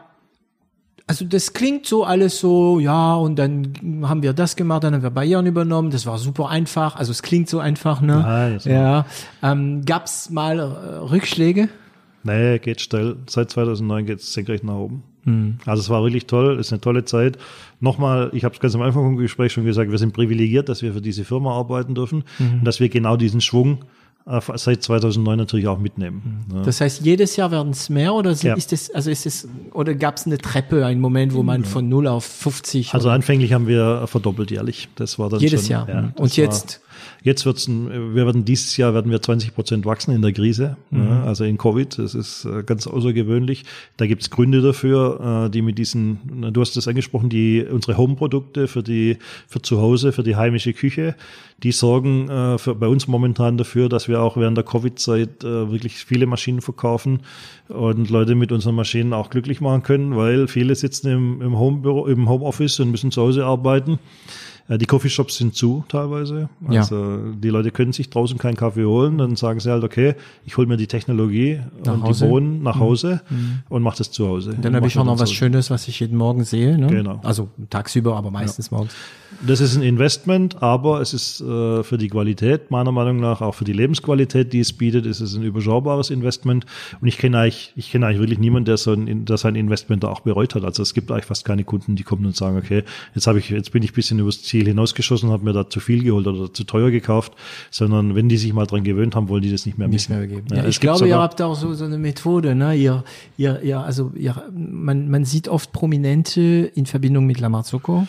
also das klingt so alles so, ja, und dann haben wir das gemacht, dann haben wir Bayern übernommen, das war super einfach. Also es klingt so einfach, ne? Ja, das ja. Ähm, gab's mal äh, Rückschläge? Nee, geht steil. Seit zweitausendneun geht es senkrecht nach oben. Hm. Also es war wirklich toll, ist eine tolle Zeit. Nochmal, ich habe es ganz am Anfang vom Gespräch schon gesagt, wir sind privilegiert, dass wir für diese Firma arbeiten dürfen mhm. und dass wir genau diesen Schwung äh, seit zweitausendneun natürlich auch mitnehmen. Mhm. Ja. Das heißt, jedes Jahr werden es mehr oder sind, ja. ist es, also ist es, oder gab es eine Treppe, einen Moment, wo man ja. von null auf fünfzig? Also oder? anfänglich haben wir verdoppelt jährlich. Das war dann jedes schon, Jahr. Ja, und jetzt? War, jetzt wird's ein, wir werden dieses Jahr werden wir zwanzig Prozent wachsen in der Krise, mhm. ja, also in Covid. Das ist äh, ganz außergewöhnlich. Da gibt's Gründe dafür, äh, die mit diesen, du hast das angesprochen, die unsere Home-Produkte für die für zu Hause, für die heimische Küche, die sorgen äh, für, bei uns momentan dafür, dass wir auch während der Covid-Zeit äh, wirklich viele Maschinen verkaufen und Leute mit unseren Maschinen auch glücklich machen können, weil viele sitzen im, im Homebüro, im Homeoffice und müssen zu Hause arbeiten. Die Coffeeshops sind zu teilweise. Also ja. die Leute können sich draußen keinen Kaffee holen. Dann sagen sie halt, okay, ich hole mir die Technologie nach und Hause. die Bohnen nach Hause mhm. und mache das zu Hause. Dann habe ich auch noch was Schönes, was ich jeden Morgen sehe. Ne? Genau. Also tagsüber, aber meistens ja. morgens. Das ist ein Investment, aber es ist äh, für die Qualität, meiner Meinung nach, auch für die Lebensqualität, die es bietet, ist es ein überschaubares Investment. Und ich kenne eigentlich, ich kenne eigentlich wirklich niemanden, der so ein, der sein Investment da auch bereut hat. Also es gibt eigentlich fast keine Kunden, die kommen und sagen, okay, jetzt habe ich, jetzt bin ich ein bisschen übers Ziel hinausgeschossen, habe mir da zu viel geholt oder zu teuer gekauft, sondern wenn die sich mal dran gewöhnt haben, wollen die das nicht mehr nicht missen. Mehr geben. Ja, ja, ich glaube, ihr habt auch so, so eine Methode, ne? Ihr, ihr, ihr, also ihr, man, man sieht oft Prominente in Verbindung mit La Marzocco.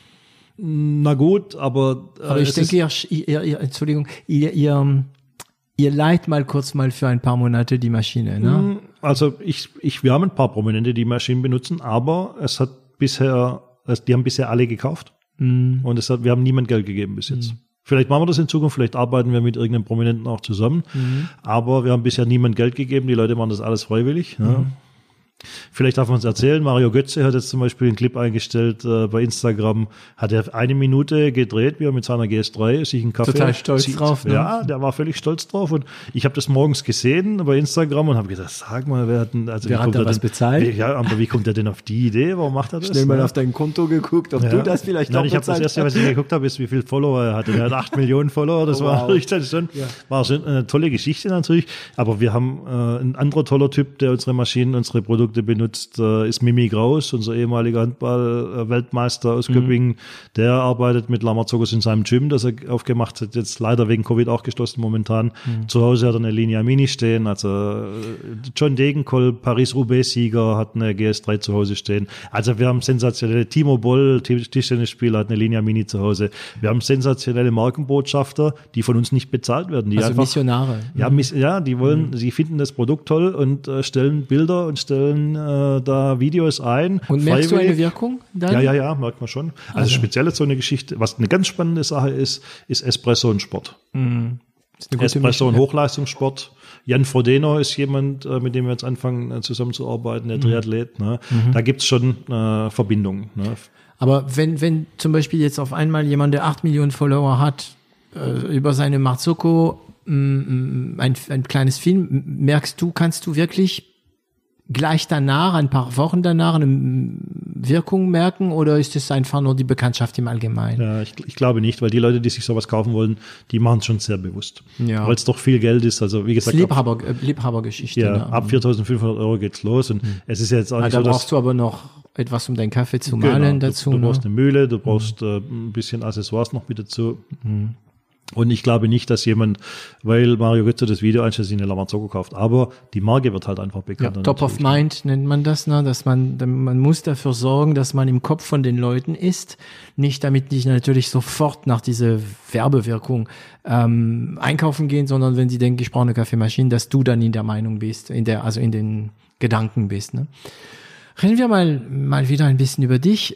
Na gut, aber äh, aber ich denke, ihr, ihr, ihr, Entschuldigung, ihr, ihr, ihr leiht mal kurz mal für ein paar Monate die Maschine, ne? Also ich, ich, wir haben ein paar Prominente, die Maschinen benutzen, aber es hat bisher, die haben bisher alle gekauft mm. und es hat, wir haben niemand Geld gegeben bis jetzt. Mm. Vielleicht machen wir das in Zukunft, vielleicht arbeiten wir mit irgendeinem Prominenten auch zusammen, mm. aber wir haben bisher niemand Geld gegeben, die Leute machen das alles freiwillig. Mm. Ja. Vielleicht darf man es erzählen. Mario Götze hat jetzt zum Beispiel einen Clip eingestellt äh, bei Instagram. Hat er eine Minute gedreht, wie er mit seiner G S drei sich einen Kaffee Total stolz zieht. drauf. Ne? Ja, der war völlig stolz drauf. Und ich habe das morgens gesehen bei Instagram und habe gedacht, sag mal, wer hat denn, also wer wie hat da was denn, bezahlt? Wie, ja, aber wie kommt er denn auf die Idee? Warum macht er das? Schnell mal ja. auf dein Konto geguckt, ob ja. du das vielleicht Nein, auch ich habe das erste, was ich geguckt habe, ist, wie viele Follower er hatte. Er hat acht Millionen Follower. Das oh, war wow. dann schon, ja. war schon eine tolle Geschichte natürlich. Aber wir haben äh, ein anderer toller Typ, der unsere Maschinen, unsere Produkte benutzt, äh, ist Mimi Graus, unser ehemaliger Handball-Weltmeister aus mhm. Göppingen. Der arbeitet mit La Marzocco in seinem Gym, das er aufgemacht hat, jetzt leider wegen Covid auch geschlossen momentan. Mhm. Zu Hause hat er eine Linea Mini stehen, also John Degenkolb, Paris-Roubaix-Sieger, hat eine G S drei zu Hause stehen. Also wir haben sensationelle, Timo Boll, Tischtennisspieler, hat eine Linea Mini zu Hause. Wir haben sensationelle Markenbotschafter, die von uns nicht bezahlt werden. Die also einfach, Missionare. Ja, mhm. ja, die wollen, mhm. sie finden das Produkt toll und äh, stellen Bilder und stellen äh, da Videos ein. Und merkst du eine Wirkung dann? Ja, ja, ja, merkt man schon. Also, also speziell so eine Geschichte, was eine ganz spannende Sache ist, ist Espresso und Sport. Mhm. Espresso und Hochleistungssport. Jan Frodeno ist jemand, mit dem wir jetzt anfangen zusammenzuarbeiten, der Triathlet. Ne? Mhm. Da gibt's schon äh, Verbindungen. Ne? Aber wenn, wenn zum Beispiel jetzt auf einmal jemand, der acht Millionen Follower hat, äh, über seine Marzocco mh, ein, ein kleines Film, merkst du, kannst du wirklich gleich danach, ein paar Wochen danach eine Wirkung merken oder ist es einfach nur die Bekanntschaft im Allgemeinen? Ja, ich, ich glaube nicht, weil die Leute, die sich sowas kaufen wollen, die machen es schon sehr bewusst. Ja. Weil es doch viel Geld ist. Also wie gesagt, Liebhaber, äh, Liebhabergeschichte. Ja, ne? ab viertausendfünfhundert Euro geht's los und mhm. es ist ja jetzt auch ja, nicht da so, dass... brauchst du aber noch etwas, um deinen Kaffee zu mahlen genau, dazu. Du, du ne? brauchst eine Mühle, du brauchst mhm. äh, ein bisschen Accessoires noch mit dazu. Mhm. Und ich glaube nicht, dass jemand, weil Mario Götze das Video einstellt, sich eine La Marzocco kauft. Aber die Marke wird halt einfach bekannt. Ja, Top of Mind nennt man das, ne? Dass man, man muss dafür sorgen, dass man im Kopf von den Leuten ist. Nicht damit die natürlich sofort nach dieser Werbewirkung ähm, einkaufen gehen, sondern wenn sie denken, ich brauche eine Kaffeemaschine, dass du dann in der Meinung bist, in der, also in den Gedanken bist. Ne? Reden wir mal, mal wieder ein bisschen über dich.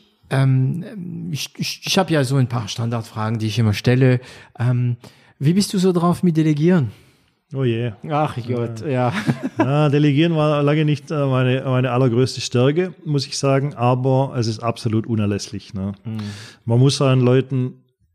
Ähm, ich ich, ich habe ja so ein paar Standardfragen, die ich immer stelle. Ähm, wie bist du so drauf mit Delegieren? Oh je. Ach Gott, ja. ja. Delegieren war lange nicht meine, meine allergrößte Stärke, muss ich sagen, aber es ist absolut unerlässlich. Ne? Mhm. Man muss seinen Leuten,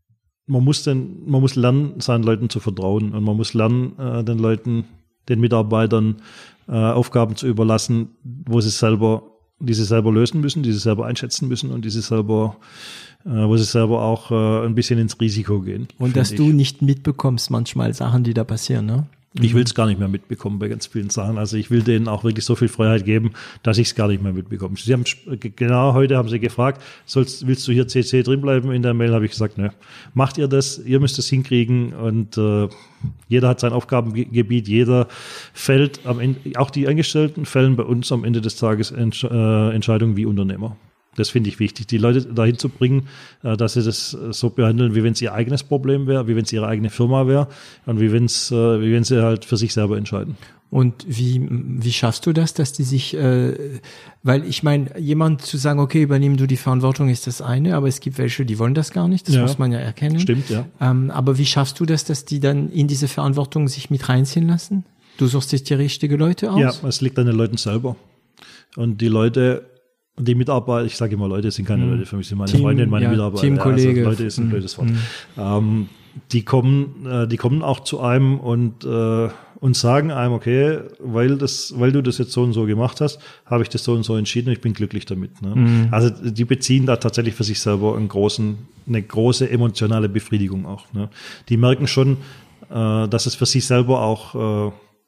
man muss den, man muss lernen, seinen Leuten zu vertrauen und man muss lernen, äh, den Leuten, den Mitarbeitern äh, Aufgaben zu überlassen, wo sie selber die sie selber lösen müssen, die sie selber einschätzen müssen und die sie selber, äh, wo sie selber auch äh, ein bisschen ins Risiko gehen. Und dass ich. du nicht mitbekommst manchmal Sachen, die da passieren, ne? Ich will es gar nicht mehr mitbekommen bei ganz vielen Sachen. Also ich will denen auch wirklich so viel Freiheit geben, dass ich es gar nicht mehr mitbekomme. Sie haben genau heute haben sie gefragt, sollst, willst du hier C C drin bleiben in der Mail? Habe ich gesagt, ne. Macht ihr das? Ihr müsst es hinkriegen und äh, jeder hat sein Aufgabengebiet, jeder fällt am Ende, auch die Angestellten fällen bei uns am Ende des Tages Entsch äh, Entscheidungen wie Unternehmer. Das finde ich wichtig, die Leute dahin zu bringen, dass sie das so behandeln, wie wenn es ihr eigenes Problem wäre, wie wenn es ihre eigene Firma wäre und wie wenn es, wie wenn sie halt für sich selber entscheiden. Und wie wie schaffst du das, dass die sich, äh, weil ich meine, jemand zu sagen, okay, übernimm du die Verantwortung, ist das eine, aber es gibt welche, die wollen das gar nicht, das ja. muss man ja erkennen. Stimmt, ja. Ähm, aber wie schaffst du das, dass die dann in diese Verantwortung sich mit reinziehen lassen? Du suchst dir die richtigen Leute aus? Ja, es liegt an den Leuten selber. Und die Leute, die Mitarbeiter, ich sage immer Leute, sind keine Leute für mich, sind meine Team, Freunde, meine ja, Mitarbeiter. Teamkollege. Ja, also Leute ist ein blödes Wort. Mhm. Ähm, die kommen, äh, die kommen auch zu einem und äh, und sagen einem, okay, weil das, weil du das jetzt so und so gemacht hast, habe ich das so und so entschieden und ich bin glücklich damit. Ne? Mhm. Also die beziehen da tatsächlich für sich selber einen großen, eine große emotionale Befriedigung auch. Ne? Die merken schon, äh, dass es für sich selber auch äh,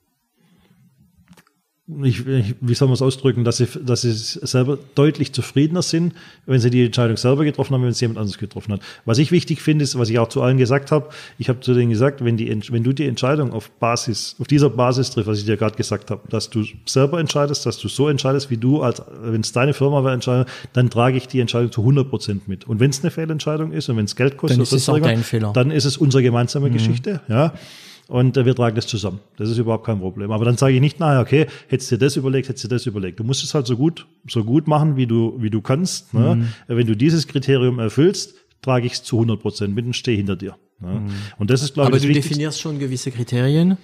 Ich, ich, wie soll man es ausdrücken, dass sie, dass sie selber deutlich zufriedener sind, wenn sie die Entscheidung selber getroffen haben, wenn es jemand anderes getroffen hat. Was ich wichtig finde, ist, was ich auch zu allen gesagt habe, ich habe zu denen gesagt, wenn, die, wenn du die Entscheidung auf Basis, auf dieser Basis triffst, was ich dir gerade gesagt habe, dass du selber entscheidest, dass du so entscheidest, wie du, als wenn es deine Firma wäre, entscheidest, dann trage ich die Entscheidung zu hundert Prozent mit. Und wenn es eine Fehlentscheidung ist und wenn es Geld kostet, dann ist es auch dein Fehler. Dann ist es unsere gemeinsame mhm. Geschichte, ja. Und äh, wir tragen das zusammen. Das ist überhaupt kein Problem. Aber dann sage ich nicht, naja, okay, hättest du dir das überlegt, hättest du dir das überlegt. Du musst es halt so gut, so gut machen, wie du, wie du kannst. Ne? Mhm. Wenn du dieses Kriterium erfüllst, trage ich es zu hundert Prozent mit und stehe hinter dir. Ne? Mhm. Und das ist, glaube Aber ich, du definierst schon gewisse Kriterien?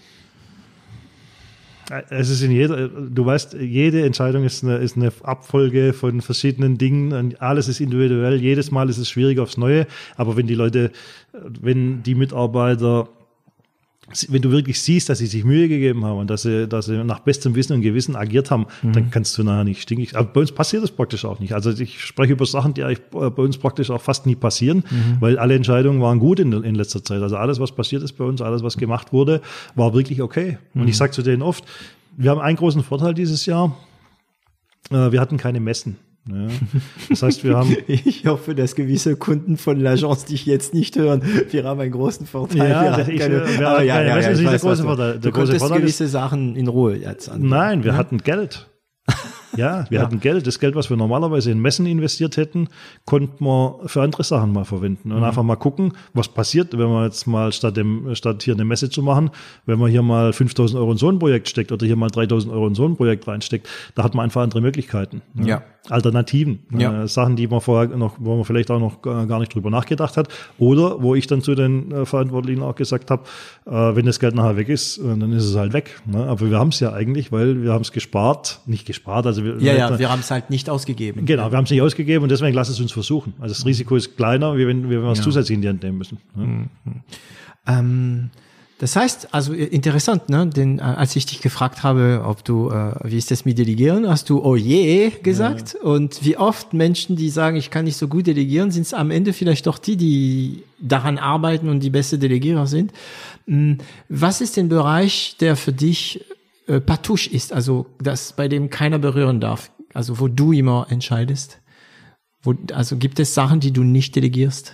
Es ist in jeder, du weißt, jede Entscheidung ist eine, ist eine Abfolge von verschiedenen Dingen und alles ist individuell. Jedes Mal ist es schwierig aufs Neue. Aber wenn die Leute, wenn die Mitarbeiter, wenn du wirklich siehst, dass sie sich Mühe gegeben haben und dass sie, dass sie nach bestem Wissen und Gewissen agiert haben, mhm. dann kannst du nachher nicht stinkig. Aber bei uns passiert das praktisch auch nicht. Also ich spreche über Sachen, die eigentlich bei uns praktisch auch fast nie passieren, mhm. weil alle Entscheidungen waren gut in, in letzter Zeit. Also alles, was passiert ist bei uns, alles, was gemacht wurde, war wirklich okay. Mhm. Und ich sage zu denen oft, wir haben einen großen Vorteil dieses Jahr. Wir hatten keine Messen. Ja. Das heißt, wir haben. Ich hoffe, dass gewisse Kunden von L'Agence dich jetzt nicht hören. Wir haben einen großen Vorteil. Ja, wir ich, keine, wir aber ja, ja, ja, ich weiß, der große Vorteil. Du konntest gewisse Sachen in Ruhe jetzt an. Nein, wir ja? hatten Geld. Ja, wir ja. hatten Geld. Das Geld, was wir normalerweise in Messen investiert hätten, konnten wir für andere Sachen mal verwenden und mhm. einfach mal gucken, was passiert, wenn man jetzt mal statt dem, statt hier eine Messe zu machen, wenn man hier mal fünftausend Euro in so ein Projekt steckt oder hier mal dreitausend Euro in so ein Projekt reinsteckt, da hat man einfach andere Möglichkeiten. Ja. ja. Alternativen, ja. äh, Sachen, die man vorher noch, wo man vielleicht auch noch gar nicht drüber nachgedacht hat, oder wo ich dann zu den äh, Verantwortlichen auch gesagt habe, äh, wenn das Geld nachher weg ist, äh, dann ist es halt weg. Ne? Aber wir haben es ja eigentlich, weil wir haben es gespart, nicht gespart, also wir, ja, ja, wir haben es halt nicht ausgegeben. Genau, wir haben es nicht ausgegeben und deswegen lass es uns versuchen. Also das Risiko ist kleiner, wie wenn, wie wenn wir es ja. zusätzlich in die Hand nehmen müssen. Ne? Mhm. Ähm, Das heißt, also interessant, ne? Denn äh, als ich dich gefragt habe, ob du, äh, wie ist das mit Delegieren, hast du oh je gesagt. Ja. Und wie oft Menschen, die sagen, ich kann nicht so gut delegieren, sind es am Ende vielleicht doch die, die daran arbeiten und die beste Delegierer sind. Was ist der Bereich, der für dich äh, Patouche ist, also das, bei dem keiner berühren darf, also wo du immer entscheidest? Wo, also gibt es Sachen, die du nicht delegierst?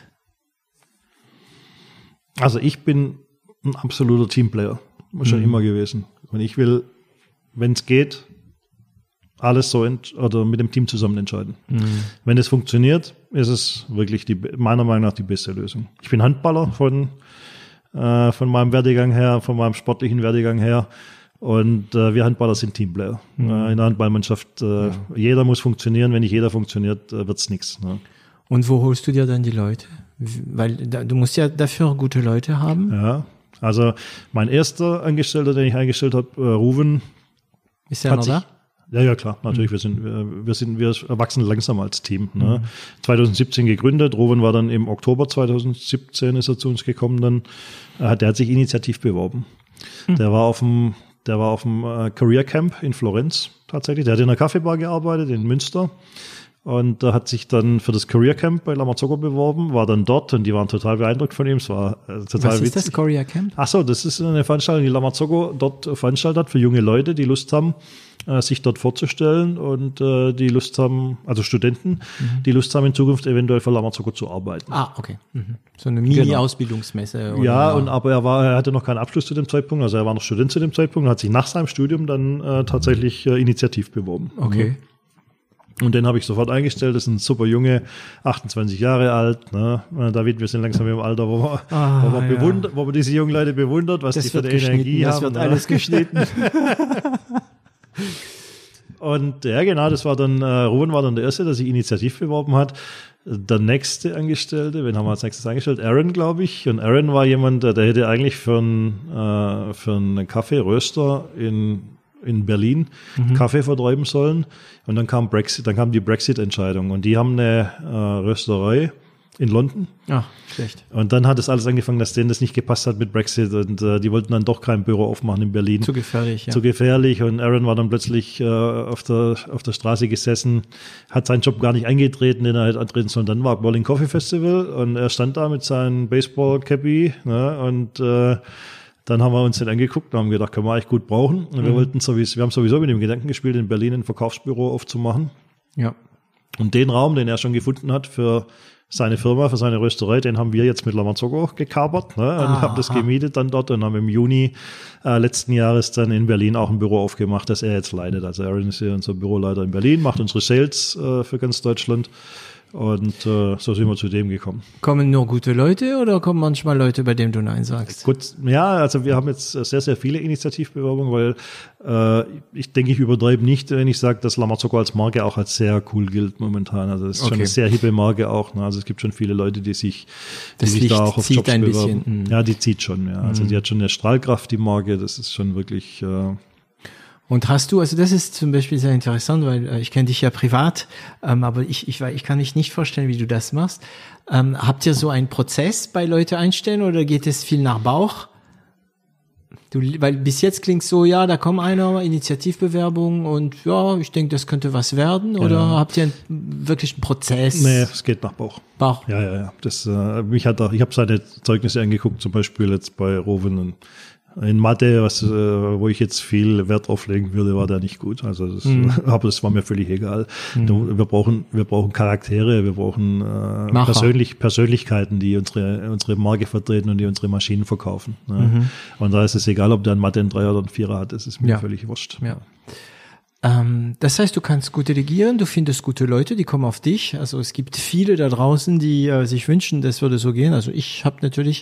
Also ich bin ein absoluter Teamplayer, schon mhm. immer gewesen. Und ich will, wenn es geht, alles so ent- oder mit dem Team zusammen entscheiden. Mhm. Wenn es funktioniert, ist es wirklich die, meiner Meinung nach die beste Lösung. Ich bin Handballer von, äh, von meinem Werdegang her, von meinem sportlichen Werdegang her. Und äh, wir Handballer sind Teamplayer. Mhm. Äh, in der Handballmannschaft, äh, ja. jeder muss funktionieren. Wenn nicht jeder funktioniert, äh, wird's nichts. Ne? Und wo holst du dir dann die Leute? Weil da, du musst ja dafür gute Leute haben. Ja, also mein erster Angestellter, den ich eingestellt habe, äh, Ruven. Ist der noch sich, da? Ja, ja, klar, natürlich. Mhm. Wir sind, wir, wir sind, wir wachsen langsam als Team. Ne? Mhm. zwanzig siebzehn gegründet. Ruven war dann im Oktober zwanzig siebzehn ist er zu uns gekommen. Dann, äh, der hat sich initiativ beworben. Mhm. Der war auf dem, der war auf dem äh, Career Camp in Florenz tatsächlich. Der hat in einer Kaffeebar gearbeitet in Münster. Und da hat sich dann für das Career Camp bei La Marzocco beworben, war dann dort und die waren total beeindruckt von ihm. Es war äh, total witzig. Was ist das Career Camp? Ach so, das ist eine Veranstaltung, die La Marzocco dort veranstaltet hat für junge Leute, die Lust haben, äh, sich dort vorzustellen und äh, die Lust haben, also Studenten, mhm. die Lust haben, in Zukunft eventuell für La Marzocco zu arbeiten. Ah, okay. Mhm. So eine Mini-Ausbildungsmesse. Genau. Ja, und aber er war, er hatte noch keinen Abschluss zu dem Zeitpunkt, also er war noch Student zu dem Zeitpunkt und hat sich nach seinem Studium dann äh, tatsächlich äh, initiativ beworben. Okay. Mhm. Und den habe ich sofort eingestellt. Das ist ein super Junge, achtundzwanzig Jahre alt. Ne? David, wir sind langsam im Alter, wo man, ah, wo man, ja. bewundert, wo man diese jungen Leute bewundert, was das die für eine Energie das haben. Das wird ne? alles geschnitten. Und ja, genau, das war dann, äh, Ruben war dann der Erste, der sich initiativ beworben hat. Der nächste Angestellte, wen haben wir als nächstes eingestellt? Aaron, glaube ich. Und Aaron war jemand, der, der hätte eigentlich für einen, äh, für einen Kaffeeröster in in Berlin mhm. Kaffee vertreiben sollen. Und dann kam Brexit, dann kam die Brexit-Entscheidung. Und die haben eine äh, Rösterei in London. Ah, schlecht. Und dann hat es alles angefangen, dass denen das nicht gepasst hat mit Brexit. Und äh, die wollten dann doch kein Büro aufmachen in Berlin. Zu gefährlich, ja. Zu gefährlich. Und Aaron war dann plötzlich äh, auf der auf der Straße gesessen, hat seinen Job gar nicht eingetreten, den er hätte antreten sollen. Dann war Berlin Coffee Festival und er stand da mit seinem Baseball-Cappy, ne, und äh, dann haben wir uns den angeguckt und haben gedacht, können wir eigentlich gut brauchen. Und wir mhm. wollten sowieso, wir haben sowieso mit dem Gedanken gespielt, in Berlin ein Verkaufsbüro aufzumachen. Ja. Und den Raum, den er schon gefunden hat für seine Firma, für seine Rösterei, den haben wir jetzt mit La Marzocco gekapert, ne, und Aha. haben das gemietet dann dort und haben im Juni äh, letzten Jahres dann in Berlin auch ein Büro aufgemacht, das er jetzt leitet. Also Aaron ist hier unser Büroleiter in Berlin, macht unsere Sales äh, für ganz Deutschland. Und äh, so sind wir zu dem gekommen. Kommen nur gute Leute oder kommen manchmal Leute, bei denen du Nein sagst? Gut, ja, also wir haben jetzt sehr, sehr viele Initiativbewerbungen, weil äh, ich denke, ich übertreibe nicht, wenn ich sage, dass La Marzocco als Marke auch als sehr cool gilt momentan. Also es ist okay. schon eine sehr hippe Marke auch. Ne? Also es gibt schon viele Leute, die sich, die das sich Licht da auch auf zieht Jobs ein bewerben. Bisschen. Ja, die zieht schon. Ja. Also die hat schon eine Strahlkraft, die Marke. Das ist schon wirklich... Äh, Und hast du, also das ist zum Beispiel sehr interessant, weil äh, ich kenne dich ja privat, ähm, aber ich, ich, ich kann mich nicht vorstellen, wie du das machst. Ähm, habt ihr so einen Prozess bei Leute einstellen oder geht es viel nach Bauch? Du, weil bis jetzt klingt so, ja, da kommt einer, Initiativbewerbung und ja, ich denke, das könnte was werden. Oder ja. habt ihr einen, wirklich einen Prozess? Nee, es geht nach Bauch. Bauch. Ja, ja, ja. Das, äh, mich hat auch, ich habe seine Zeugnisse angeguckt, zum Beispiel jetzt bei Rowan und in Mathe, was, äh, wo ich jetzt viel Wert auflegen würde, war der nicht gut. Also das, mhm. aber das war mir völlig egal. Mhm. Wir brauchen, wir brauchen Charaktere, wir brauchen äh, persönlich, Persönlichkeiten, die unsere unsere Marke vertreten und die unsere Maschinen verkaufen. Ne? Mhm. Und da ist es egal, ob der in Mathe einen Dreier oder einen Vierer hat. Das ist mir ja. völlig wurscht. Ja. Ähm, das heißt, du kannst gut delegieren, du findest gute Leute, die kommen auf dich. Also es gibt viele da draußen, die äh, sich wünschen, das würde so gehen. Also ich habe natürlich,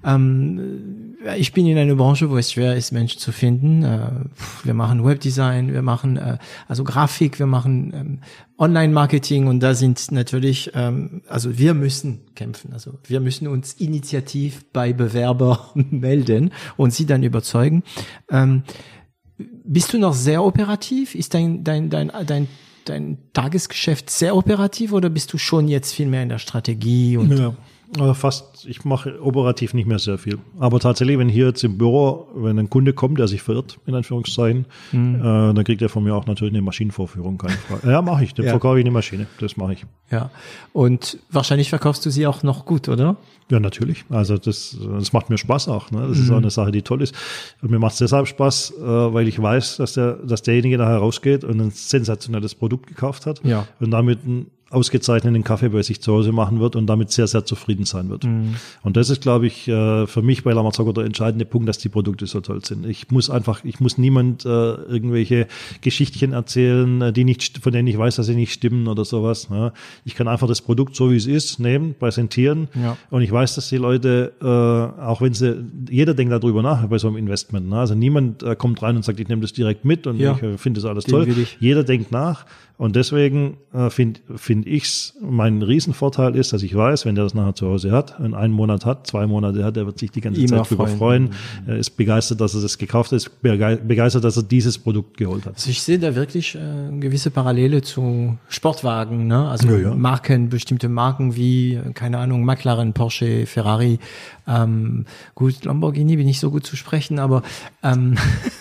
ähm, ich bin in einer Branche, wo es schwer ist, Menschen zu finden. Äh, wir machen Webdesign, wir machen äh, also Grafik, wir machen ähm, Online-Marketing und da sind natürlich, ähm, also wir müssen kämpfen. Also wir müssen uns initiativ bei Bewerber melden und sie dann überzeugen. Ähm, Bist du noch sehr operativ? Ist dein, dein, dein, dein, dein Tagesgeschäft sehr operativ oder bist du schon jetzt viel mehr in der Strategie? Und ja, Fast, ich mache operativ nicht mehr sehr viel. Aber tatsächlich, wenn hier jetzt im Büro, wenn ein Kunde kommt, der sich verirrt, in Anführungszeichen, mhm. äh, dann kriegt er von mir auch natürlich eine Maschinenvorführung, keine Frage. Ja, mache ich, dann ja. verkaufe ich eine Maschine, das mache ich. Ja, und wahrscheinlich verkaufst du sie auch noch gut, oder? Ja, natürlich. Also das, das macht mir Spaß auch. Ne? Das mhm. ist auch eine Sache, die toll ist. Und mir macht es deshalb Spaß, äh, weil ich weiß, dass der, dass derjenige nachher rausgeht und ein sensationelles Produkt gekauft hat ja. und damit ein ausgezeichneten Kaffee bei sich zu Hause machen wird und damit sehr, sehr zufrieden sein wird. Mhm. Und das ist, glaube ich, für mich bei La Marzocco der entscheidende Punkt, dass die Produkte so toll sind. Ich muss einfach, ich muss niemand äh, irgendwelche Geschichtchen erzählen, die nicht, von denen ich weiß, dass sie nicht stimmen oder sowas. Ja. Ich kann einfach das Produkt, so wie es ist, nehmen, präsentieren ja. und ich weiß, dass die Leute, äh, auch wenn sie, jeder denkt darüber nach bei so einem Investment. Ne? Also niemand äh, kommt rein und sagt, ich nehme das direkt mit und ja. ich äh, finde das alles Den toll. ich. Jeder denkt nach. Und deswegen äh, finde find ich's, mein Riesenvorteil ist, dass ich weiß, wenn der das nachher zu Hause hat, in einem Monat hat, zwei Monate hat, der wird sich die ganze Immer Zeit drüber freuen. Er ist begeistert, dass er das gekauft hat, ist begeistert, dass er dieses Produkt geholt hat. Also ich sehe da wirklich äh, eine gewisse Parallele zu Sportwagen, ne? Also ja, ja. Marken, bestimmte Marken wie, keine Ahnung, McLaren, Porsche, Ferrari, ähm, gut, Lamborghini bin ich so gut zu sprechen, aber ähm,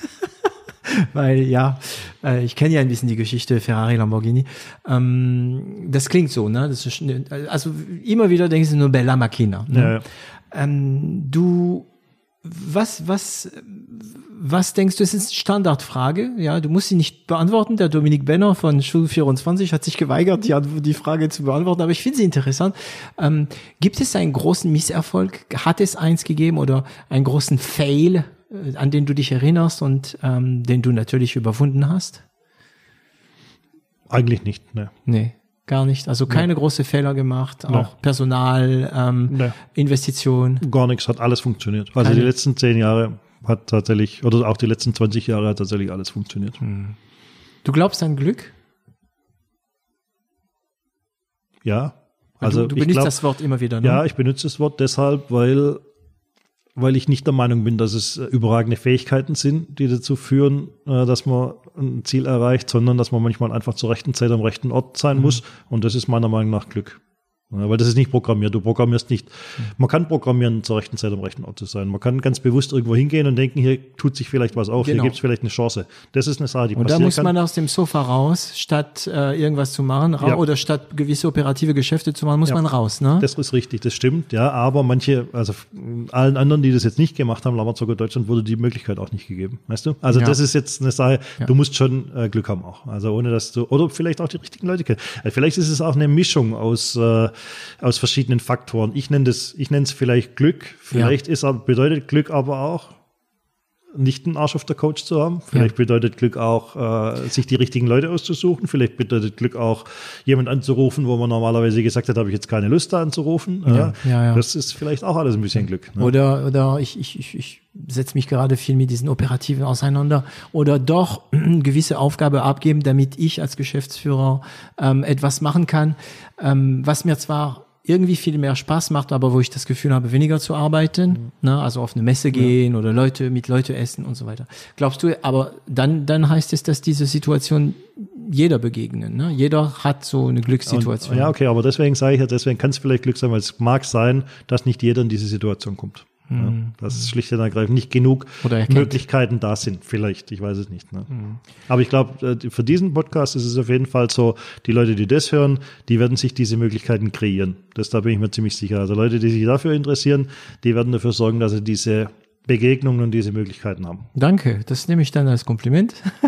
weil ja, äh, ich kenne ja ein bisschen die Geschichte Ferrari, Lamborghini. Ähm, das klingt so, ne? Das ist, also immer wieder denkst du nur Bella Macchina. Ne? Ja, ja. Ähm, du, was, was, was denkst du? Es ist eine Standardfrage. Ja, du musst sie nicht beantworten. Der Dominik Benner von Schul vierundzwanzig hat sich geweigert, die, die Frage zu beantworten. Aber ich finde sie interessant. Ähm, gibt es einen großen Misserfolg? Hat es eins gegeben oder einen großen Fail, an den du dich erinnerst und ähm, den du natürlich überwunden hast? Eigentlich nicht, ne. Nee, gar nicht. Also keine nee. große Fehler gemacht, auch nee. Personal, ähm, nee. Investition. Gar nichts, hat alles funktioniert. Also keine. Die letzten zehn Jahre hat tatsächlich, oder auch die letzten zwanzig Jahre hat tatsächlich alles funktioniert. Hm. Du glaubst an Glück? Ja. Also du, du benutzt glaub, das Wort immer wieder, ne? Ja, ich benutze das Wort deshalb, weil weil ich nicht der Meinung bin, dass es überragende Fähigkeiten sind, die dazu führen, dass man ein Ziel erreicht, sondern dass man manchmal einfach zur rechten Zeit am rechten Ort sein mhm. muss. Und das ist meiner Meinung nach Glück. Ja, weil das ist nicht programmiert. Du programmierst nicht. Man kann programmieren, zur rechten Zeit am rechten Ort zu sein. Man kann ganz bewusst irgendwo hingehen und denken, hier tut sich vielleicht was auf, genau. Hier gibt es vielleicht eine Chance. Das ist eine Sache, die und passieren kann. Und da muss man aus dem Sofa raus, statt äh, irgendwas zu machen, ra- ja. oder statt gewisse operative Geschäfte zu machen, muss ja. man raus. Ne? Das ist richtig, das stimmt. Ja, aber manche, also allen anderen, die das jetzt nicht gemacht haben, La Marzocco Deutschland, wurde die Möglichkeit auch nicht gegeben. Weißt du? Also ja. das ist jetzt eine Sache, ja. du musst schon äh, Glück haben auch. Also ohne dass du, oder vielleicht auch die richtigen Leute kennen. Also vielleicht ist es auch eine Mischung aus, äh, aus verschiedenen Faktoren. Ich nenne das, ich nenne es vielleicht Glück. Vielleicht ja. ist, bedeutet Glück aber auch, nicht einen Arsch auf der Couch zu haben. Vielleicht ja. bedeutet Glück auch, äh, sich die richtigen Leute auszusuchen. Vielleicht bedeutet Glück auch, jemand anzurufen, wo man normalerweise gesagt hat, habe ich jetzt keine Lust da anzurufen. Ja. Ja, ja. Das ist vielleicht auch alles ein bisschen Glück. Ne? Oder, oder ich, ich, ich, ich setze mich gerade viel mit diesen Operativen auseinander. Oder doch eine gewisse Aufgabe abgeben, damit ich als Geschäftsführer ähm, etwas machen kann, ähm, was mir zwar irgendwie viel mehr Spaß macht, aber wo ich das Gefühl habe, weniger zu arbeiten, mhm. ne, also auf eine Messe gehen ja. oder Leute mit Leute essen und so weiter. Glaubst du, aber dann, dann heißt es, dass diese Situation jeder begegnen, ne? Jeder hat so eine Glückssituation. Und, ja, okay, aber deswegen sage ich ja, deswegen kann es vielleicht Glück sein, weil es mag sein, dass nicht jeder in diese Situation kommt. Mhm. Ja, dass es schlicht und ergreifend nicht genug Möglichkeiten da sind. Vielleicht, ich weiß es nicht. Ne? Mhm. Aber ich glaube, für diesen Podcast ist es auf jeden Fall so, die Leute, die das hören, die werden sich diese Möglichkeiten kreieren. Das, da bin ich mir ziemlich sicher. Also Leute, die sich dafür interessieren, die werden dafür sorgen, dass sie diese Begegnungen und diese Möglichkeiten haben. Danke, das nehme ich dann als Kompliment.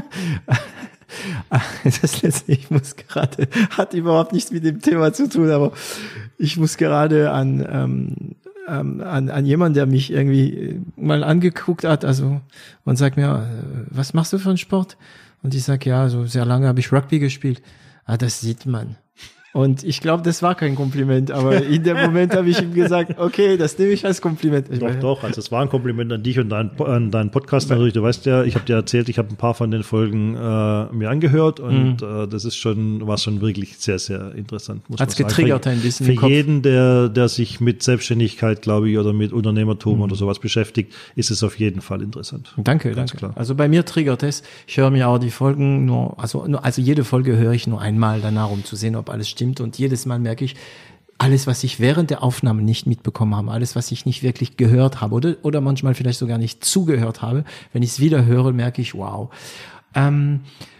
Das letzte, ich muss gerade, hat überhaupt nichts mit dem Thema zu tun, aber ich muss gerade an, ähm, ähm, an, an jemanden, der mich irgendwie mal angeguckt hat, also, und sagt mir, was machst du für einen Sport? Und ich sag, ja, so sehr lange habe ich Rugby gespielt. Ah, das sieht man. Und ich glaube, das war kein Kompliment, aber in dem Moment habe ich ihm gesagt, okay, das nehme ich als Kompliment. Ich doch, meine, doch, also es war ein Kompliment an dich und dein, an deinen Podcast natürlich. Du weißt ja, ich habe dir erzählt, ich habe ein paar von den Folgen äh, mir angehört und mhm. äh, das ist schon, war schon wirklich sehr, sehr interessant. Muss Hat's getriggert für, ein bisschen Für im Kopf. jeden, der, der sich mit Selbstständigkeit, glaube ich, oder mit Unternehmertum mhm. oder sowas beschäftigt, ist es auf jeden Fall interessant. Danke, Ganz danke. Klar. Also bei mir triggert es. Ich höre mir auch die Folgen nur, also, nur, also jede Folge höre ich nur einmal danach, um zu sehen, ob alles stimmt. Und jedes Mal merke ich, alles, was ich während der Aufnahme nicht mitbekommen habe, alles, was ich nicht wirklich gehört habe oder, oder manchmal vielleicht sogar nicht zugehört habe, wenn ich es wieder höre, merke ich, wow. Ähm,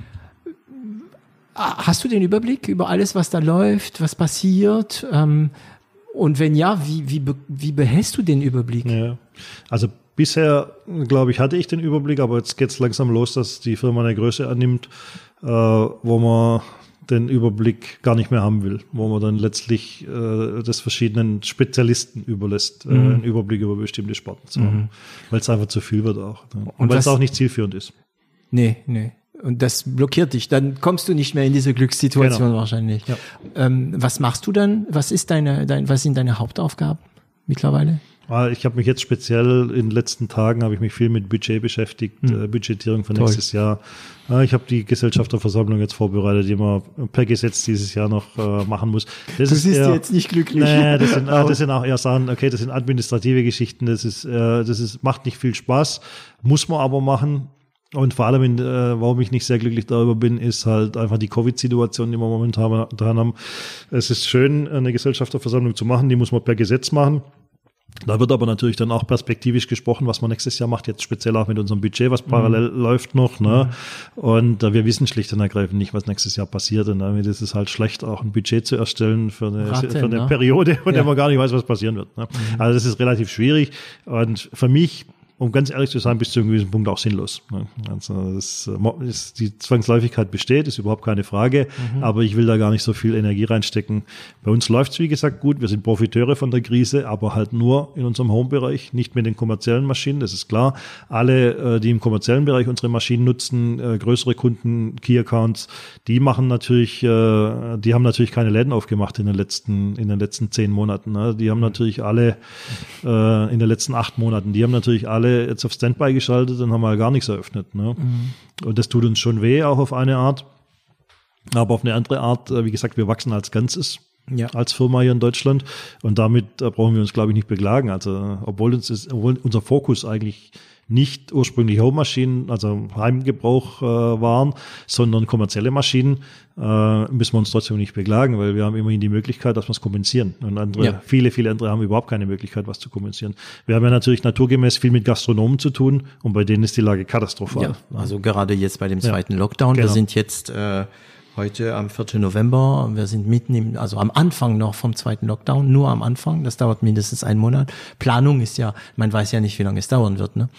hast du den Überblick über alles, was da läuft, was passiert? Ähm, und wenn ja, wie, wie, wie behältst du den Überblick? Ja, also bisher, glaube ich, hatte ich den Überblick, aber jetzt geht's langsam los, dass die Firma eine Größe annimmt, äh, wo man den Überblick gar nicht mehr haben will, wo man dann letztlich äh, das verschiedenen Spezialisten überlässt, mhm. äh, einen Überblick über bestimmte Sparten zu haben, mhm. weil es einfach zu viel wird auch. Ja. Und, Und weil es auch nicht zielführend ist. Nee, nee. Und das blockiert dich. Dann kommst du nicht mehr in diese Glückssituation genau. wahrscheinlich. Ja. Ähm, was machst du dann? Was ist deine, dein, was sind deine Hauptaufgaben mittlerweile? Ich habe mich jetzt speziell in den letzten Tagen habe ich mich viel mit Budget beschäftigt, hm. äh, Budgetierung für Toll. nächstes Jahr. Äh, ich habe die Gesellschafterversammlung jetzt vorbereitet, die man per Gesetz dieses Jahr noch äh, machen muss. Das du ist siehst eher, jetzt nicht glücklich. Nee, das sind, äh, das sind auch eher Sachen, okay, das sind administrative Geschichten, das ist, äh, das ist, macht nicht viel Spaß, muss man aber machen. Und vor allem, in, äh, warum ich nicht sehr glücklich darüber bin, ist halt einfach die Covid-Situation, die wir momentan dran haben. Es ist schön, eine Gesellschafterversammlung zu machen, die muss man per Gesetz machen. Da wird aber natürlich dann auch perspektivisch gesprochen, was man nächstes Jahr macht, jetzt speziell auch mit unserem Budget, was parallel mhm. läuft noch. Ne? Mhm. Und äh, wir wissen schlicht und ergreifend nicht, was nächstes Jahr passiert. Und damit ist es halt schlecht, auch ein Budget zu erstellen für eine, Raten, für eine ne? Periode, von ja. der man gar nicht weiß, was passieren wird. Ne? Mhm. Also das ist relativ schwierig. Und für mich, um ganz ehrlich zu sein, bis zu einem gewissen Punkt auch sinnlos. Also das ist, die Zwangsläufigkeit besteht, ist überhaupt keine Frage, mhm. aber ich will da gar nicht so viel Energie reinstecken. Bei uns läuft's wie gesagt, gut, wir sind Profiteure von der Krise, aber halt nur in unserem Home-Bereich, nicht mit den kommerziellen Maschinen, das ist klar. Alle, die im kommerziellen Bereich unsere Maschinen nutzen, größere Kunden, Key-Accounts, die machen natürlich, die haben natürlich keine Läden aufgemacht in den letzten, in den letzten zehn Monaten. Die haben natürlich alle, in den letzten acht Monaten, die haben natürlich alle jetzt auf Standby geschaltet und haben mal gar nichts eröffnet. Ne? Mhm. Und das tut uns schon weh, auch auf eine Art. Aber auf eine andere Art, wie gesagt, wir wachsen als Ganzes. Ja. Als Firma hier in Deutschland. Und damit äh, brauchen wir uns, glaube ich, nicht beklagen. Also, obwohl uns ist, obwohl unser Fokus eigentlich nicht ursprünglich Home-Maschinen, also Heimgebrauch äh, waren, sondern kommerzielle Maschinen, äh, müssen wir uns trotzdem nicht beklagen, weil wir haben immerhin die Möglichkeit, dass wir es kompensieren. Und andere, ja. viele, viele andere haben überhaupt keine Möglichkeit, was zu kompensieren. Wir haben ja natürlich naturgemäß viel mit Gastronomen zu tun und bei denen ist die Lage katastrophal. Ja, also gerade jetzt bei dem zweiten ja. Lockdown, genau. wir sind jetzt äh, heute am vierten November, wir sind mitten im, also am Anfang noch vom zweiten Lockdown, nur am Anfang, das dauert mindestens einen Monat. Planung ist ja, man weiß ja nicht, wie lange es dauern wird, ne?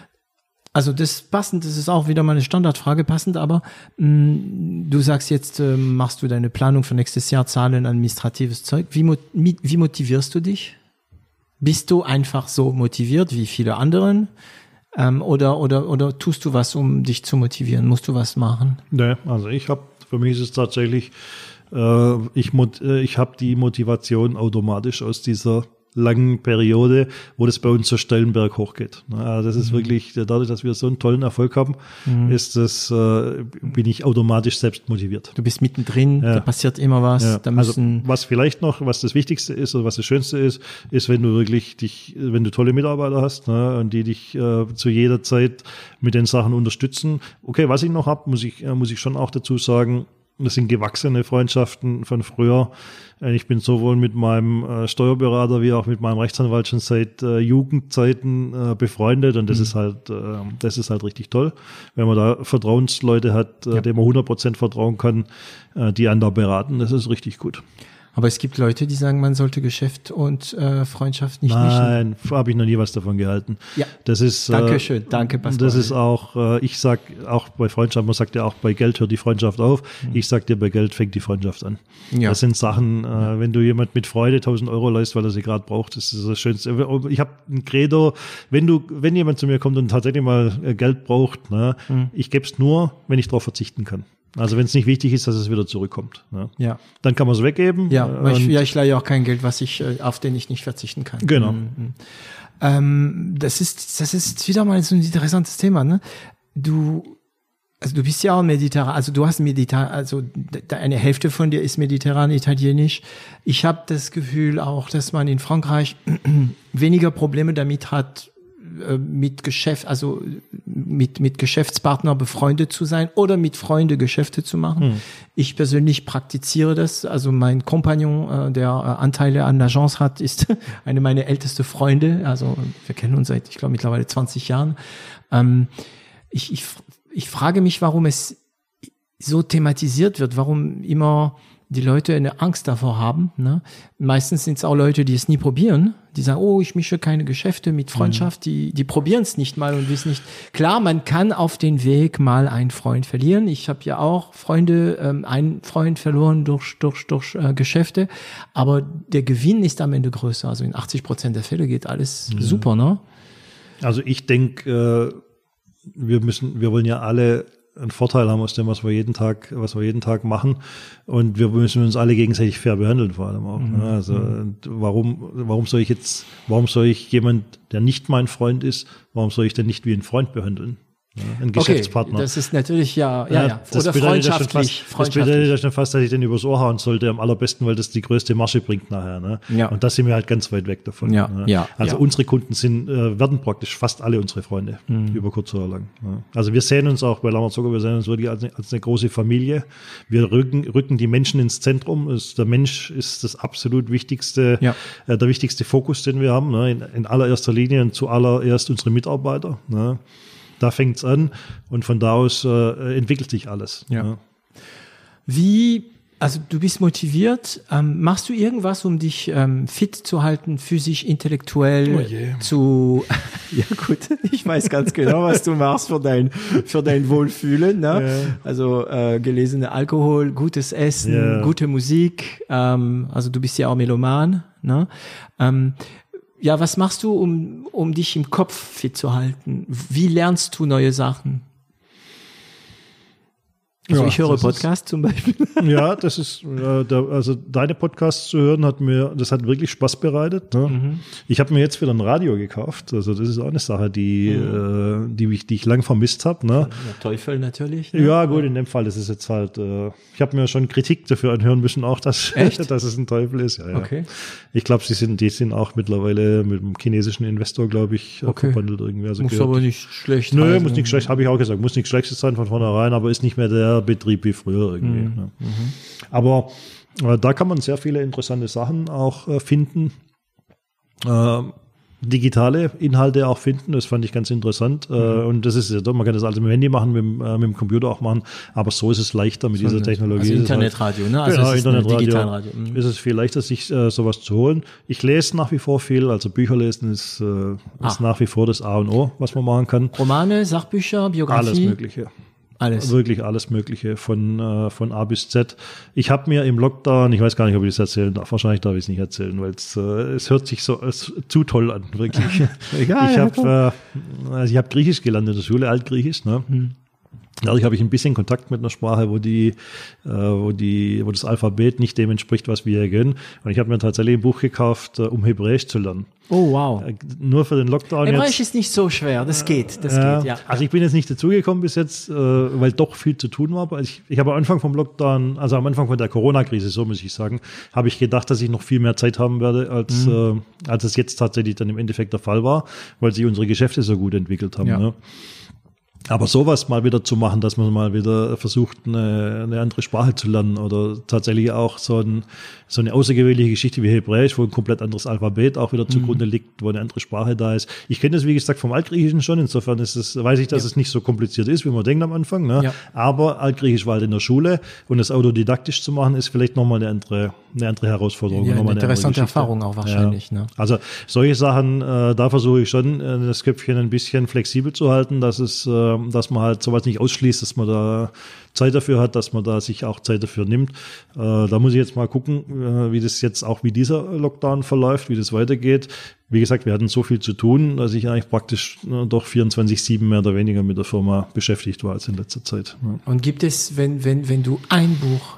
Also das passend, das ist auch wieder mal eine Standardfrage, passend, aber mh, du sagst jetzt, äh, machst du deine Planung für nächstes Jahr, Zahlen, administratives Zeug. Wie, wie motivierst du dich? Bist du einfach so motiviert wie viele anderen? Ähm, oder, oder, oder tust du was, um dich zu motivieren? Musst du was machen? Nee, also ich habe Für mich ist es tatsächlich, äh, ich, äh, ich habe die Motivation automatisch aus dieser langen Periode, wo das bei uns so Stellenberg hochgeht. Also das ist mhm. wirklich, dadurch, dass wir so einen tollen Erfolg haben, mhm. ist das, äh, bin ich automatisch selbst motiviert. Du bist mittendrin, ja. da passiert immer was. Ja. Da müssen also was vielleicht noch, was das Wichtigste ist oder was das Schönste ist, ist, wenn du wirklich dich, wenn du tolle Mitarbeiter hast, ne, und die dich äh, zu jeder Zeit mit den Sachen unterstützen. Okay, was ich noch habe, muss ich, äh, muss ich schon auch dazu sagen, das sind gewachsene Freundschaften von früher. Ich bin sowohl mit meinem äh, Steuerberater wie auch mit meinem Rechtsanwalt schon seit äh, Jugendzeiten äh, befreundet und das mhm. ist halt, äh, das ist halt richtig toll, wenn man da Vertrauensleute hat, äh, ja. denen man hundert Prozent vertrauen kann, äh, die einen da beraten. Das ist richtig gut. Aber es gibt Leute, die sagen, man sollte Geschäft und äh, Freundschaft nicht mischen. Nein, habe ich noch nie was davon gehalten. Ja. Das ist, Dankeschön, äh, danke Pascal. Das ist auch, äh, ich sag auch bei Freundschaft, man sagt ja auch, bei Geld hört die Freundschaft auf. Mhm. Ich sag dir, bei Geld fängt die Freundschaft an. Ja. Das sind Sachen, äh, wenn du jemand mit Freude tausend Euro leist, weil er sie gerade braucht, das ist das Schönste. Ich habe ein Credo, wenn du, wenn jemand zu mir kommt und tatsächlich mal Geld braucht, ne, mhm. ich gebe es nur, wenn ich darauf verzichten kann. Also wenn es nicht wichtig ist, dass es wieder zurückkommt. Ne? Ja. Dann kann man es weggeben. Ja, weil ich, ja, ich leihe auch kein Geld, was ich, auf den ich nicht verzichten kann. Genau. Mhm. Ähm, das ist, das ist wieder mal so ein interessantes Thema, ne? Du, also du bist ja auch mediterran, also du hast mediterran, also eine Hälfte von dir ist mediterran italienisch. Ich habe das Gefühl auch, dass man in Frankreich weniger Probleme damit hat, äh, mit Geschäft, also mit mit Geschäftspartner befreundet zu sein oder mit Freunde Geschäfte zu machen. Hm. Ich persönlich praktiziere das. Also mein Kompagnon, äh, der äh, Anteile an L'Agence hat, ist eine meiner ältesten Freunde. Also wir kennen uns seit, ich glaube, mittlerweile zwanzig Jahren. Ähm, ich, ich ich frage mich, warum es so thematisiert wird, warum immer die Leute eine Angst davor haben. Ne? Meistens sind es auch Leute, die es nie probieren. Die sagen, oh, ich mische keine Geschäfte mit Freundschaft. Mhm. Die, die probieren es nicht mal und wissen nicht. Klar, man kann auf den Weg mal einen Freund verlieren. Ich habe ja auch Freunde, ähm, einen Freund verloren durch, durch, durch äh, Geschäfte. Aber der Gewinn ist am Ende größer. Also in achtzig Prozent der Fälle geht alles mhm. super, ne? Also ich denke, äh, wir müssen, wir wollen ja alle einen Vorteil haben aus dem, was wir jeden Tag, was wir jeden Tag machen. Und wir müssen uns alle gegenseitig fair behandeln, vor allem auch. Mhm. Also, warum, warum soll ich jetzt, warum soll ich jemand, der nicht mein Freund ist, warum soll ich denn nicht wie ein Freund behandeln? Ja, ein Geschäftspartner. Okay, das ist natürlich ja, ja, ja. Das oder freundschaftlich. Fast, das bedeutet ja schon fast, dass ich den übers Ohr hauen sollte, am allerbesten, weil das die größte Masche bringt nachher. Ne? Ja. Und da sind wir halt ganz weit weg davon. Ja, ne? ja, also ja. unsere Kunden sind, äh, werden praktisch fast alle unsere Freunde, mhm. über kurz oder lang. Ne? Also wir sehen uns auch bei Lammer Zucker, wir sehen uns wirklich als eine, als eine große Familie. Wir rücken, rücken die Menschen ins Zentrum. Es, der Mensch ist das absolut wichtigste, ja. äh, der wichtigste Fokus, den wir haben. Ne? In, in allererster Linie und zuallererst unsere Mitarbeiter. Ne? Da fängt's an und von da aus äh, entwickelt sich alles. Ja. Ja. Wie, also du bist motiviert, ähm, machst du irgendwas, um dich ähm, fit zu halten, physisch, intellektuell oh yeah. zu, ja gut, ich weiß ganz genau, was du machst für dein, für dein Wohlfühlen, ne? Ja. Also äh, gelesene Alkohol, gutes Essen, ja. gute Musik, ähm, also du bist ja auch Meloman, ne? Ähm, Ja, was machst du, um, um dich im Kopf fit zu halten? Wie lernst du neue Sachen? Also ja, ich höre Podcasts zum Beispiel. Ja, das ist, äh, da, also deine Podcasts zu hören hat mir, das hat wirklich Spaß bereitet. Ne? Mhm. Ich habe mir jetzt wieder ein Radio gekauft. Also das ist auch eine Sache, die, mhm. äh, die ich, die ich lang vermisst habe. Ne? Der Teufel natürlich. Ne? Ja, gut, in dem Fall ist es jetzt halt. Äh, ich habe mir schon Kritik dafür anhören müssen, auch dass, dass es ein Teufel ist. Ja, ja. Okay. Ich glaube, sie sind, die sind auch mittlerweile mit einem chinesischen Investor, glaube ich, okay. verbandelt irgendwie. Also muss gehört. Aber nicht schlecht. Nö, heißen. muss nicht schlecht. Habe ich auch gesagt, muss nicht schlecht sein von vornherein, aber ist nicht mehr der Betrieb wie früher irgendwie. Mhm. Ne? Mhm. Aber äh, da kann man sehr viele interessante Sachen auch äh, finden. Äh, digitale Inhalte auch finden, das fand ich ganz interessant. Mhm. Äh, und das ist ja, man kann das also mit dem Handy machen, mit, äh, mit dem Computer auch machen, aber so ist es leichter mit so dieser Technologie. Also Internetradio, halt, ne? Also genau, es ist Internetradio. Digitalradio. Mhm. Ist es viel leichter, sich äh, sowas zu holen. Ich lese nach wie vor viel, also Bücher lesen ist, äh, ist nach wie vor das A und O, was man machen kann. Romane, Sachbücher, Biografie? Alles Mögliche. Alles. Wirklich alles Mögliche von, äh, von A bis Z. Ich habe mir im Lockdown, ich weiß gar nicht, ob ich das erzählen darf, wahrscheinlich darf ich es nicht erzählen, weil es, äh, es hört sich so es, zu toll an, wirklich. Egal, ich habe äh, also ich hab Griechisch gelernt in der Schule, Altgriechisch, ne? Hm. Dadurch habe ich ein bisschen Kontakt mit einer Sprache, wo die, äh, wo die, wo das Alphabet nicht dem entspricht, was wir hier können. Und ich habe mir tatsächlich ein Buch gekauft, äh, um Hebräisch zu lernen. Oh wow! Äh, nur für den Lockdown. Hebräisch jetzt. ist nicht so schwer. Das geht, das äh, geht. Ja. Also ich bin jetzt nicht dazugekommen bis jetzt, äh, weil doch viel zu tun war. Aber ich, ich habe am Anfang vom Lockdown, also am Anfang von der Corona-Krise, so muss ich sagen, habe ich gedacht, dass ich noch viel mehr Zeit haben werde, als mhm. äh, als es jetzt tatsächlich dann im Endeffekt der Fall war, weil sich unsere Geschäfte so gut entwickelt haben. Ja. Ne? Aber sowas mal wieder zu machen, dass man mal wieder versucht, eine, eine andere Sprache zu lernen oder tatsächlich auch so, ein, so eine außergewöhnliche Geschichte wie Hebräisch, wo ein komplett anderes Alphabet auch wieder zugrunde mhm. liegt, wo eine andere Sprache da ist. Ich kenne das, wie gesagt, vom Altgriechischen schon. Insofern ist es, weiß ich, dass ja. es nicht so kompliziert ist, wie man denkt am Anfang. Ne? Ja. Aber Altgriechisch war halt in der Schule und das autodidaktisch zu machen, ist vielleicht nochmal eine andere, eine andere Herausforderung. Ja, eine eine interessante Erfahrung auch wahrscheinlich. Ja. Ne? Also solche Sachen, äh, da versuche ich schon, äh, das Köpfchen ein bisschen flexibel zu halten, dass es, äh, dass man halt sowas nicht ausschließt, dass man da Zeit dafür hat, dass man da sich auch Zeit dafür nimmt. Äh, da muss ich jetzt mal gucken, äh, wie das jetzt auch wie dieser Lockdown verläuft, wie das weitergeht. Wie gesagt, wir hatten so viel zu tun, dass ich eigentlich praktisch äh, doch vierundzwanzig sieben mehr oder weniger mit der Firma beschäftigt war als in letzter Zeit. Ja. Und gibt es, wenn, wenn, wenn du ein Buch,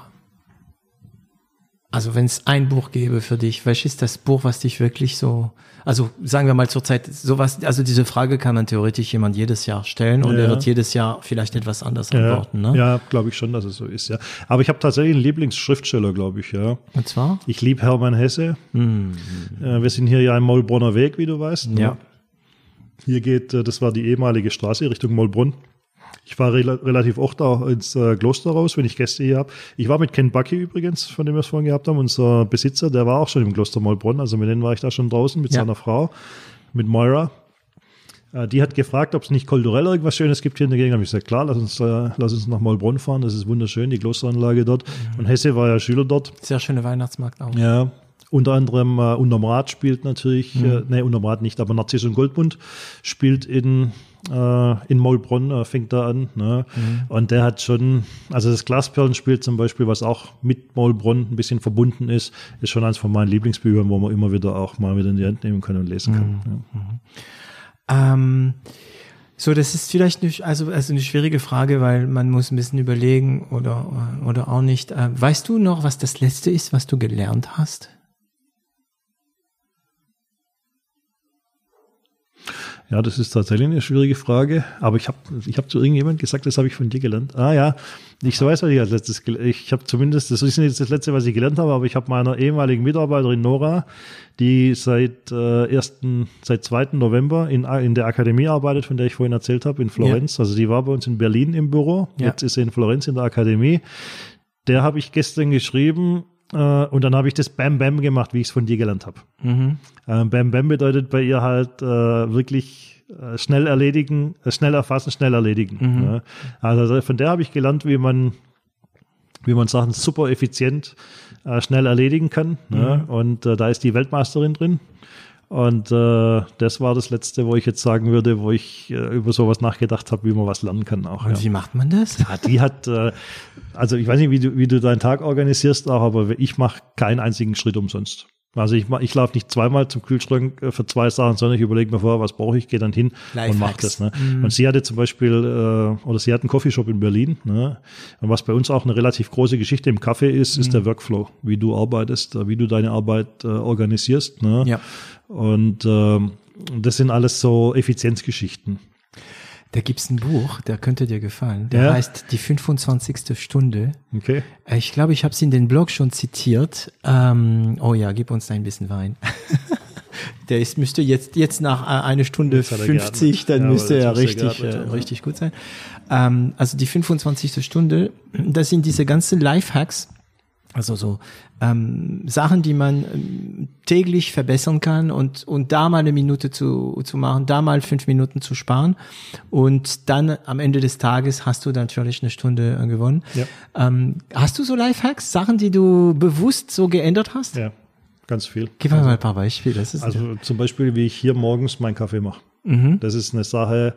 also wenn es ein Buch gäbe für dich, welches ist das Buch, was dich wirklich so, also sagen wir mal zur Zeit, sowas, also diese Frage kann man theoretisch jemand jedes Jahr stellen und ja. er wird jedes Jahr vielleicht etwas anders ja. antworten, ne? Ja, glaube ich schon, dass es so ist, ja. Aber ich habe tatsächlich einen Lieblingsschriftsteller, glaube ich, ja. Und zwar? Ich liebe Hermann Hesse. Mhm. Äh, wir sind hier ja im Maulbronner Weg, wie du weißt. Ja. Ne? Hier geht, äh, das war die ehemalige Straße Richtung Mollbrunn. Ich fahre rel- relativ oft auch ins äh, Kloster raus, wenn ich Gäste hier habe. Ich war mit Ken Bucky übrigens, von dem wir es vorhin gehabt haben, unser Besitzer, der war auch schon im Kloster Mollbrunn, also mit denen war ich da schon draußen, mit Ja. seiner Frau, mit Moira. Äh, die hat gefragt, ob es nicht kulturell irgendwas Schönes gibt hier in der Gegend. Da habe ich gesagt, klar, lass uns, äh, lass uns nach Mollbrunn fahren, das ist wunderschön, die Klosteranlage dort. Mhm. Und Hesse war ja Schüler dort. Sehr schöner Weihnachtsmarkt auch. Ja, unter anderem äh, Unterm Rad spielt natürlich, Mhm. äh, nee, Unterm Rad nicht, aber Narziss und Goldmund spielt in, äh, in Mollbrunn, äh, fängt da an. Ne? Mhm. Und der hat schon, also das Glasperlenspiel zum Beispiel, was auch mit Mollbrunn ein bisschen verbunden ist, ist schon eins von meinen Lieblingsbüchern, wo man immer wieder auch mal wieder in die Hand nehmen kann und lesen kann. Mhm. Ja. Ähm, so, das ist vielleicht nicht, also, also eine schwierige Frage, weil man muss ein bisschen überlegen oder, oder auch nicht. Äh, weißt du noch, was das Letzte ist, was du gelernt hast? Ja, das ist tatsächlich eine schwierige Frage, aber ich habe ich hab zu irgendjemand gesagt, das habe ich von dir gelernt. Ah ja, ich so weiß, was ich als letztes gelernt habe. Ich habe zumindest, das ist nicht das Letzte, was ich gelernt habe, aber ich habe meiner ehemaligen Mitarbeiterin Nora, die seit äh, ersten, seit zweiten November in, in der Akademie arbeitet, von der ich vorhin erzählt habe, in Florenz. Ja. Also die war bei uns in Berlin im Büro, ja. Jetzt ist sie in Florenz in der Akademie. Der habe ich gestern geschrieben, Uh, und dann habe ich das Bam Bam gemacht, wie ich es von dir gelernt habe. Mhm. Uh, Bam Bam bedeutet bei ihr halt uh, wirklich uh, schnell erledigen, uh, schnell erfassen, schnell erledigen. Mhm. Ja. Also von der habe ich gelernt, wie man, wie man Sachen super effizient uh, schnell erledigen kann. Mhm. Ja. Und uh, da ist die Weltmeisterin drin. Und äh, das war das Letzte, wo ich jetzt sagen würde, wo ich äh, über sowas nachgedacht habe, wie man was lernen kann auch. Und ja. wie macht man das? Ja, die hat, äh, also ich weiß nicht, wie du, wie du deinen Tag organisierst, auch, aber ich mache keinen einzigen Schritt umsonst. Also ich, ich laufe nicht zweimal zum Kühlschrank für zwei Sachen, sondern ich überlege mir vorher, was brauche ich, gehe dann hin Lifehacks. Und mache das. Ne? Mm. Und sie hatte zum Beispiel, äh, oder sie hat einen Coffeeshop in Berlin. Ne? Und was bei uns auch eine relativ große Geschichte im Kaffee ist, mm. ist der Workflow, wie du arbeitest, wie du deine Arbeit äh, organisierst. Ne? Ja. Und äh, das sind alles so Effizienzgeschichten. Da gibt's ein Buch, der könnte dir gefallen. Der ja. heißt Die fünfundzwanzigste Stunde. Okay. Ich glaube, ich habe es in den Blog schon zitiert. Ähm, oh ja, gib uns da ein bisschen Wein. Der ist, müsste jetzt jetzt nach einer Stunde fünfzig, dann ja, müsste er richtig, äh, richtig gut sein. Ähm, also die fünfundzwanzigste Stunde, das sind diese ganzen Lifehacks. Also so ähm, Sachen, die man ähm, täglich verbessern kann und und da mal eine Minute zu zu machen, da mal fünf Minuten zu sparen und dann am Ende des Tages hast du natürlich eine Stunde äh, gewonnen. Ja. Ähm, hast du so Lifehacks, Sachen, die du bewusst so geändert hast? Ja, ganz viel. Gib mir also, mal ein paar Beispiele. Das ist also zum Beispiel, wie ich hier morgens meinen Kaffee mache. Mhm. Das ist eine Sache.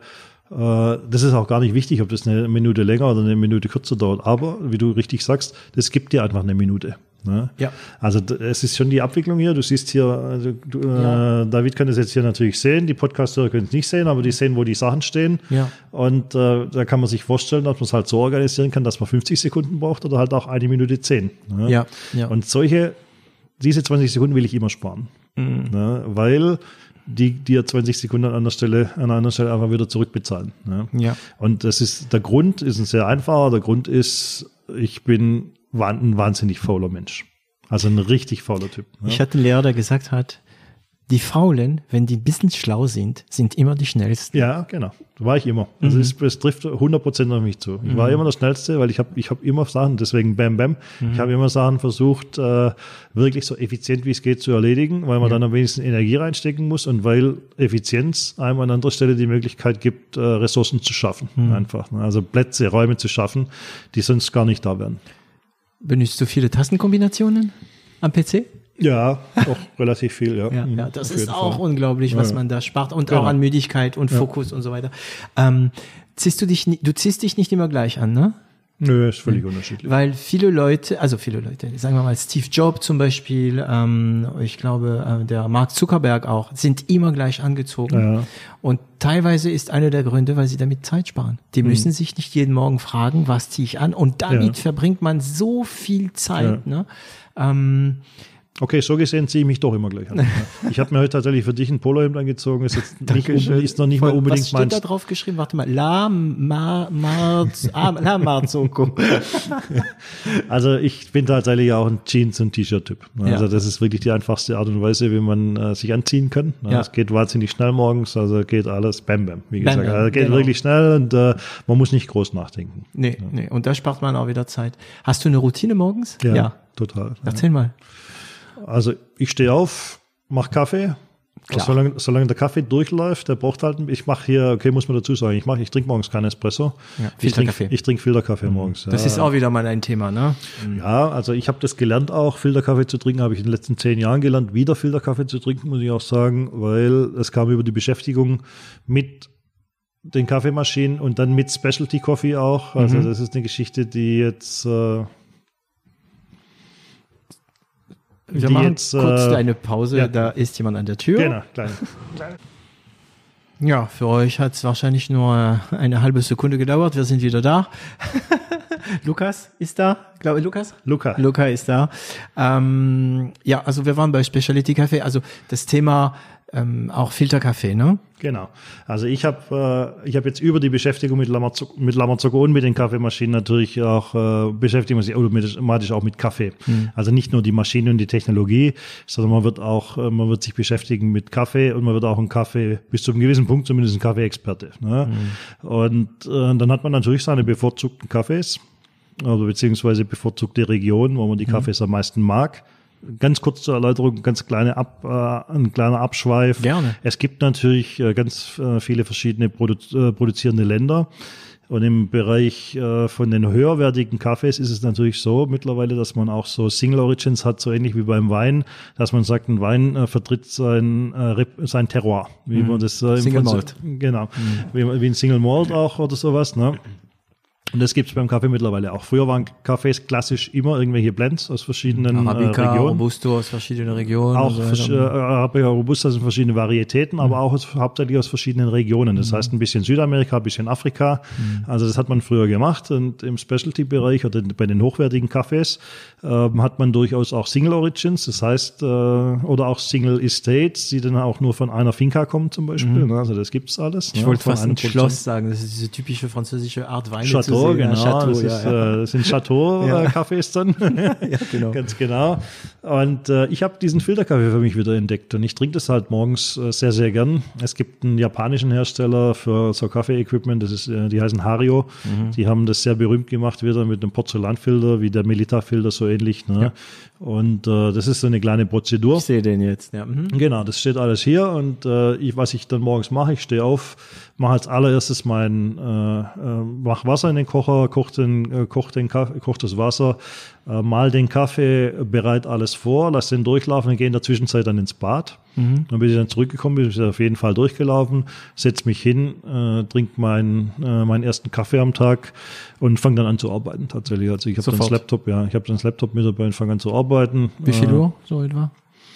Das ist auch gar nicht wichtig, ob das eine Minute länger oder eine Minute kürzer dauert. Aber, wie du richtig sagst, das gibt dir einfach eine Minute. Ne? Ja. Also es ist schon die Abwicklung hier. Du siehst hier, also, du, ja. äh, David kann das jetzt hier natürlich sehen. Die Podcaster können es nicht sehen, aber die sehen, wo die Sachen stehen. Ja. Und äh, da kann man sich vorstellen, dass man es halt so organisieren kann, dass man fünfzig Sekunden braucht oder halt auch eine Minute zehn. Ne? Ja. Ja. Und solche, diese zwanzig Sekunden will ich immer sparen. Mhm. Ne? Weil die dir zwanzig Sekunden an einer Stelle, an einer anderen Stelle einfach wieder zurückbezahlen. Ja. ja. Und das ist, der Grund ist ein sehr einfacher. Der Grund ist, ich bin ein wahnsinnig fauler Mensch. Also ein richtig fauler Typ. Ja. Ich hatte einen Lehrer, der gesagt hat, die Faulen, wenn die ein bisschen schlau sind, sind immer die Schnellsten. Ja, genau. War ich immer. Das, mhm. ist, das trifft hundert Prozent auf mich zu. Ich mhm. war immer der Schnellste, weil ich habe ich hab immer Sachen, deswegen Bam Bam, mhm. ich habe immer Sachen versucht, äh, wirklich so effizient wie es geht zu erledigen, weil man ja. dann am wenigsten Energie reinstecken muss und weil Effizienz einem an anderer Stelle die Möglichkeit gibt, äh, Ressourcen zu schaffen. Mhm. Einfach. Ne? Also Plätze, Räume zu schaffen, die sonst gar nicht da wären. Benutzt du viele Tastenkombinationen am P C? Ja, auch relativ viel, ja. ja, ja das ist auch Fall. unglaublich, was ja. man da spart und genau. auch an Müdigkeit und Fokus ja. und so weiter. Ähm, ziehst du dich, du ziehst dich nicht immer gleich an, ne? Nö, ist völlig mhm. unterschiedlich. Weil viele Leute, also viele Leute, sagen wir mal Steve Jobs zum Beispiel, ähm, ich glaube, äh, der Mark Zuckerberg auch, sind immer gleich angezogen. Ja. Und teilweise ist einer der Gründe, weil sie damit Zeit sparen. Die mhm. müssen sich nicht jeden Morgen fragen, was ziehe ich an? Und damit ja. verbringt man so viel Zeit, ja. ne? Ähm, Okay, so gesehen ziehe ich mich doch immer gleich an. Ich habe mir heute tatsächlich für dich ein Polohemd angezogen. Ist jetzt nicht unbedingt, ist noch nicht mal unbedingt was steht meins. da drauf geschrieben? Warte mal. La Ma Marz ah, La Marzoko. Also ich bin tatsächlich auch ein Jeans- und T-Shirt-Typ. Also Ja. das ist wirklich die einfachste Art und Weise, wie man äh, sich anziehen kann. Ja. Es geht wahnsinnig schnell morgens, also geht alles bam bam. Wie Bam, gesagt, bam, also geht genau. wirklich schnell und äh, man muss nicht groß nachdenken. Nee, nee. Und da spart man auch wieder Zeit. Hast du eine Routine morgens? Total. Erzähl mal. Also ich stehe auf, mache Kaffee. Klar. Solange, solange der Kaffee durchläuft, der braucht halt, ich mache hier, okay, muss man dazu sagen, ich mache, ich trinke morgens keinen Espresso. Ja, ich trinke Filterkaffee. ich trinke Filterkaffee morgens. Das ja. ist auch wieder mal ein Thema, ne? Ja, also ich habe das gelernt auch, Filterkaffee zu trinken, habe ich in den letzten zehn Jahren gelernt, wieder Filterkaffee zu trinken, muss ich auch sagen, weil es kam über die Beschäftigung mit den Kaffeemaschinen und dann mit Specialty Coffee auch. Also Mhm. das ist eine Geschichte, die jetzt äh, Wir die machen jetzt, kurz äh, eine Pause, ja. da ist jemand an der Tür. genau, klein. Ja, für euch hat es wahrscheinlich nur eine halbe Sekunde gedauert. Wir sind wieder da. Lukas ist da, glaube ich, Lukas? Luca. Luca ist da. Ähm, ja, also wir waren bei Specialty Kaffee, also das Thema ähm, auch Filterkaffee, ne? Genau. Also ich habe äh, ich habe jetzt über die Beschäftigung mit Lamazzoco, mit Lamazzoco und mit den Kaffeemaschinen natürlich auch äh, beschäftigt sich automatisch auch mit Kaffee. Mhm. Also nicht nur die Maschine und die Technologie, sondern man wird auch äh, man wird sich beschäftigen mit Kaffee und man wird auch ein Kaffee bis zu einem gewissen Punkt zumindest ein Kaffeeexperte. Ne? Mhm. Und äh, dann hat man natürlich seine bevorzugten Kaffees, also beziehungsweise bevorzugte Region, wo man die Kaffees am meisten mag. Ganz kurz zur Erläuterung, ganz kleine Ab, äh, ein kleiner Abschweif. Gerne. Es gibt natürlich äh, ganz äh, viele verschiedene Produ- äh, produzierende Länder. Und im Bereich äh, von den höherwertigen Kaffees ist es natürlich so mittlerweile, dass man auch so Single Origins hat, so ähnlich wie beim Wein, dass man sagt, ein Wein äh, vertritt sein, äh, Rep- sein Terroir. Wie Mhm. man das äh, im Single Franz- Malt. Genau. Mhm. Wie, wie ein Single Malt auch oder sowas, ne? Und das gibt's beim Kaffee mittlerweile auch. Früher waren Kaffees klassisch immer irgendwelche Blends aus verschiedenen Arabica, äh, Regionen. Robusto aus verschiedenen Regionen. Auch und so vers- äh, weiter. Arabica Robusta sind verschiedene Varietäten, aber auch aus, hauptsächlich aus verschiedenen Regionen. Das heißt ein bisschen Südamerika, ein bisschen Afrika. Also das hat man früher gemacht. Und im Specialty-Bereich oder bei den hochwertigen Kaffees ähm, hat man durchaus auch Single Origins. Das heißt, äh, oder auch Single Estates, die dann auch nur von einer Finca kommen zum Beispiel. Also das gibt's alles. Ich ne, wollte von fast einem ein Produzenten. Schloss sagen. Das ist diese typische französische Art Wein. Chateau, genau. Chateau, das, ja, ist, ja. Äh, das sind Chateau-Cafés dann. Ja, genau. Ganz genau. Und äh, ich habe diesen Filterkaffee für mich wieder entdeckt und ich trinke das halt morgens äh, sehr, sehr gern. Es gibt einen japanischen Hersteller für so Kaffee-Equipment, das ist, äh, die heißen Hario. Mhm. Die haben das sehr berühmt gemacht wieder mit einem Porzellanfilter, wie der Melita-Filter, so ähnlich. Ne? Ja. Und äh, das ist so eine kleine Prozedur. Ich sehe den jetzt, ja. Mhm. Genau, das steht alles hier und äh, ich, was ich dann morgens mache, ich stehe auf, mache als allererstes mein, äh, äh, mach Wasser in den Kocher, koche den, äh, koch den Kaffee, koch das Wasser, äh, mal den Kaffee, bereit alles vor, lass den durchlaufen und gehe in der Zwischenzeit dann ins Bad. Mhm. Dann bin ich dann zurückgekommen, bin ich auf jeden Fall durchgelaufen, setze mich hin, äh, trinke meinen äh, meinen ersten Kaffee am Tag und fange dann an zu arbeiten tatsächlich. Also ich habe dann das Laptop, ja, ich habe dann das Laptop mit dabei und fange an zu arbeiten. Wie viel äh, Uhr so etwa?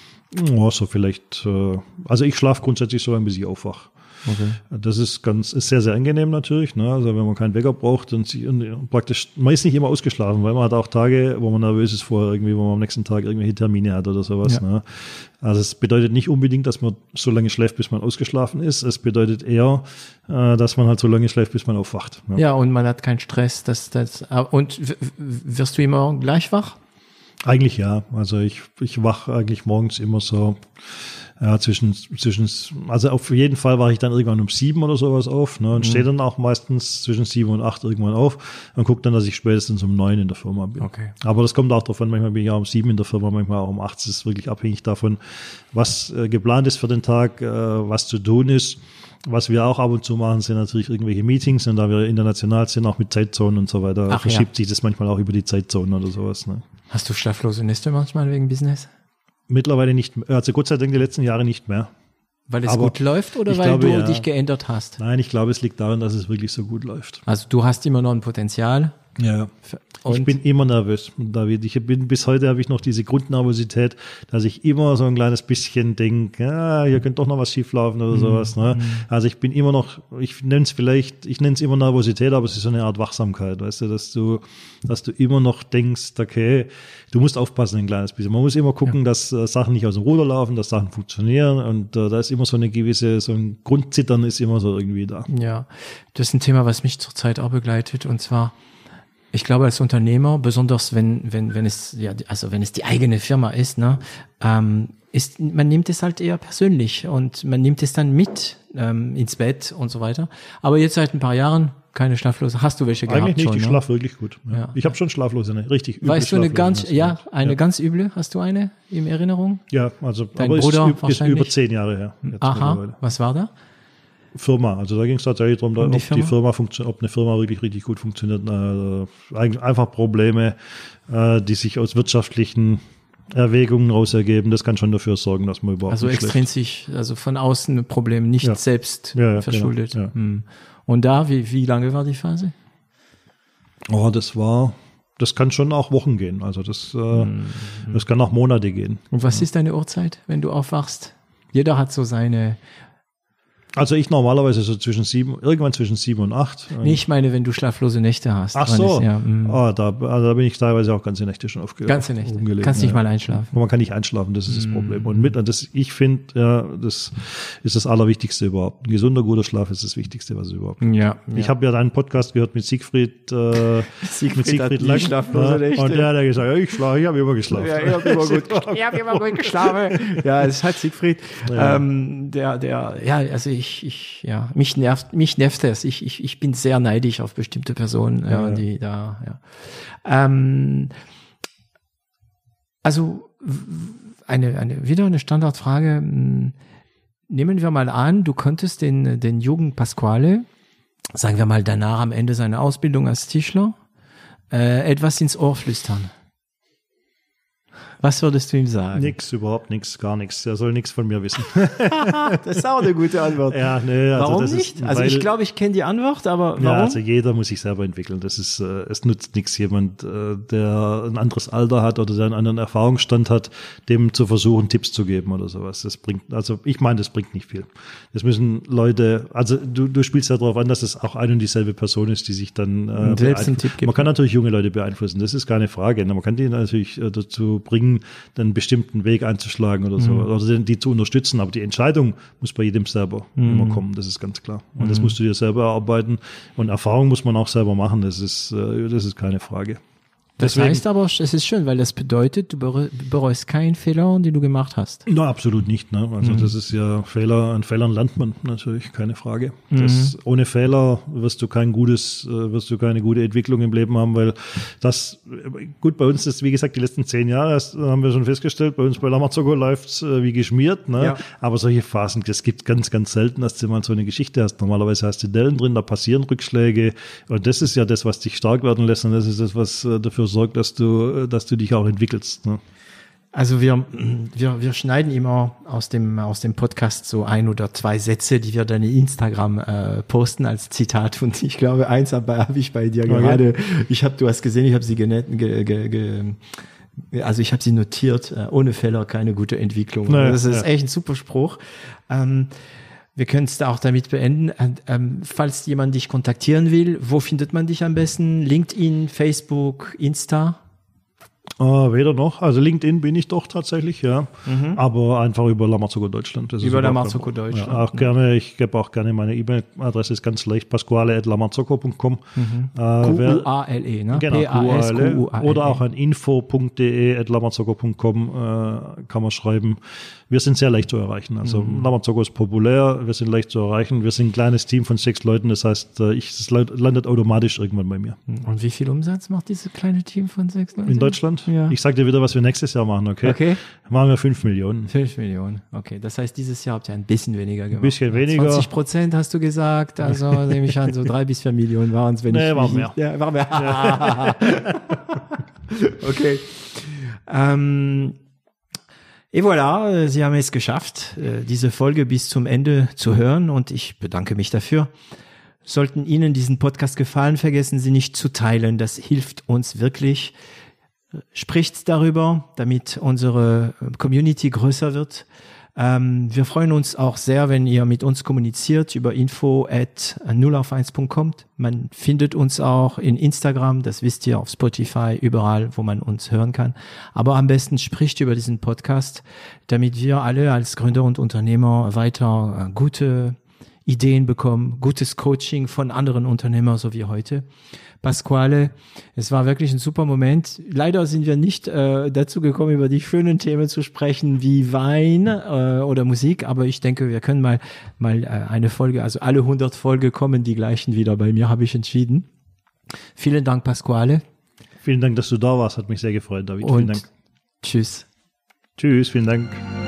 Oh, so vielleicht, äh, also ich schlafe grundsätzlich so lange, bis ich aufwache. Okay. Das ist ganz, ist sehr, sehr angenehm natürlich, ne? Also wenn man keinen Wecker braucht und, sie, und praktisch, man ist nicht immer ausgeschlafen, weil man hat auch Tage, wo man nervös ist vorher irgendwie, wo man am nächsten Tag irgendwelche Termine hat oder sowas, ja. Ne? Also es bedeutet nicht unbedingt, dass man so lange schläft, bis man ausgeschlafen ist. Es bedeutet eher, äh, dass man halt so lange schläft, bis man aufwacht. Ne? Ja, und man hat keinen Stress, das, das, und w- wirst du immer gleich wach? Eigentlich ja. Also ich, ich wach eigentlich morgens immer so, ja, zwischen, zwischen, also auf jeden Fall wache ich dann irgendwann um sieben oder sowas auf, ne, und mhm. stehe dann auch meistens zwischen sieben und acht irgendwann auf und gucke dann, dass ich spätestens um neun in der Firma bin. Okay. Aber das kommt auch davon, manchmal bin ich auch um sieben in der Firma, manchmal auch um acht. Das ist wirklich abhängig davon, was äh, geplant ist für den Tag, äh, was zu tun ist. Was wir auch ab und zu machen, sind natürlich irgendwelche Meetings, und da wir international sind, auch mit Zeitzonen und so weiter, Ach, verschiebt ja. sich das manchmal auch über die Zeitzonen oder sowas. Ne? Hast du schlaflose Nächte manchmal wegen Business? Mittlerweile nicht mehr, also Gott sei Dank die letzten Jahre nicht mehr. Weil es Aber gut läuft oder weil glaube, du ja. dich geändert hast? Nein, ich glaube, es liegt daran, dass es wirklich so gut läuft. Also du hast immer noch ein Potenzial, Ja, und ich bin immer nervös, David. Ich bin, bis heute habe ich noch diese Grundnervosität, dass ich immer so ein kleines bisschen denke, ja, hier könnte doch noch was schieflaufen oder sowas. Ne? Mhm. Also ich bin immer noch, ich nenne es vielleicht, ich nenne es immer Nervosität, aber es ist so eine Art Wachsamkeit, weißt du, dass du, dass du immer noch denkst, okay, du musst aufpassen ein kleines bisschen. Man muss immer gucken, ja. dass äh, Sachen nicht aus dem Ruder laufen, dass Sachen funktionieren und äh, da ist immer so eine gewisse, so ein Grundzittern ist immer so irgendwie da. Ja, das ist ein Thema, was mich zurzeit auch begleitet und zwar ich glaube, als Unternehmer, besonders wenn, wenn, wenn es, ja, also wenn es die eigene Firma ist, ne, ähm, ist, man nimmt es halt eher persönlich und man nimmt es dann mit, ähm, ins Bett und so weiter. Aber jetzt seit ein paar Jahren keine schlaflose. Hast du welche gehabt? Eigentlich nicht, schon, ich ne? schlafe wirklich gut. Ja. Ja. Ich habe schon schlaflose, ne? Richtig üble. Weißt du eine ganz, ja, eine ja. ganz üble, hast du eine in Erinnerung? Ja, also, Dein aber Bruder ist, ist über zehn Jahre her. Aha, was war da? Firma, also da ging es tatsächlich darum, um die ob Firma? die Firma funktioniert, ob eine Firma wirklich richtig gut funktioniert. Äh, einfach Probleme, äh, die sich aus wirtschaftlichen Erwägungen raus ergeben. Das kann schon dafür sorgen, dass man überhaupt also nicht extrinsisch, also von außen ein Problem, nicht ja. selbst ja, ja, verschuldet. Genau, ja. Hm. Und da, wie, wie lange war die Phase? Oh, das war, das kann schon auch Wochen gehen. Also das, äh, hm. das kann auch Monate gehen. Und was ja. ist deine Uhrzeit, wenn du aufwachst? Jeder hat so seine. Also ich normalerweise so zwischen sieben, irgendwann zwischen sieben und acht. Nee, ich meine, wenn du schlaflose Nächte hast. Ach so, ist, ja, mm. oh, da, also da bin ich teilweise auch ganze Nächte schon aufgehört. Ganze Nächte, umgelegt, kannst ja. nicht mal einschlafen. Man kann nicht einschlafen, das ist mm. das Problem. Und mit, das, ich finde, ja, das ist das Allerwichtigste überhaupt. Ein gesunder, guter Schlaf ist das Wichtigste, was es überhaupt gibt. Ja, ich ja. habe ja deinen Podcast gehört mit Siegfried, äh, Siegfried mit Siegfried Lang. Schlaflose Nächte. Und der hat ja gesagt, ja, ich schlafe, ich habe immer geschlafen. Ja, ich habe immer gut, ich hab immer gut geschlafen. Ja, es hat Siegfried, ja. ähm, der, der, ja, also ich, ich, ja, mich nervt, mich nervt es. Ich, ich, ich bin sehr neidisch auf bestimmte Personen, ja, ja. die da, ja. Ähm, also eine, eine, wieder eine Standardfrage. Nehmen wir mal an, du könntest den, den Jürgen Pasquale, sagen wir mal danach am Ende seiner Ausbildung als Tischler, äh, etwas ins Ohr flüstern. Was würdest du ihm sagen? Nix, überhaupt nichts, gar nichts. Er soll nichts von mir wissen. Das ist auch eine gute Antwort. Ja, nee, also warum das nicht? Ist, also weil, ich glaube, ich kenne die Antwort, aber warum? Ja, also jeder muss sich selber entwickeln. Das ist, äh, es nutzt nichts, jemand, äh, der ein anderes Alter hat oder der einen anderen Erfahrungsstand hat, dem zu versuchen, Tipps zu geben oder sowas. Das bringt, also ich meine, das bringt nicht viel. Das müssen Leute, also du, du spielst ja darauf an, dass es auch eine und dieselbe Person ist, die sich dann äh, selbst einen Tipp gibt. Man kann natürlich junge Leute beeinflussen, das ist keine Frage. Man kann die natürlich äh, dazu bringen, dann bestimmten Weg einzuschlagen oder so, mhm. oder die zu unterstützen. Aber die Entscheidung muss bei jedem selber mhm. immer kommen, das ist ganz klar. Und mhm. das musst du dir selber erarbeiten. Und Erfahrung muss man auch selber machen, das ist, das ist keine Frage. Das Deswegen, heißt aber, es ist schön, weil das bedeutet, du bereust keinen Fehler, den du gemacht hast. Na, absolut nicht. Ne? Also mhm. das ist ja Fehler, an Fehlern lernt man natürlich, keine Frage. Das, mhm. Ohne Fehler wirst du kein gutes, wirst du keine gute Entwicklung im Leben haben, weil das, gut, bei uns ist, wie gesagt, die letzten zehn Jahre, das haben wir schon festgestellt, bei uns bei Lamazzoco läuft's äh, wie geschmiert. Ne? Ja. Aber solche Phasen, das gibt ganz, ganz selten, dass du mal so eine Geschichte hast. Normalerweise hast du Dellen drin, da passieren Rückschläge. Und das ist ja das, was dich stark werden lässt. Und das ist das, was äh, dafür sorgt, dass du, dass du dich auch entwickelst. Ne? Also wir, wir, wir schneiden immer aus dem, aus dem Podcast so ein oder zwei Sätze, die wir dann in Instagram äh, posten als Zitat. Und ich glaube, eins habe hab ich bei dir okay. gerade, ich habe, du hast gesehen, ich habe sie genannt, ge, ge, ge, also ich habe sie notiert, äh, ohne Fehler keine gute Entwicklung. Naja, das ist ja. echt ein super Spruch. Ähm, Wir können es da auch damit beenden. Ähm, falls jemand dich kontaktieren will, wo findet man dich am besten? LinkedIn, Facebook, Insta? Äh, weder noch. Also LinkedIn bin ich doch tatsächlich, ja. Mhm. Aber einfach über Lamazzoco Deutschland. Das über Lamazzoco Deutschland. Ja, auch gerne, ich gebe auch gerne meine E-Mail-Adresse, ist ganz leicht, pasquale at lamazzoco punkt com. Mhm. Äh, Q U A L E, ne? Genau, P A S Q U A L E. Oder auch an info punkt de at lamazzoco punkt com äh, kann man schreiben. Wir sind sehr leicht zu erreichen. Also mhm. Lamazzoco ist populär, wir sind leicht zu erreichen. Wir sind ein kleines Team von sechs Leuten, das heißt, ich, es landet automatisch irgendwann bei mir. Und wie viel Umsatz macht dieses kleine Team von sechs Leuten? In Deutschland? Ja. Ich sag dir wieder, was wir nächstes Jahr machen, okay? Okay. Machen wir fünf Millionen. Fünf Millionen, okay. Das heißt, dieses Jahr habt ihr ein bisschen weniger gemacht. Ein bisschen weniger. zwanzig Prozent hast du gesagt, also nehme ich an, so drei bis vier Millionen waren es, wenn nee, ich... waren mehr. Ja, waren mehr. Ja. Okay. Ähm... Et voilà, Sie haben es geschafft, diese Folge bis zum Ende zu hören und ich bedanke mich dafür. Sollten Ihnen diesen Podcast gefallen, vergessen Sie nicht zu teilen. Das hilft uns wirklich. Spricht darüber, damit unsere Community größer wird. Ähm, wir freuen uns auch sehr, wenn ihr mit uns kommuniziert über info at null auf eins punkt com. Man findet uns auch in Instagram, das wisst ihr, auf Spotify, überall, wo man uns hören kann. Aber am besten spricht über diesen Podcast, damit wir alle als Gründer und Unternehmer weiter äh, gute Ideen bekommen, gutes Coaching von anderen Unternehmern, so wie heute. Pasquale, es war wirklich ein super Moment. Leider sind wir nicht äh, dazu gekommen, über die schönen Themen zu sprechen, wie Wein äh, oder Musik, aber ich denke, wir können mal mal äh, eine Folge, also alle hundert Folgen kommen die gleichen wieder bei mir, habe ich entschieden. Vielen Dank, Pasquale. Vielen Dank, dass du da warst, hat mich sehr gefreut, David. Und vielen Dank. Tschüss. Tschüss, vielen Dank.